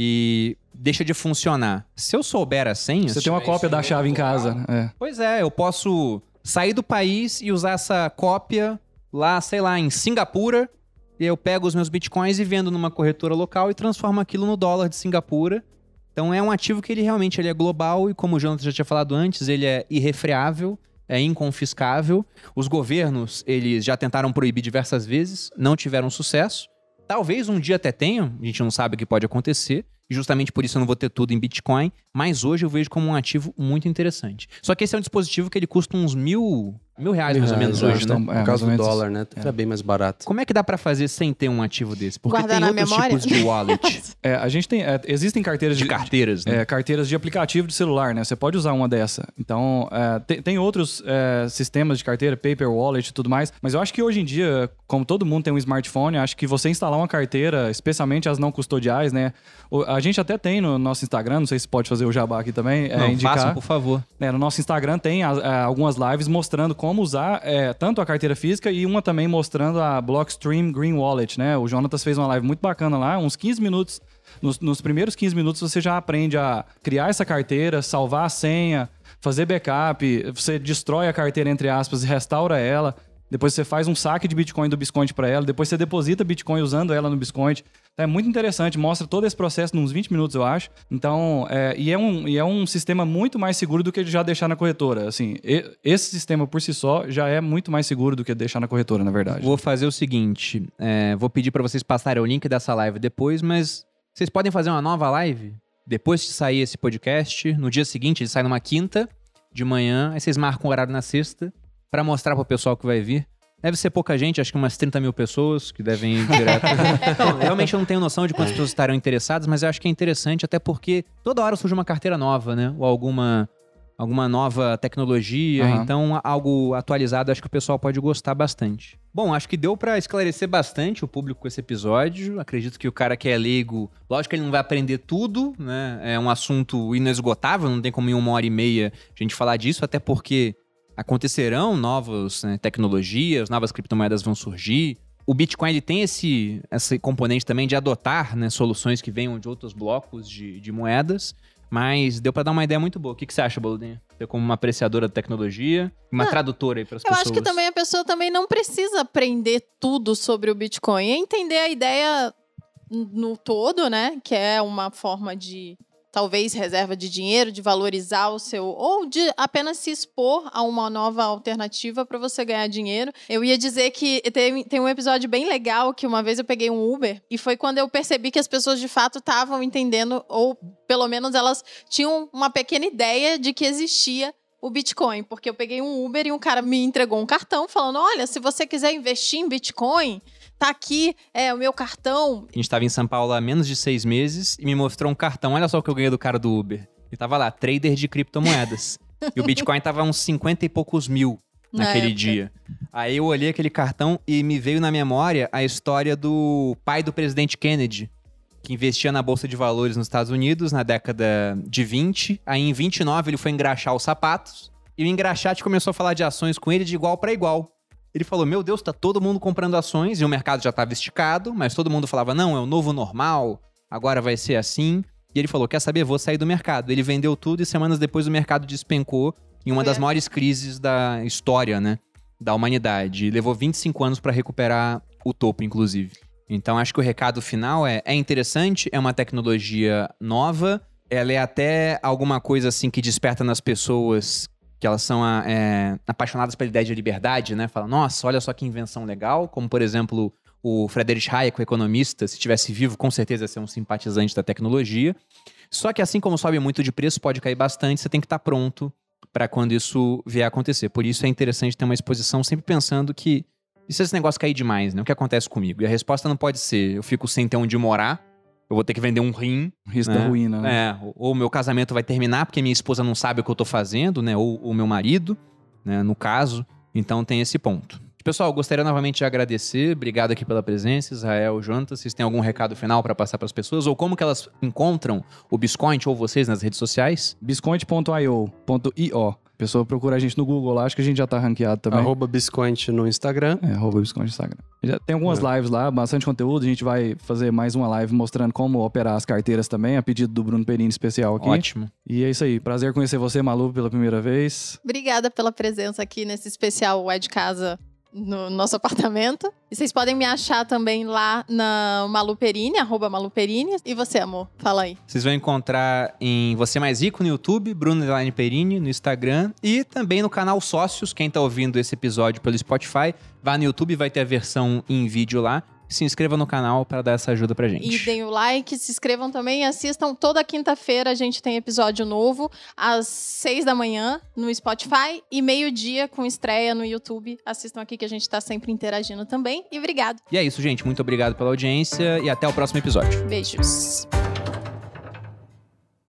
[SPEAKER 1] e deixa de funcionar. Se eu souber as senhas...
[SPEAKER 4] Você tem uma cópia da chave em casa, né? É.
[SPEAKER 1] Pois é, eu posso sair do país e usar essa cópia lá, sei lá, em Singapura, e eu pego os meus Bitcoins e vendo numa corretora local e transformo aquilo no dólar de Singapura. Então é um ativo que ele realmente ele é global e, como o Jonathan já tinha falado antes, ele é irrefreável, é inconfiscável. Os governos, eles já tentaram proibir diversas vezes, não tiveram sucesso. Talvez um dia até tenham, a gente não sabe o que pode acontecer. E justamente por isso eu não vou ter tudo em Bitcoin, mas hoje eu vejo como um ativo muito interessante. Só que esse é um dispositivo que ele custa uns mil, mil reais
[SPEAKER 3] Mil
[SPEAKER 1] mais ou
[SPEAKER 3] reais,
[SPEAKER 1] menos hoje,
[SPEAKER 3] então,
[SPEAKER 1] né?
[SPEAKER 3] Por
[SPEAKER 4] É,
[SPEAKER 3] causa
[SPEAKER 4] mais
[SPEAKER 3] do
[SPEAKER 4] ou menos
[SPEAKER 3] dólar, né? Era bem mais barato.
[SPEAKER 1] Como é que dá pra fazer sem ter um ativo desse? Porque
[SPEAKER 2] Guardar
[SPEAKER 1] tem
[SPEAKER 2] na
[SPEAKER 1] outros
[SPEAKER 2] memória?
[SPEAKER 1] tipos de wallet,
[SPEAKER 4] É, a gente tem... é, existem carteiras
[SPEAKER 1] de
[SPEAKER 4] de...
[SPEAKER 1] carteiras, né?
[SPEAKER 4] É, carteiras de aplicativo de celular, né? Você pode usar uma dessa. Então, é, tem, tem outros é, sistemas de carteira, paper wallet e tudo mais, mas eu acho que hoje em dia, como todo mundo tem um smartphone, acho que você instalar uma carteira, especialmente as não custodiais, né? O- A gente até tem no nosso Instagram, não sei se pode fazer o jabá aqui também, é,
[SPEAKER 1] Não,
[SPEAKER 4] indicar.
[SPEAKER 1] façam, por favor.
[SPEAKER 4] É, no nosso Instagram tem a- a- algumas lives mostrando como usar é, tanto a carteira física e uma também mostrando a Blockstream Green Wallet, né? O Jonatas fez uma live muito bacana lá, uns quinze minutos. Nos, nos primeiros quinze minutos você já aprende a criar essa carteira, salvar a senha, fazer backup, você destrói a carteira, entre aspas, e restaura ela. depois você faz um saque de Bitcoin do Biscoint para ela, depois você deposita Bitcoin usando ela no Biscoint. Então é muito interessante, mostra todo esse processo em uns vinte minutos, eu acho. Então, é, e, é um, e é um sistema muito mais seguro do que já deixar na corretora. Assim, e, esse sistema por si só já é muito mais seguro do que deixar na corretora, na verdade.
[SPEAKER 1] Vou fazer o seguinte, é, vou pedir para vocês passarem o link dessa live depois, mas vocês podem fazer uma nova live depois de sair esse podcast. No dia seguinte, ele sai numa quinta de manhã, aí vocês marcam o horário na sexta para mostrar pro pessoal que vai vir. Deve ser pouca gente, acho que umas trinta mil pessoas que devem ir direto. Não, realmente eu não tenho noção de quantas pessoas estarão interessadas, mas eu acho que é interessante, até porque toda hora surge uma carteira nova, né? Ou alguma, alguma nova tecnologia,
[SPEAKER 4] Uhum.
[SPEAKER 1] então algo atualizado, acho que o pessoal pode gostar bastante. Bom, acho que deu pra esclarecer bastante o público com esse episódio. Acredito que o cara que é leigo, lógico que ele não vai aprender tudo, né? É um assunto inesgotável, não tem como em uma hora e meia a gente falar disso, até porque acontecerão novas, né, tecnologias, novas criptomoedas vão surgir. O Bitcoin ele tem esse, esse componente também de adotar, né, soluções que venham de outros blocos de, de moedas, mas deu pra dar uma ideia muito boa. O que, que você acha, Boludinha? Você como uma apreciadora da tecnologia, uma
[SPEAKER 2] Ah,
[SPEAKER 1] tradutora aí pras
[SPEAKER 2] Eu
[SPEAKER 1] pessoas.
[SPEAKER 2] acho que também a pessoa também não precisa aprender tudo sobre o Bitcoin. É entender a ideia no todo, né? Que é uma forma de, talvez, reserva de dinheiro, de valorizar o seu... Ou de apenas se expor a uma nova alternativa para você ganhar dinheiro. Eu ia dizer que tem, tem um episódio bem legal que uma vez eu peguei um Uber e foi quando eu percebi que as pessoas de fato estavam entendendo, ou pelo menos elas tinham uma pequena ideia de que existia o Bitcoin, porque eu peguei um Uber e um cara me entregou um cartão falando, olha, se você quiser investir em Bitcoin, tá aqui é, o meu cartão.
[SPEAKER 1] A gente tava em São Paulo há menos de seis meses e me mostrou um cartão. Olha só o que eu ganhei do cara do Uber. E tava lá, trader de criptomoedas. E o Bitcoin tava uns cinquenta e poucos mil
[SPEAKER 2] Na
[SPEAKER 1] naquele
[SPEAKER 2] época.
[SPEAKER 1] dia. Aí eu olhei aquele cartão e me veio na memória a história do pai do presidente Kennedy, que investia na Bolsa de Valores nos Estados Unidos na década de vinte. Aí em vinte e nove ele foi engraxar os sapatos. E o engraxate começou a falar de ações com ele de igual para igual. Ele falou, meu Deus, tá todo mundo comprando ações e o mercado já estava esticado, mas todo mundo falava, não, é o novo normal, agora vai ser assim. E ele falou, quer saber, vou sair do mercado. Ele vendeu tudo e semanas depois o mercado despencou em uma
[SPEAKER 2] Foi
[SPEAKER 1] das
[SPEAKER 2] a-
[SPEAKER 1] maiores crises da história, né, da humanidade. E levou vinte e cinco anos para recuperar o topo, inclusive. Então acho que o recado final é, é interessante, é uma tecnologia nova, ela é até alguma coisa assim que desperta nas pessoas que elas são é, apaixonadas pela ideia de liberdade, né? Falam, nossa, olha só que invenção legal. Como, por exemplo, o Friedrich Hayek, o economista, se estivesse vivo, com certeza ia ser um simpatizante da tecnologia. Só que assim como sobe muito de preço, pode cair bastante, você tem que estar pronto para quando isso vier a acontecer. Por isso é interessante ter uma exposição sempre pensando que e se esse negócio cair demais, né? O que acontece comigo? E a resposta não pode ser, eu fico sem ter onde morar, eu vou ter que vender um rim,
[SPEAKER 4] Risco
[SPEAKER 1] né?
[SPEAKER 4] da ruína, né?
[SPEAKER 1] É, ou o meu casamento vai terminar porque minha esposa não sabe o que eu tô fazendo, né? Ou o meu marido, né? No caso. Então tem esse ponto. Pessoal, gostaria novamente de agradecer. Obrigado aqui pela presença, Israel, Jonathan. Vocês têm algum recado final para passar para as pessoas? Ou como que elas encontram o Biscoint ou vocês nas redes sociais?
[SPEAKER 4] Biscoint ponto i o ponto i o. A pessoa procura a gente no Google lá, acho que a gente já tá ranqueado também.
[SPEAKER 3] Arroba Biscoint no Instagram.
[SPEAKER 4] É, arroba Biscoint no Instagram. Já tem algumas
[SPEAKER 3] É.
[SPEAKER 4] lives lá, bastante conteúdo. A gente vai fazer mais uma live mostrando como operar as carteiras também, a pedido do Bruno Perini especial aqui.
[SPEAKER 1] Ótimo.
[SPEAKER 4] E é isso aí. Prazer conhecer você, Malu, pela primeira vez.
[SPEAKER 2] Obrigada pela presença aqui nesse especial É de Casa no nosso apartamento. E vocês podem me achar também lá na Malu Perini, arroba Malu Perini. E você, amor? Fala aí.
[SPEAKER 1] Vocês vão encontrar em Você Mais Rico no YouTube, Bruno Underline Perini no Instagram e também no canal Sócios. Quem tá ouvindo esse episódio pelo Spotify, vá no YouTube, vai ter a versão em vídeo lá. Se inscreva no canal para dar essa ajuda pra gente.
[SPEAKER 2] E deem o like, se inscrevam também e assistam. Toda quinta-feira a gente tem episódio novo, às seis da manhã, no Spotify, e meio-dia com estreia no YouTube. Assistam aqui que a gente tá sempre interagindo também. E obrigado.
[SPEAKER 1] E é isso, gente. Muito obrigado pela audiência e até o próximo episódio.
[SPEAKER 2] Beijos.